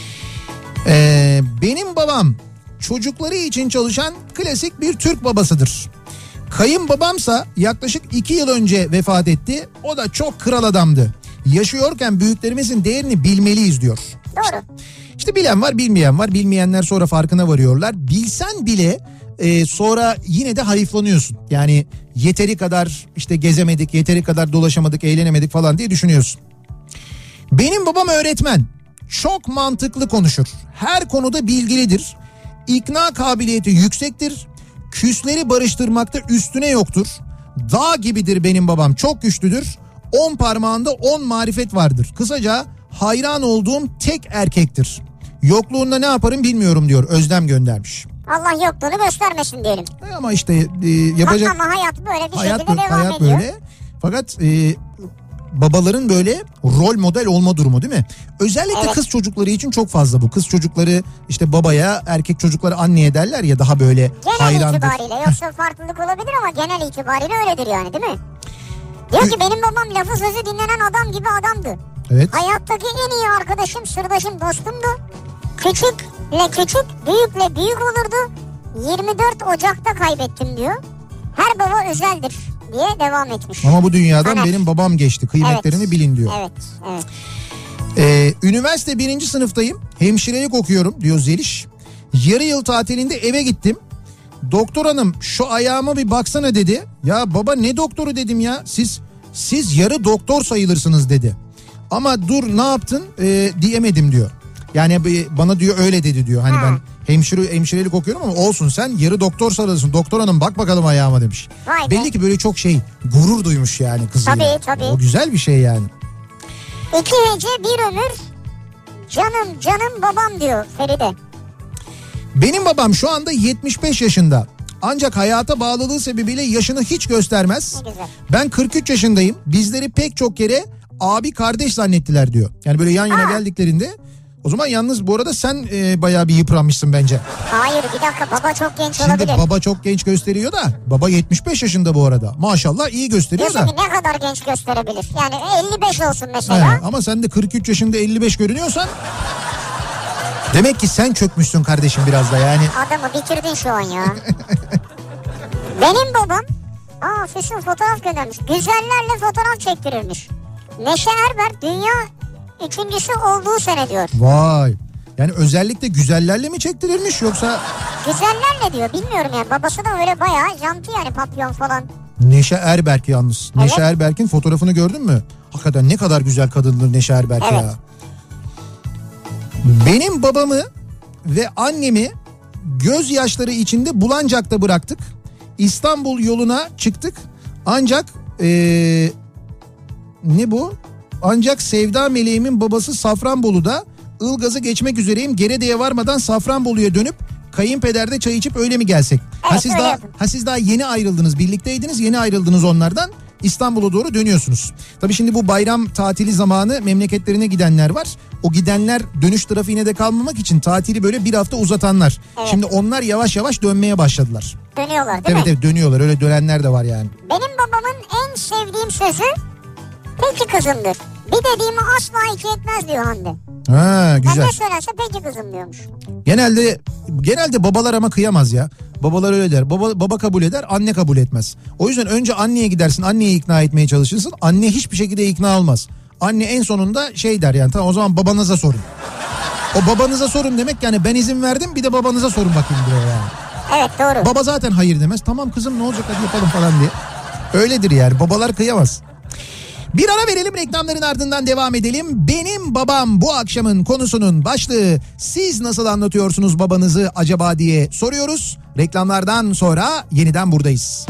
Benim babam çocukları için çalışan klasik bir Türk babasıdır. Kayınbabamsa yaklaşık 2 yıl önce vefat etti. O da çok kral adamdı. Yaşıyorken büyüklerimizin değerini bilmeliyiz diyor. Doğru. İşte bilen var, bilmeyen var. Bilmeyenler sonra farkına varıyorlar. Bilsen bile sonra yine de hayıflanıyorsun. Yani yeteri kadar gezemedik, yeteri kadar dolaşamadık, eğlenemedik falan diye düşünüyorsun. Benim babam öğretmen. Çok mantıklı konuşur. Her konuda bilgilidir. İkna kabiliyeti yüksektir. Küsleri barıştırmakta üstüne yoktur. Dağ gibidir benim babam, çok güçlüdür. 10 parmağında 10 marifet vardır. Kısaca hayran olduğum tek erkektir. Yokluğunda ne yaparım bilmiyorum diyor. Özlem göndermiş. Allah yokluğunu göstermesin diyelim. Ama işte yapacak... Ama hayat böyle bir hayat, şekilde devam hayat ediyor. Böyle. Fakat babaların böyle rol model olma durumu değil mi? Özellikle evet. Kız çocukları için çok fazla bu. Kız çocukları işte babaya, erkek çocukları anneye derler ya, daha böyle genel hayrandır. itibariyle, yoksa farklılık olabilir ama genel itibariyle öyledir yani, değil mi? Diyor ki benim babam lafı sözü dinlenen adam gibi adamdı. Evet. Hayattaki en iyi arkadaşım, sırdaşım, dostumdu. Küçükle küçük, büyükle büyük olurdu. 24 Ocak'ta kaybettim diyor. Her baba özeldir diye devam etmiş. Ama bu dünyadan Taner. benim babam geçti. Kıymetlerini evet. bilin diyor. Evet, evet. Üniversite 1. sınıftayım. Hemşirelik okuyorum diyor Zeliş. Yarı yıl tatilinde eve gittim. Doktor hanım şu ayağıma bir baksana dedi. Ya baba ne doktoru dedim ya. Siz yarı doktor sayılırsınız dedi. Ama dur ne yaptın diyemedim diyor. Yani bana diyor öyle dedi diyor. Hani ben hemşirelik okuyorum ama olsun, sen yarı doktor sayılırsın. Doktor hanım bak bakalım ayağıma demiş. Vay Belli be. ki böyle çok gurur duymuş yani kızıyla. Tabii. O güzel bir şey yani. 2 hece bir ömür, canım babam diyor Feride. Benim babam şu anda 75 yaşında. Ancak hayata bağlılığı sebebiyle yaşını hiç göstermez. Ne güzel. Ben 43 yaşındayım. Bizleri pek çok kere abi kardeş zannettiler diyor. Yani böyle yan yana geldiklerinde. O zaman yalnız bu arada sen bayağı bir yıpranmışsın bence. Hayır bir dakika, baba çok genç Şimdi olabilir. baba çok genç gösteriyor da baba 75 yaşında bu arada. Maşallah iyi gösteriyor Diyorsun da. ki ne kadar genç gösterebilir? Yani 55 olsun mesela. He, ama sen de 43 yaşında 55 görünüyorsan demek ki sen çökmüşsün kardeşim biraz da yani. Adamı bitirdin şu an ya. Benim babam Füsun fotoğraf göndermiş. Güzellerle fotoğraf çektirirmiş. Neşe Erber dünya 3.'sü olduğu sene diyor. Vay. Yani özellikle güzellerle mi çektirilmiş yoksa? Güzellerle diyor, bilmiyorum yani. Babası da öyle bayağı janti yani, papyon falan. Neşe Erberk yalnız. Evet. Neşe Erberk'in fotoğrafını gördün mü? Hakikaten ne kadar güzel kadındır Neşe Erberk Evet. ya. Benim babamı ve annemi gözyaşları içinde Bulancak'ta bıraktık. İstanbul yoluna çıktık. Ancak ne bu? Ancak Sevda Meleğimin babası Safranbolu'da. Ilgaz'ı geçmek üzereyim. Gerede'ye varmadan Safranbolu'ya dönüp kayınpederde çay içip öyle mi gelsek? Evet, siz daha yeni ayrıldınız. Birlikteydiniz, yeni ayrıldınız onlardan. İstanbul'a doğru dönüyorsunuz. Tabii şimdi bu bayram tatili zamanı memleketlerine gidenler var. O gidenler dönüş trafiğine de kalmamak için tatili böyle bir hafta uzatanlar. Evet. Şimdi onlar yavaş yavaş dönmeye başladılar. Dönüyorlar değil mi? Evet dönüyorlar, öyle dönenler de var yani. Benim babamın en sevdiğim sözü peki kızımdır. Bir dediğimi asla iki etmez diyor Hande. Ha güzel. Ben ne söylerse peki kızım diyormuş. Genelde babalar ama kıyamaz ya. Babalar öyle der. Baba kabul eder, anne kabul etmez. O yüzden önce anneye gidersin, anneyi ikna etmeye çalışırsın. Anne hiçbir şekilde ikna olmaz. Anne en sonunda şey der yani, tamam o zaman babanıza sorun. O babanıza sorun demek yani, ben izin verdim bir de babanıza sorun bakayım diyor yani. Evet doğru. Baba zaten hayır demez. Tamam kızım ne olacak hadi yapalım falan diye. Öyledir yani, babalar kıyamaz. Bir ara verelim, reklamların ardından devam edelim. Benim babam bu akşamın konusunun başlığı. Siz nasıl anlatıyorsunuz babanızı acaba diye soruyoruz. Reklamlardan sonra yeniden buradayız.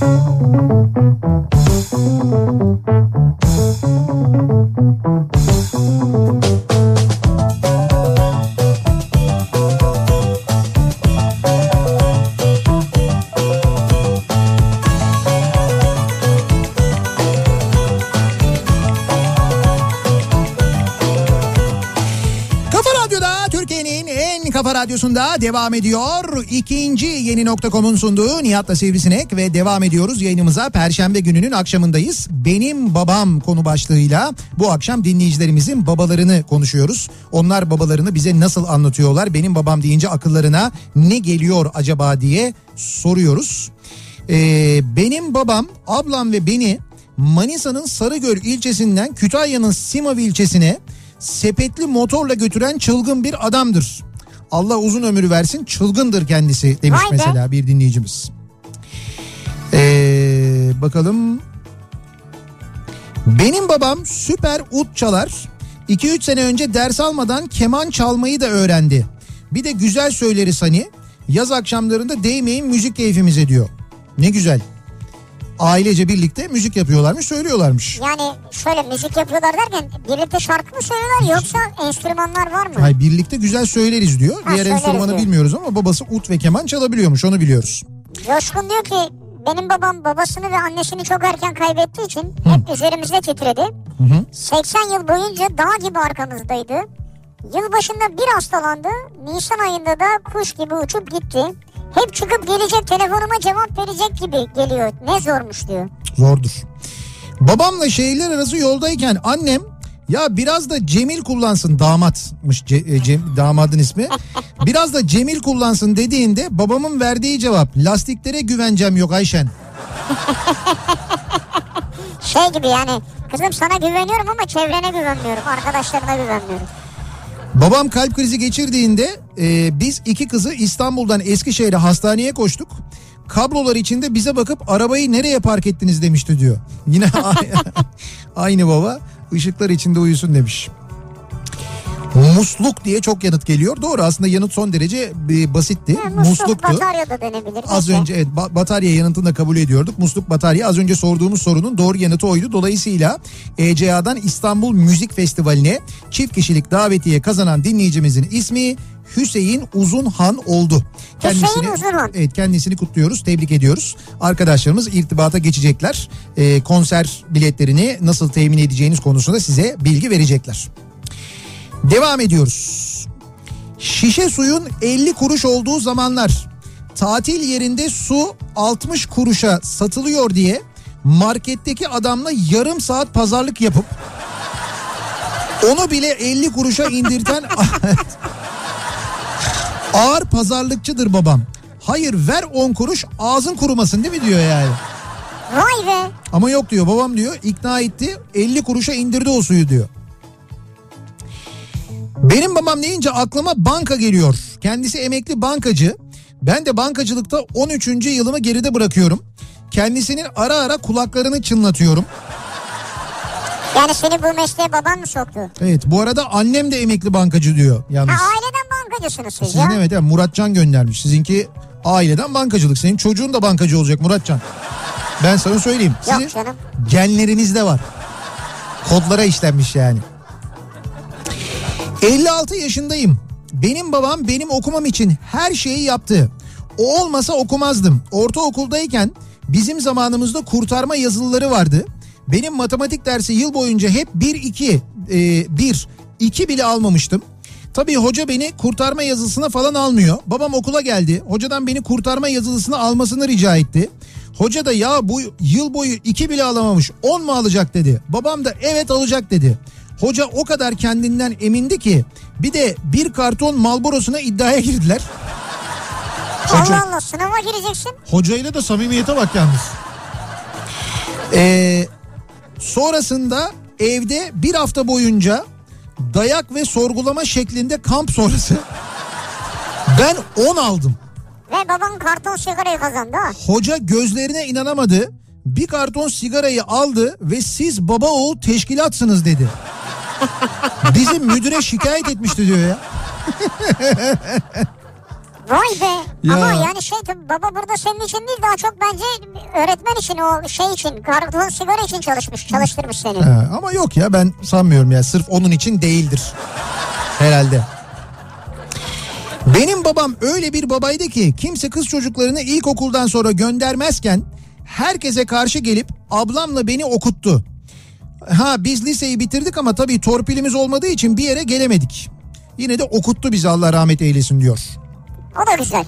Kafa Radyosu'nda devam ediyor. İkinci Yeni Nokta.com'un sunduğu Nihat'la Sivrisinek ve devam ediyoruz yayınımıza. Perşembe gününün akşamındayız. Benim babam konu başlığıyla bu akşam dinleyicilerimizin babalarını konuşuyoruz. Onlar babalarını bize nasıl anlatıyorlar? Benim babam deyince akıllarına ne geliyor acaba diye soruyoruz. Benim babam, ablam ve beni Manisa'nın Sarıgöl ilçesinden Kütahya'nın Simav ilçesine sepetli motorla götüren çılgın bir adamdır. Allah uzun ömür versin, çılgındır kendisi demiş mesela bir dinleyicimiz. Bakalım. Benim babam süper ut çalar. 2-3 sene önce ders almadan keman çalmayı da öğrendi. Bir de güzel söyleriz hani. Yaz akşamlarında değmeyin müzik keyfimize diyor. Ne güzel. ailece birlikte müzik yapıyorlarmış, söylüyorlarmış. Yani şöyle müzik yapıyorlar derken birlikte şarkı mı söylüyorlar yoksa enstrümanlar var mı? Hayır, birlikte güzel söyleriz diyor. Diğer söyleriz enstrümanı diyor. bilmiyoruz ama babası ut ve keman çalabiliyormuş, onu biliyoruz. Coşkun diyor ki benim babam babasını ve annesini çok erken kaybettiği için hep üzerimizde titredi. 80 yıl boyunca dağ gibi arkamızdaydı. Yılbaşında bir hastalandı. Nisan ayında da kuş gibi uçup gitti. Hep çıkıp gelecek, telefonuma cevap verecek gibi geliyor. Ne zormuş diyor. Zordur. Babamla şehirler arası yoldayken annem ya biraz da Cemil kullansın, damatmış damadın ismi. Biraz da Cemil kullansın dediğinde babamın verdiği cevap lastiklere güvencem yok Ayşen. Şey gibi yani kızım sana güveniyorum ama çevrene güvenmiyorum, arkadaşlarına güvenmiyorum. Babam kalp krizi geçirdiğinde biz iki kızı İstanbul'dan Eskişehir'e hastaneye koştuk. Kablolar içinde bize bakıp arabayı nereye park ettiniz demişti diyor. Yine aynı baba, ışıklar içinde uyusun demiş. Musluk diye çok yanıt geliyor. Doğru, aslında yanıt son derece basitti. Musluk batarya da denebilir. Az önce evet, batarya yanıtını da kabul ediyorduk. Musluk batarya, az önce sorduğumuz sorunun doğru yanıtı oydu. Dolayısıyla ECA'dan İstanbul Müzik Festivali'ne çift kişilik davetiye kazanan dinleyicimizin ismi Hüseyin Uzunhan oldu. Hüseyin Uzunhan. Evet, kendisini kutluyoruz, tebrik ediyoruz. Arkadaşlarımız irtibata geçecekler. Konser biletlerini nasıl temin edeceğiniz konusunda size bilgi verecekler. Devam ediyoruz. Şişe suyun 50 kuruş olduğu zamanlar tatil yerinde su 60 kuruşa satılıyor diye marketteki adamla yarım saat pazarlık yapıp onu bile 50 kuruşa indirten ağır pazarlıkçıdır babam. Hayır, ver 10 kuruş ağzın kurumasın değil mi diyor yani. Vay be. Ama yok diyor, babam diyor ikna etti, 50 kuruşa indirdi o suyu diyor. Benim babam deyince aklıma banka geliyor. Kendisi emekli bankacı. Ben de bankacılıkta 13. yılımı geride bırakıyorum. Kendisinin ara ara kulaklarını çınlatıyorum. Yani seni bu mesleğe baban mı soktu? Evet, bu arada annem de emekli bankacı diyor yalnız. Ha, aileden bankacısınız siz Sizin ya. evet, Muratcan göndermiş. Sizinki aileden bankacılık. Senin çocuğun da bankacı olacak Muratcan. Ben sana söyleyeyim. Yok Sizin canım. genlerinizde var. Kodlara işlenmiş yani. 56 yaşındayım. Benim babam benim okumam için her şeyi yaptı. O olmasa okumazdım. Ortaokuldayken bizim zamanımızda kurtarma yazılıları vardı. Benim matematik dersi yıl boyunca hep 1-2 bile almamıştım. Tabii hoca beni kurtarma yazısına falan almıyor. Babam okula geldi. Hocadan beni kurtarma yazılısına almasını rica etti. Hoca da ya bu yıl boyu 2 bile alamamış, 10 mu alacak dedi. Babam da evet alacak dedi. Hoca o kadar kendinden emindi ki bir de bir karton Marlboro'suna iddiaya girdiler. Allah Allah, sınava gireceksin. Hocayla da samimiyete bak yalnız. Sonrasında evde bir hafta boyunca dayak ve sorgulama şeklinde kamp sonrası ben 10 aldım. Ve baban karton sigarayı kazandı ha. Hoca gözlerine inanamadı. Bir karton sigarayı aldı ve siz baba oğul teşkilatsınız dedi. Bizi müdüre şikayet etmişti diyor ya. Vay be. Ya. Ama yani tabii baba burada senin için değil, daha çok bence öğretmen için, o şey için, karton sigara için çalıştırmış seni. Ama yok ya, ben sanmıyorum ya, sırf onun için değildir herhalde. Benim babam öyle bir babaydı ki kimse kız çocuklarını ilkokuldan sonra göndermezken herkese karşı gelip ablamla beni okuttu. Biz liseyi bitirdik ama tabii torpilimiz olmadığı için bir yere gelemedik. Yine de okuttu bizi, Allah rahmet eylesin diyor. O da güzel.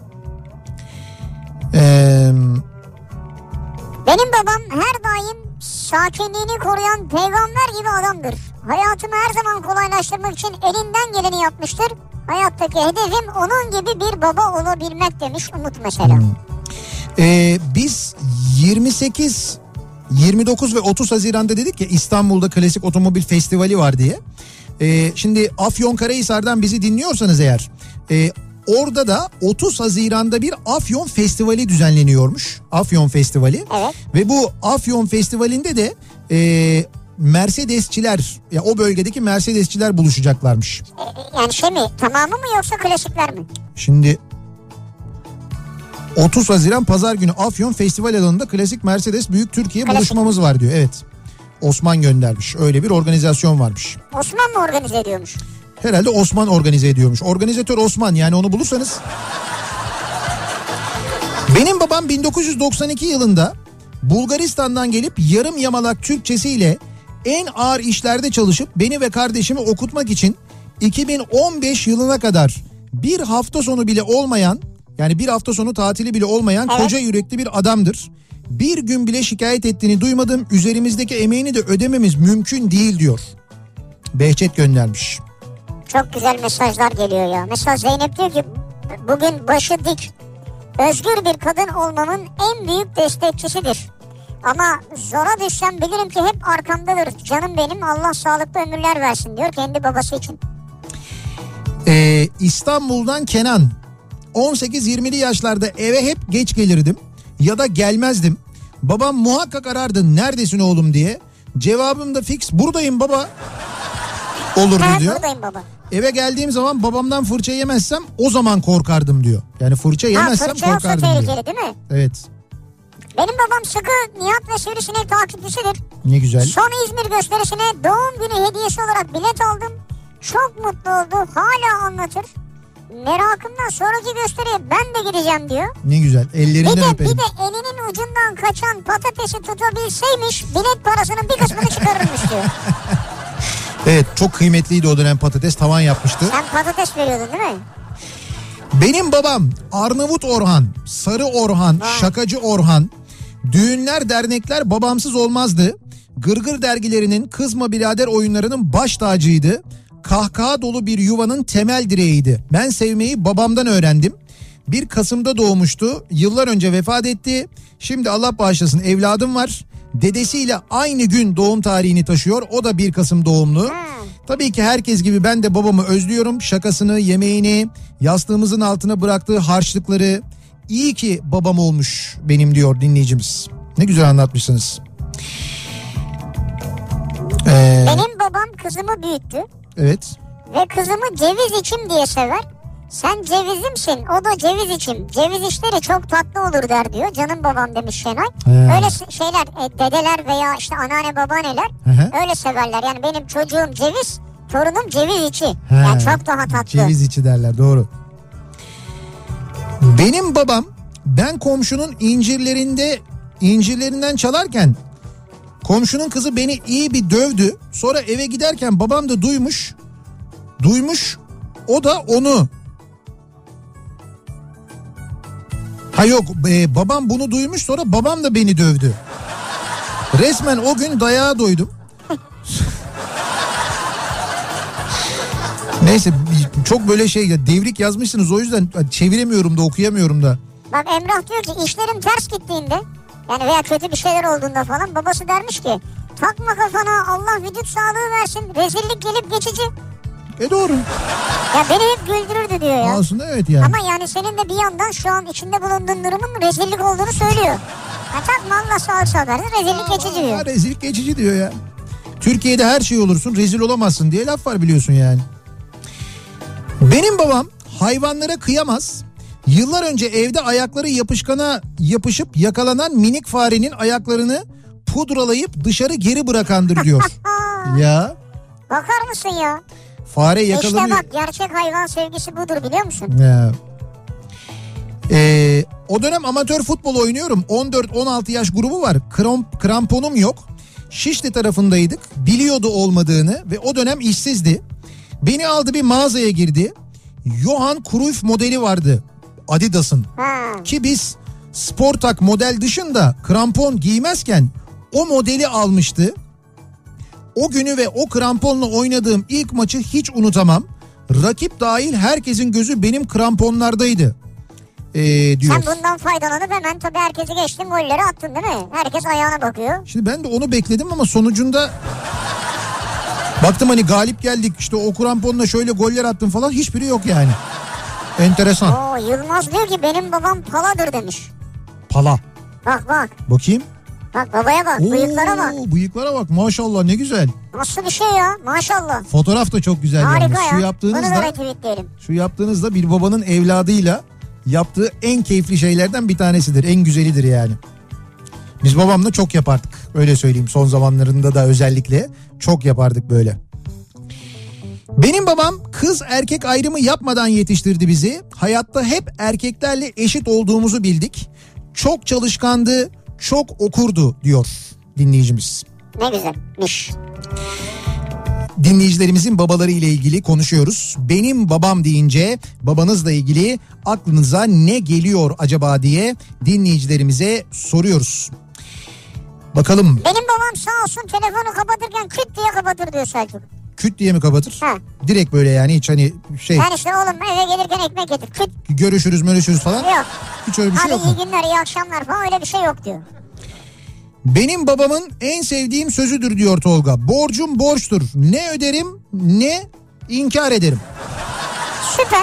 Benim babam her daim sakinliğini koruyan peygamber gibi adamdır. Hayatımı her zaman kolaylaştırmak için elinden geleni yapmıştır. Hayattaki hedefim onun gibi bir baba olabilmek demiş Umut mesela. Biz 28, 29 ve 30 Haziran'da dedik ya İstanbul'da Klasik Otomobil Festivali var diye. Şimdi Afyonkarahisar'dan bizi dinliyorsanız eğer... Orada da 30 Haziran'da bir Afyon Festivali düzenleniyormuş. Afyon Festivali. Evet. Ve bu Afyon Festivali'nde de Mercedesçiler, ya o bölgedeki Mercedesçiler buluşacaklarmış. Yani mi, tamamı mı yoksa klasikler mi? Şimdi 30 Haziran Pazar günü Afyon Festival alanında klasik Mercedes Büyük Türkiye Klasik. buluşmamız var diyor. Evet. Osman göndermiş. Öyle bir organizasyon varmış. Osman mı organize ediyormuş? Herhalde Osman organize ediyormuş. Organizatör Osman, yani onu bulursanız. Benim babam 1992 yılında Bulgaristan'dan gelip yarım yamalak Türkçesiyle en ağır işlerde çalışıp beni ve kardeşimi okutmak için 2015 yılına kadar bir hafta sonu bile olmayan, yani bir hafta sonu tatili bile olmayan koca yürekli bir adamdır. Bir gün bile şikayet ettiğini duymadım. Üzerimizdeki emeğini de ödememiz mümkün değil diyor. Behçet göndermiş. Çok güzel mesajlar geliyor ya. Mesela Zeynep diyor ki bugün başı dik, özgür bir kadın olmamın en büyük destekçisidir. Ama zora düşsem bilirim ki hep arkamdadır. Canım benim, Allah sağlıklı ömürler versin diyor kendi babası için. İstanbul'dan Kenan. 18-20'li yaşlarda eve hep geç gelirdim ya da gelmezdim. Babam muhakkak arardı neredesin oğlum diye. Cevabım da fix buradayım baba olurdu diyor. Buradayım baba. Eve geldiğim zaman babamdan fırça yemezsem o zaman korkardım diyor. Yani fırça yemezsem fırça korkardım yoksa diyor. tehlikeli değil mi? Evet. Benim babam sıkı Nihat ve Sivrisinek takipçisidir. Ne güzel. Son İzmir gösterisine doğum günü hediyesi olarak bilet aldım. Çok mutlu oldu. Hala anlatır. Merakımdan sonraki gösteriye ben de gideceğim diyor. Ne güzel. Ellerinden öperim. Bir de elinin ucundan kaçan patatesi tutabilseymiş bilet parasının bir kısmını çıkarırmış diyor. Evet, çok kıymetliydi o dönem patates, tavan yapmıştı. Sen patates veriyordun değil mi? Benim babam Arnavut Orhan, Sarı Orhan, Şakacı Orhan. Düğünler, dernekler babamsız olmazdı. Gırgır dergilerinin, Kızma Birader oyunlarının baş tacıydı. Kahkaha dolu bir yuvanın temel direğiydi. Ben sevmeyi babamdan öğrendim. 1 Kasım'da doğmuştu. Yıllar önce vefat etti. Şimdi Allah bağışlasın evladım var. Dedesiyle aynı gün doğum tarihini taşıyor. O da 1 Kasım doğumlu. Tabii ki herkes gibi ben de babamı özlüyorum. Şakasını, yemeğini, yastığımızın altına bıraktığı harçlıkları. İyi ki babam olmuş benim diyor dinleyicimiz. Ne güzel anlatmışsınız. Benim babam kızımı büyüttü. Evet. Ve kızımı ceviz içim diye sever. Sen cevizimsin, o da ceviz içim. Ceviz işleri çok tatlı olur der diyor. Canım babam demiş Şenay. Öyle şeyler dedeler veya işte anneanne babaanneler öyle severler. Yani benim çocuğum ceviz, torunum ceviz içi. Yani çok daha tatlı. Ceviz içi derler, doğru. Benim babam ben komşunun incirlerinden çalarken komşunun kızı beni iyi bir dövdü. Sonra eve giderken babam da duymuş. O da onu. Ha yok, babam bunu duymuş, sonra babam da beni dövdü. Resmen o gün dayağa doydum. Neyse, çok böyle devrik yazmışsınız, o yüzden çeviremiyorum da okuyamıyorum da. Bak Emrah diyor ki işlerim ters gittiğinde yani veya kötü bir şeyler olduğunda falan babası dermiş ki takma kafana, Allah vücut sağlığı versin, rezillik gelip geçici. Doğru. Ya beni hep güldürürdü diyor ya. Aslında evet yani. Ama yani senin de bir yandan şu an içinde bulunduğun durumun rezillik olduğunu söylüyor. Ya takma, Allah sağlık versin, rezillik geçici diyor. Rezillik geçici diyor ya. Türkiye'de her şey olursun, rezil olamazsın diye laf var biliyorsun yani. Benim babam hayvanlara kıyamaz. Yıllar önce evde ayakları yapışkana yapışıp yakalanan minik farenin ayaklarını pudralayıp dışarı geri bırakandır diyor. Ya. Bakar mısın ya? Fare yakalanıyor. İşte bak, gerçek hayvan sevgisi budur, biliyor musun? Ya. O dönem amatör futbol oynuyorum. 14-16 yaş grubu var. Kramponum yok. Şişli tarafındaydık. Biliyordu olmadığını ve o dönem işsizdi. Beni aldı, bir mağazaya girdi. Johan Cruyff modeli vardı Adidas'ın. Ki biz Sportak model dışında krampon giymezken o modeli almıştı. O günü ve o kramponla oynadığım ilk maçı hiç unutamam. Rakip dahil herkesin gözü benim kramponlardaydı. Diyor. Sen bundan faydalanıp hemen tabii herkesi geçtin, golleri attın değil mi? Herkes ayağına bakıyor. Şimdi ben de onu bekledim ama sonucunda baktım hani galip geldik, işte o kramponla şöyle goller attım falan, hiçbiri yok yani. Enteresan. Yılmaz diyor ki benim babam paladır demiş. Pala. Bak. Bakayım. Bak babaya bak, bıyıklara bak. Bıyıklara bak, maşallah ne güzel. Nasıl bir şey ya, maşallah. Fotoğraf da çok güzel. Harika yalnız. ya. Bunu da retweetleyelim. Şu yaptığınızda bir babanın evladıyla yaptığı en keyifli şeylerden bir tanesidir. En güzelidir yani. Biz babamla çok yapardık. Öyle söyleyeyim, son zamanlarında da özellikle çok yapardık böyle. Benim babam kız erkek ayrımı yapmadan yetiştirdi bizi. Hayatta hep erkeklerle eşit olduğumuzu bildik. Çok çalışkandı, çok okurdu diyor dinleyicimiz. Ne güzelmiş. Dinleyicilerimizin babaları ile ilgili konuşuyoruz. Benim babam deyince babanızla ilgili aklınıza ne geliyor acaba diye dinleyicilerimize soruyoruz. Bakalım. Benim babam sağ olsun telefonu kapatırken küt diye kapatır diyor Selçuk. Küt diye mi kapatır? Ha. Direkt böyle yani, hiç hani şey. Yani işte oğlum eve gelirken ekmek getir. Küt. Görüşürüz falan. Yok. Hiç öyle bir şey yok mu? Hadi iyi günler, iyi akşamlar falan, öyle bir şey yok diyor. Benim babamın en sevdiğim sözüdür diyor Tolga. Borcum borçtur. Ne öderim ne inkar ederim. Süper.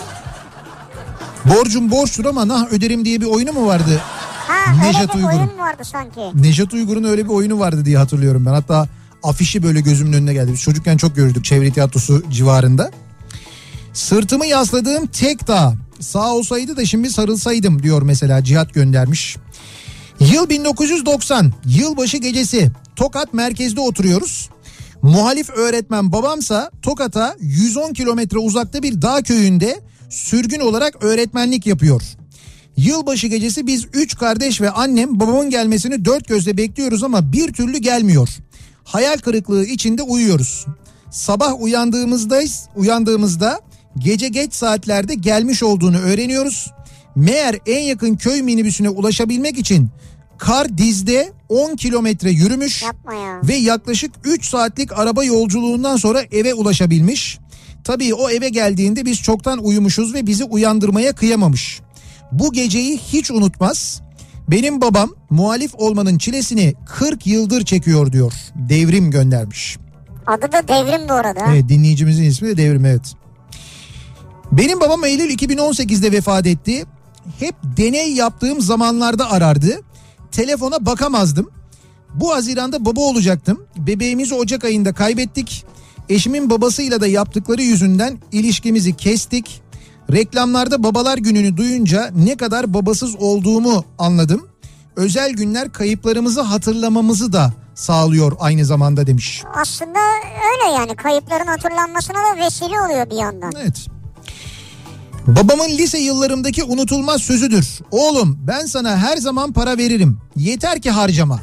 Borcum borçtur ama nah öderim diye bir oyunu mu vardı? Ha, Nejat öyle bir Uygur'un. oyun vardı sanki. Nejat Uygur'un öyle bir oyunu vardı diye hatırlıyorum ben. Hatta afişi böyle gözümün önüne geldi. Biz çocukken çok görürdük çevre tiyatrosu civarında. Sırtımı yasladığım tek dağ. Sağ olsaydı da şimdi sarılsaydım diyor mesela, Cihat göndermiş. Yıl 1990, yılbaşı gecesi, Tokat merkezde oturuyoruz. Muhalif öğretmen babamsa Tokat'a 110 kilometre uzakta bir dağ köyünde sürgün olarak öğretmenlik yapıyor. Yılbaşı gecesi biz 3 kardeş ve annem babamın gelmesini dört gözle bekliyoruz ama bir türlü gelmiyor. Hayal kırıklığı içinde uyuyoruz. Sabah uyandığımızda gece geç saatlerde gelmiş olduğunu öğreniyoruz. Meğer en yakın köy minibüsüne ulaşabilmek için kar dizde 10 kilometre yürümüş. Yapma ya. Ve yaklaşık 3 saatlik araba yolculuğundan sonra eve ulaşabilmiş. Tabii o eve geldiğinde biz çoktan uyumuşuz ve bizi uyandırmaya kıyamamış. Bu geceyi hiç unutmaz. Benim babam muhalif olmanın çilesini 40 yıldır çekiyor diyor. Devrim göndermiş. Adı da Devrim bu arada. Evet, dinleyicimizin ismi de Devrim, evet. Benim babam Eylül 2018'de vefat etti. Hep deney yaptığım zamanlarda arardı. Telefona bakamazdım. Bu Haziran'da baba olacaktım. Bebeğimizi Ocak ayında kaybettik. Eşimin babasıyla da yaptıkları yüzünden ilişkimizi kestik. Reklamlarda babalar gününü duyunca ne kadar babasız olduğumu anladım. Özel günler kayıplarımızı hatırlamamızı da sağlıyor aynı zamanda demiş. Aslında öyle yani, kayıpların hatırlanmasına da vesile oluyor bir yandan. Evet. Babamın lise yıllarımdaki unutulmaz sözüdür. Oğlum ben sana her zaman para veririm. Yeter ki harcama.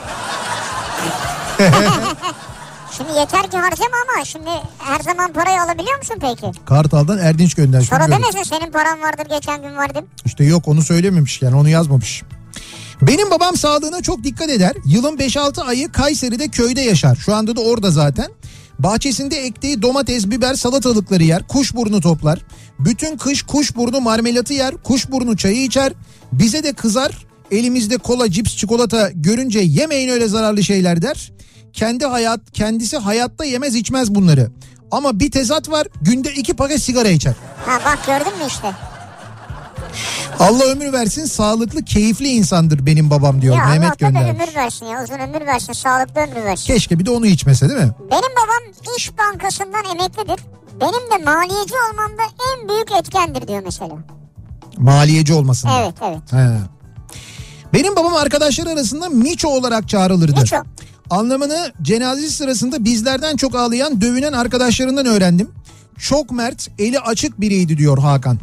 Şimdi yeter ki harcama ama şimdi her zaman parayı alabiliyor musun peki? Kartal'dan Erdinç göndermiş. Sonra demesin senin paran vardır geçen gün vardı. İşte yok, onu söylememiş yani, onu yazmamış. Benim babam sağlığına çok dikkat eder. Yılın 5-6 ayı Kayseri'de köyde yaşar. Şu anda da orada zaten. Bahçesinde ektiği domates, biber, salatalıkları yer. Kuşburnu toplar. Bütün kış kuşburnu marmelatı yer. Kuşburnu çayı içer. Bize de kızar. Elimizde kola, cips, çikolata görünce yemeyin öyle zararlı şeyler der. Kendisi hayatta yemez içmez bunları. Ama bir tezat var, günde 2 paket sigara içer. Ha bak, gördün mü işte. Allah ömür versin, sağlıklı keyifli insandır benim babam diyor. Ya Mehmet Allah tabii göndermiş. ömür versin ya, uzun ömür versin, sağlıklı ömür versin. Keşke bir de onu içmese değil mi? Benim babam İş Bankası'ndan emeklidir. Benim de maliyeci olmamda en büyük etkendir diyor mesela. Maliyeci olmasında. Evet evet. He. Benim babam arkadaşlar arasında Miço olarak çağrılırdı. Miço. Anlamını cenazesi sırasında bizlerden çok ağlayan, dövünen arkadaşlarından öğrendim. Çok mert, eli açık biriydi diyor Hakan.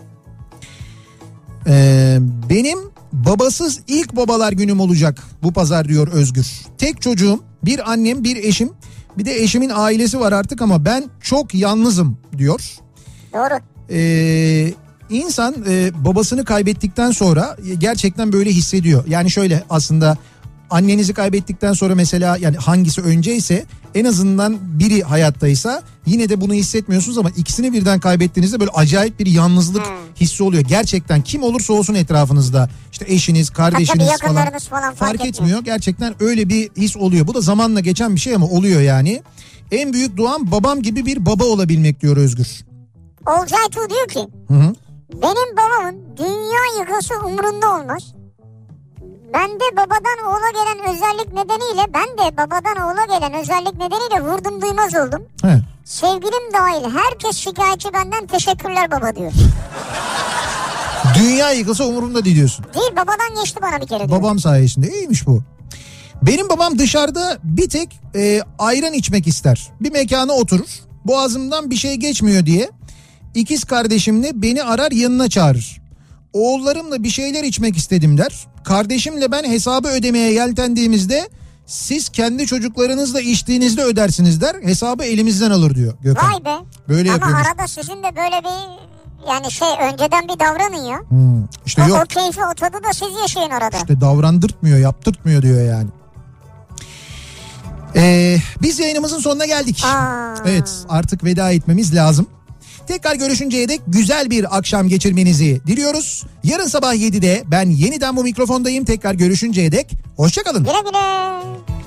Benim babasız ilk babalar günüm olacak bu pazar diyor Özgür. Tek çocuğum, bir annem, bir eşim, bir de eşimin ailesi var artık ama ben çok yalnızım diyor. Doğru. İnsan babasını kaybettikten sonra gerçekten böyle hissediyor. Yani şöyle, aslında annenizi kaybettikten sonra mesela, yani hangisi önceyse, en azından biri hayattaysa yine de bunu hissetmiyorsunuz ama ikisini birden kaybettiğinizde böyle acayip bir yalnızlık hissi oluyor. Gerçekten kim olursa olsun etrafınızda, işte eşiniz, kardeşiniz falan fark etmiyor. Gerçekten öyle bir his oluyor. Bu da zamanla geçen bir şey ama oluyor yani. En büyük duam babam gibi bir baba olabilmek diyor Özgür. Olcay Tuğ diyor ki Hı. benim babamın dünya yıkası umurunda olmaz. Ben de babadan oğula gelen özellik nedeniyle vurdum duymaz oldum. He. Sevgilim dahil herkes şikayetçi benden, teşekkürler baba diyor. Dünya yıkılsa umurumda değil diyorsun. Değil, babadan geçti bana bir kere diyor. Babam sayesinde. İyiymiş bu. Benim babam dışarıda bir tek ayran içmek ister. Bir mekana oturur. Boğazımdan bir şey geçmiyor diye ikiz kardeşimle beni arar, yanına çağırır. Oğullarımla bir şeyler içmek istedim der. Kardeşimle ben hesabı ödemeye yeltendiğimizde siz kendi çocuklarınızla içtiğinizde ödersiniz der. Hesabı elimizden alır diyor Gökhan. Vay be. Böyle ama yapıyormuş. arada sizin de böyle bir yani önceden bir davranın ya. İşte yok. O keyfi, o tadı da siz yaşayın arada. İşte davrandırtmıyor, yaptırtmıyor diyor yani. Biz yayınımızın sonuna geldik. Evet, artık veda etmemiz lazım. Tekrar görüşünceye dek güzel bir akşam geçirmenizi diliyoruz. Yarın sabah 7'de ben yeniden bu mikrofondayım. Tekrar görüşünceye dek hoşça kalın. Güle güle.